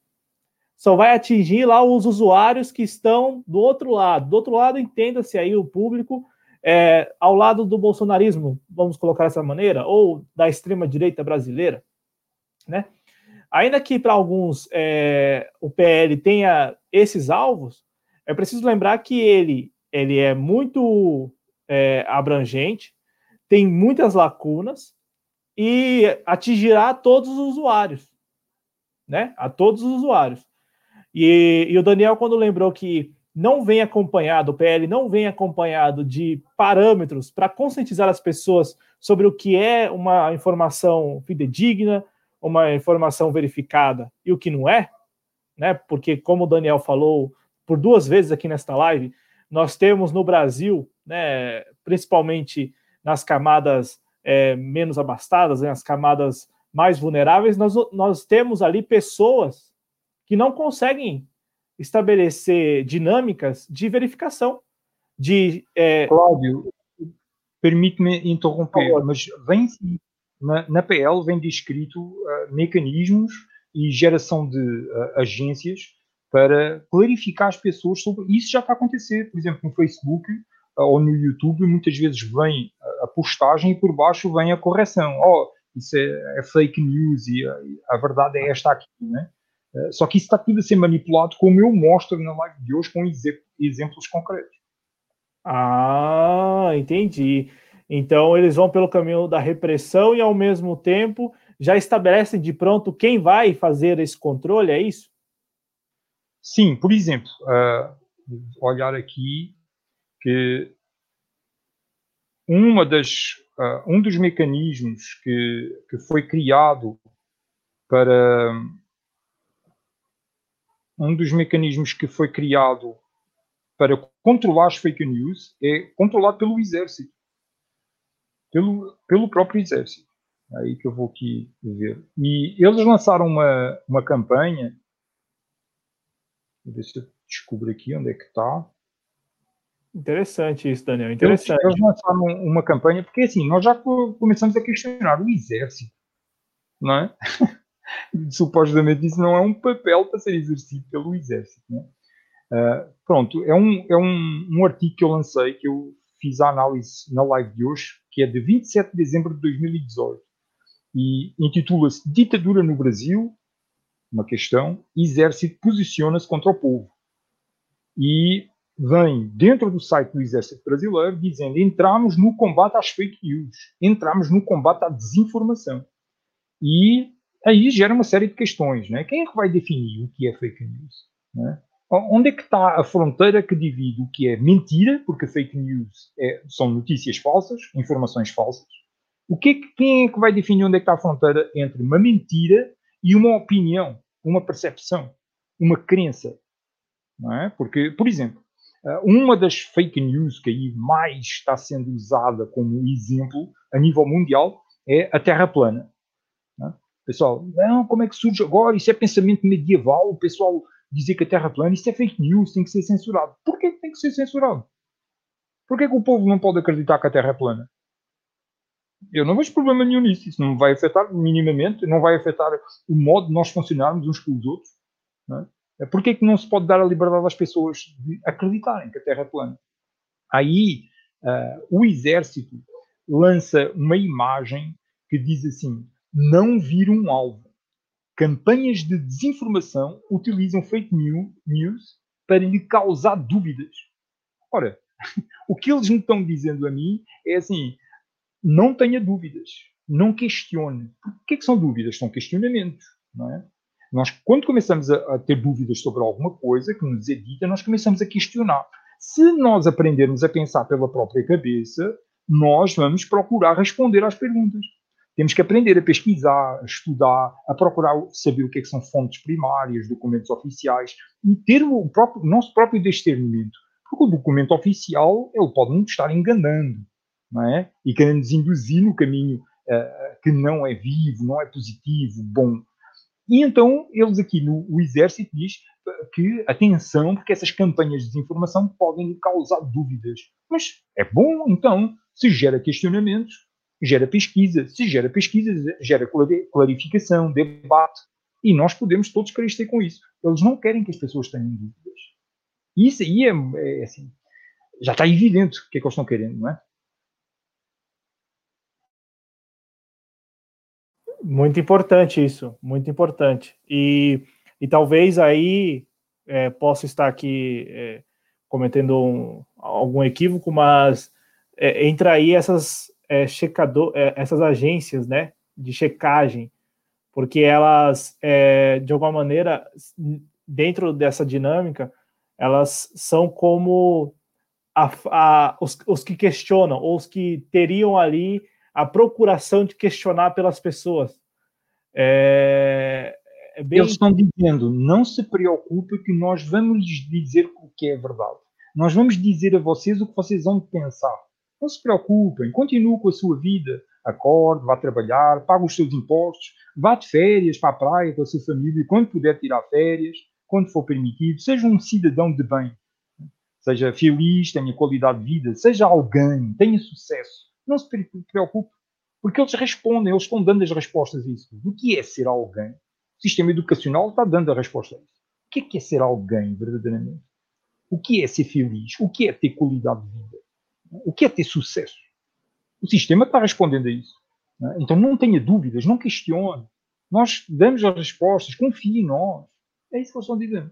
A: lá os usuários que estão do outro lado. Do outro lado, entenda-se aí o público ao lado do bolsonarismo, vamos colocar dessa maneira, ou da extrema-direita brasileira, né? Ainda que para alguns o PL tenha esses alvos, é preciso lembrar que ele é muito abrangente, tem muitas lacunas e atingirá a todos os usuários, né? A todos os usuários. E o Daniel, quando lembrou que não vem acompanhado, o PL não vem acompanhado de parâmetros para conscientizar as pessoas sobre o que é uma informação fidedigna, uma informação verificada e o que não é, né? Porque, como o Daniel falou por 2 vezes aqui nesta live, nós temos no Brasil, né, principalmente nas camadas menos abastadas, né, as camadas mais vulneráveis, nós temos ali pessoas que não conseguem estabelecer dinâmicas de verificação.
B: Cláudio, permite-me interromper, mas vem na PL vem descrito mecanismos e geração de agências para clarificar as pessoas sobre isso. Já está a acontecer, por exemplo, no Facebook ou no YouTube, muitas vezes vem a postagem e por baixo vem a correção. Isso é fake news e a verdade é esta aqui, né? Só que isso está tudo a ser manipulado, como eu mostro na live de hoje, com exemplos concretos.
A: Entendi. Então, eles vão pelo caminho da repressão e, ao mesmo tempo, já estabelecem de pronto quem vai fazer esse controle, é isso?
B: Sim, por exemplo, olhar aqui que um dos mecanismos que foi criado para controlar as fake news é controlado pelo exército, pelo próprio exército. É aí que eu vou aqui ver. E eles lançaram uma campanha, vou ver se eu descubro aqui onde é que está.
A: Interessante isso, Daniel, interessante.
B: Eles lançaram uma campanha, porque assim, nós já começamos a questionar o exército, não é? Supostamente isso não é um papel para ser exercido pelo exército, não é? Pronto, é um artigo que eu lancei, que eu fiz a análise na live de hoje, que é de 27 de dezembro de 2018, e intitula-se Ditadura no Brasil, uma questão, exército posiciona-se contra o povo. E vem dentro do site do Exército Brasileiro dizendo: entramos no combate às fake news, entramos no combate à desinformação. E aí gera uma série de questões, né? Quem é que vai definir o que é fake news? Né? Onde é que está a fronteira que divide o que é mentira, porque fake news são notícias falsas, informações falsas? Quem é que vai definir onde é que está a fronteira entre uma mentira e uma opinião, uma percepção, uma crença? Não é? Porque, por exemplo, uma das fake news que aí mais está sendo usada como exemplo a nível mundial é a Terra plana. Não é? Pessoal, não, como é que surge agora? Isso é pensamento medieval, o pessoal dizer que a Terra plana, isso é fake news, tem que ser censurado. Porquê que tem que ser censurado? Porquê que o povo não pode acreditar que a Terra é plana? Eu não vejo problema nenhum nisso. Isso não vai afetar minimamente, não vai afetar o modo de nós funcionarmos uns com os outros. Não é? Porquê que não se pode dar a liberdade às pessoas de acreditarem que a Terra é plana? Aí o exército lança uma imagem que diz assim: não vir um alvo. campanhas de desinformação utilizam fake news para lhe causar dúvidas. Ora, o que eles me estão dizendo a mim é assim, não tenha dúvidas, não questione. O que é que são dúvidas? São questionamentos, não é? Nós, quando começamos a ter dúvidas sobre alguma coisa que nos é dita, nós começamos a questionar. Se nós aprendermos a pensar pela própria cabeça, nós vamos procurar responder às perguntas. Temos que aprender a pesquisar, a estudar, a procurar saber o que são fontes primárias, documentos oficiais, e ter o nosso próprio discernimento. Porque o documento oficial, ele pode nos estar enganando, não é? E querendo nos induzir no caminho que não é vivo, não é positivo, bom. E então, eles aqui o Exército diz que, atenção, porque essas campanhas de desinformação podem causar dúvidas. Mas é bom, então, se gera questionamentos, gera pesquisa. Se gera pesquisa, gera clarificação, debate. E nós podemos todos crescer com isso. Eles não querem que as pessoas tenham dúvidas. E isso aí é assim, já está evidente o que é que eles estão querendo, não é?
A: Muito importante isso, muito importante. E talvez aí possa estar aqui cometendo algum equívoco, mas entra aí essas essas agências, né, de checagem, porque elas, de alguma maneira, dentro dessa dinâmica, elas são como os que questionam, ou os que teriam ali a procuração de questionar pelas pessoas. Bem...
B: Eles estão dizendo, não se preocupe que nós vamos lhes dizer o que é verdade. Nós vamos dizer a vocês o que vocês vão pensar. Não se preocupem, continuem com a sua vida. Acorde, vá trabalhar, pague os seus impostos, vá de férias para a praia com a sua família, quando puder tirar férias, quando for permitido. Seja um cidadão de bem. Seja feliz, tenha qualidade de vida, seja alguém, tenha sucesso. Não se preocupe, porque eles respondem, eles estão dando as respostas a isso. O que é ser alguém? O sistema educacional está dando a resposta a isso. O que é ser alguém, verdadeiramente? O que é ser feliz? O que é ter qualidade de vida? O que é ter sucesso? O sistema está respondendo a isso. Então não tenha dúvidas, não questione. Nós damos as respostas, confie em nós. É isso que eles estão dizendo.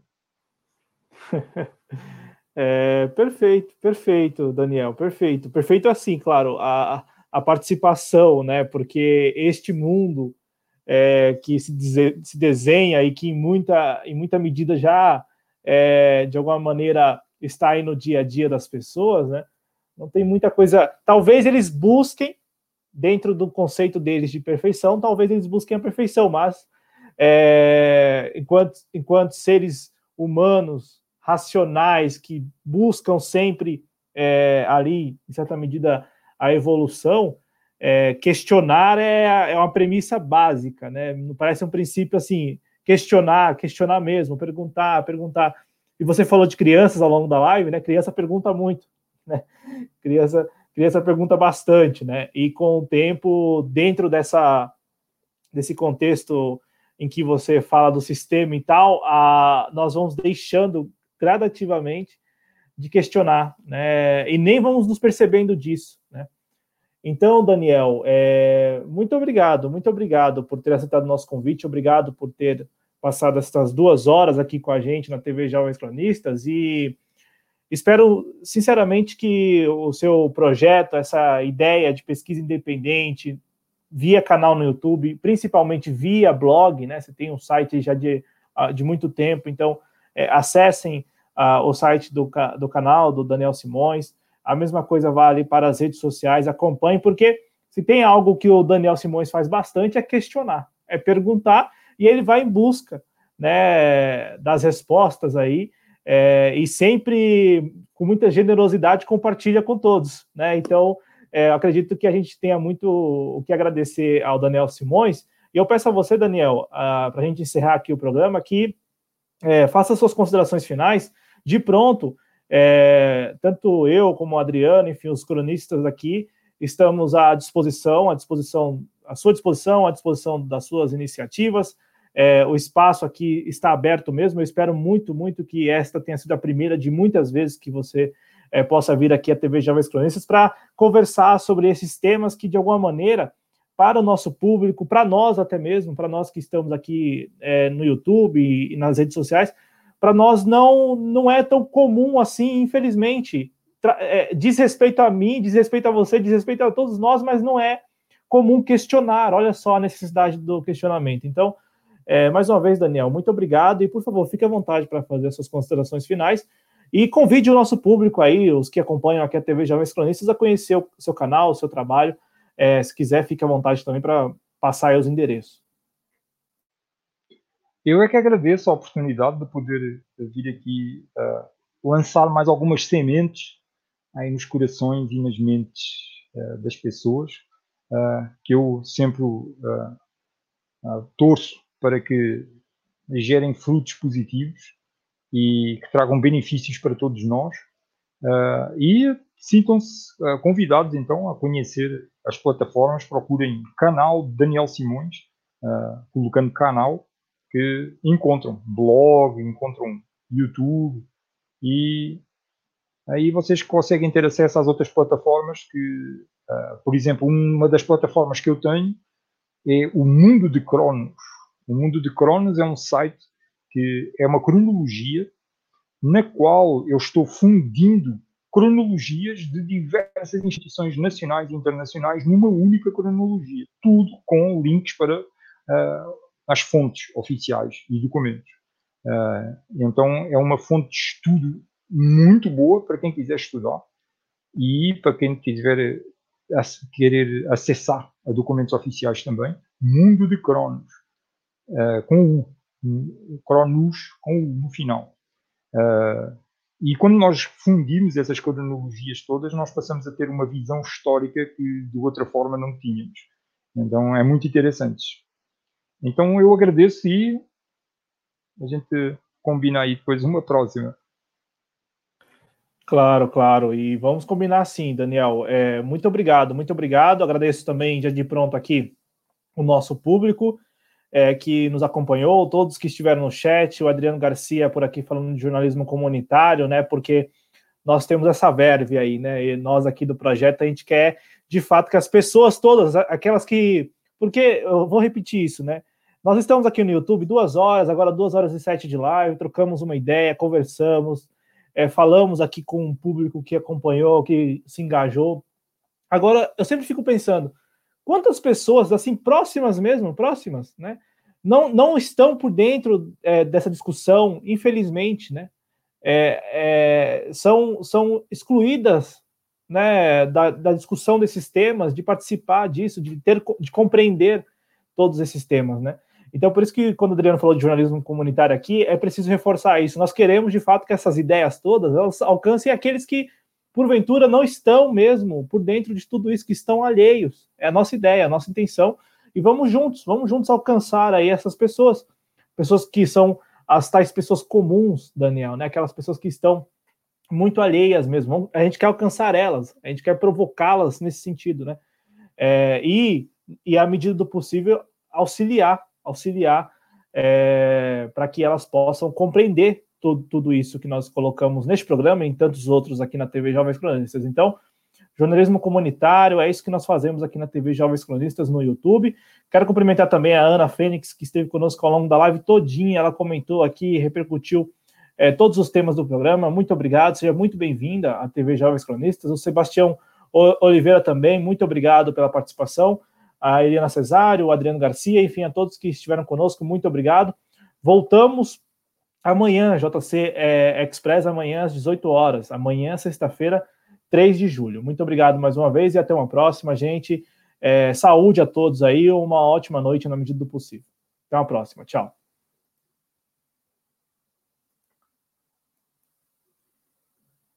A: Perfeito, Daniel, perfeito. Perfeito assim, claro, a participação, né? Porque este mundo que se desenha e que em muita medida já, de alguma maneira, está aí no dia a dia das pessoas, né? Não tem muita coisa... Talvez eles busquem, dentro do conceito deles de perfeição, talvez eles busquem a perfeição, mas enquanto seres humanos racionais que buscam sempre ali, em certa medida, a evolução, questionar é uma premissa básica, né? Não parece um princípio assim, questionar mesmo, perguntar. E você falou de crianças ao longo da live, né? Criança pergunta muito, né? Criança pergunta bastante, né? E com o tempo, dentro desse contexto em que você fala do sistema e tal, nós vamos deixando gradativamente de questionar, né? E nem vamos nos percebendo disso, né? Então, Daniel, muito obrigado por ter aceitado o nosso convite, obrigado por ter passado essas 2 horas aqui com a gente na TV Jovens Cronistas, e espero, sinceramente, que o seu projeto, essa ideia de pesquisa independente, via canal no YouTube, principalmente via blog, né? Você tem um site já de muito tempo, então acessem o site do canal do Daniel Simões. A mesma coisa vale para as redes sociais, acompanhem, porque se tem algo que o Daniel Simões faz bastante é questionar, é perguntar, e ele vai em busca, né, das respostas aí, e sempre com muita generosidade compartilha com todos, né? Então, acredito que a gente tenha muito o que agradecer ao Daniel Simões, e eu peço a você, Daniel, para a gente encerrar aqui o programa, que faça suas considerações finais. De pronto, tanto eu como o Adriano, enfim, os cronistas aqui, estamos à disposição, à sua disposição, à disposição das suas iniciativas. O espaço aqui está aberto mesmo. Eu espero muito, muito que esta tenha sido a primeira de muitas vezes que você possa vir aqui à TV Jovens Cronistas para conversar sobre esses temas que, de alguma maneira, para o nosso público, para nós até mesmo, para nós que estamos aqui no YouTube e nas redes sociais, para nós não é tão comum assim, infelizmente. Diz respeito a mim, diz respeito a você, diz respeito a todos nós, mas não é comum questionar. Olha só a necessidade do questionamento. Então, mais uma vez, Daniel, muito obrigado e, por favor, fique à vontade para fazer as suas considerações finais e convide o nosso público aí, os que acompanham aqui a TV Jovens Cronistas, a conhecer o seu canal, o seu trabalho. Se quiser, fique à vontade também para passar aí os endereços.
B: Eu é que agradeço a oportunidade de poder vir aqui lançar mais algumas sementes aí nos corações e nas mentes das pessoas, que eu sempre torço para que gerem frutos positivos e que tragam benefícios para todos nós. E sintam-se convidados então a conhecer as plataformas. Procurem canal Daniel Simões, colocando canal, que encontram blog, encontram YouTube, e aí vocês conseguem ter acesso às outras plataformas que, por exemplo, uma das plataformas que eu tenho é o Mundo de Cronos. O Mundo de Cronos é um site que é uma cronologia na qual eu estou fundindo cronologias de diversas instituições nacionais e internacionais numa única cronologia. Tudo com links para as fontes oficiais e documentos. Então é uma fonte de estudo muito boa para quem quiser estudar e para quem quiser querer acessar a documentos oficiais também. Mundo de Cronos, com U, Cronos com U no final. E quando nós fundimos essas cronologias todas, nós passamos a ter uma visão histórica que de outra forma não tínhamos. Então é muito interessante. Então eu agradeço e a gente combina aí depois uma próxima.
A: Claro, claro. E vamos combinar sim, Daniel. Muito obrigado, muito obrigado. Agradeço também, já de pronto aqui, o nosso público que nos acompanhou, todos que estiveram no chat, o Adriano Garcia por aqui falando de jornalismo comunitário, né? Porque nós temos essa verve aí, né? E nós aqui do projeto, a gente quer, de fato, que as pessoas todas, aquelas que... Porque, eu vou repetir isso, né? Nós estamos aqui no YouTube 2 horas, agora 2h07 de live, trocamos uma ideia, conversamos, falamos aqui com um público que acompanhou, que se engajou. Agora, eu sempre fico pensando, quantas pessoas, assim, próximas mesmo, né, não estão por dentro dessa discussão, infelizmente, né? São excluídas, né, da discussão desses temas, de participar disso, de compreender todos esses temas, né? Então, por isso que quando o Adriano falou de jornalismo comunitário aqui, é preciso reforçar isso. Nós queremos, de fato, que essas ideias todas elas alcancem aqueles que, porventura, não estão mesmo por dentro de tudo isso, que estão alheios. É a nossa ideia, a nossa intenção. E vamos juntos alcançar aí essas pessoas que são as tais pessoas comuns, Daniel, né? Aquelas pessoas que estão muito alheias mesmo. A gente quer alcançar elas, a gente quer provocá-las nesse sentido, né? E à medida do possível, auxiliar para que elas possam compreender tudo isso que nós colocamos neste programa e em tantos outros aqui na TV Jovens Cronistas. Então, jornalismo comunitário, é isso que nós fazemos aqui na TV Jovens Cronistas no YouTube. Quero cumprimentar também a Ana Fênix, que esteve conosco ao longo da live todinha. Ela comentou aqui, repercutiu todos os temas do programa. Muito obrigado, seja muito bem-vinda à TV Jovens Cronistas. O Sebastião Oliveira também, muito obrigado pela participação. A Eliana Cesário, o Adriano Garcia, enfim, a todos que estiveram conosco, muito obrigado. Voltamos amanhã, JC Express, amanhã às 18 horas. Amanhã, sexta-feira, 3 de julho. Muito obrigado mais uma vez e até uma próxima, gente. Saúde a todos aí, uma ótima noite na medida do possível. Até uma próxima. Tchau.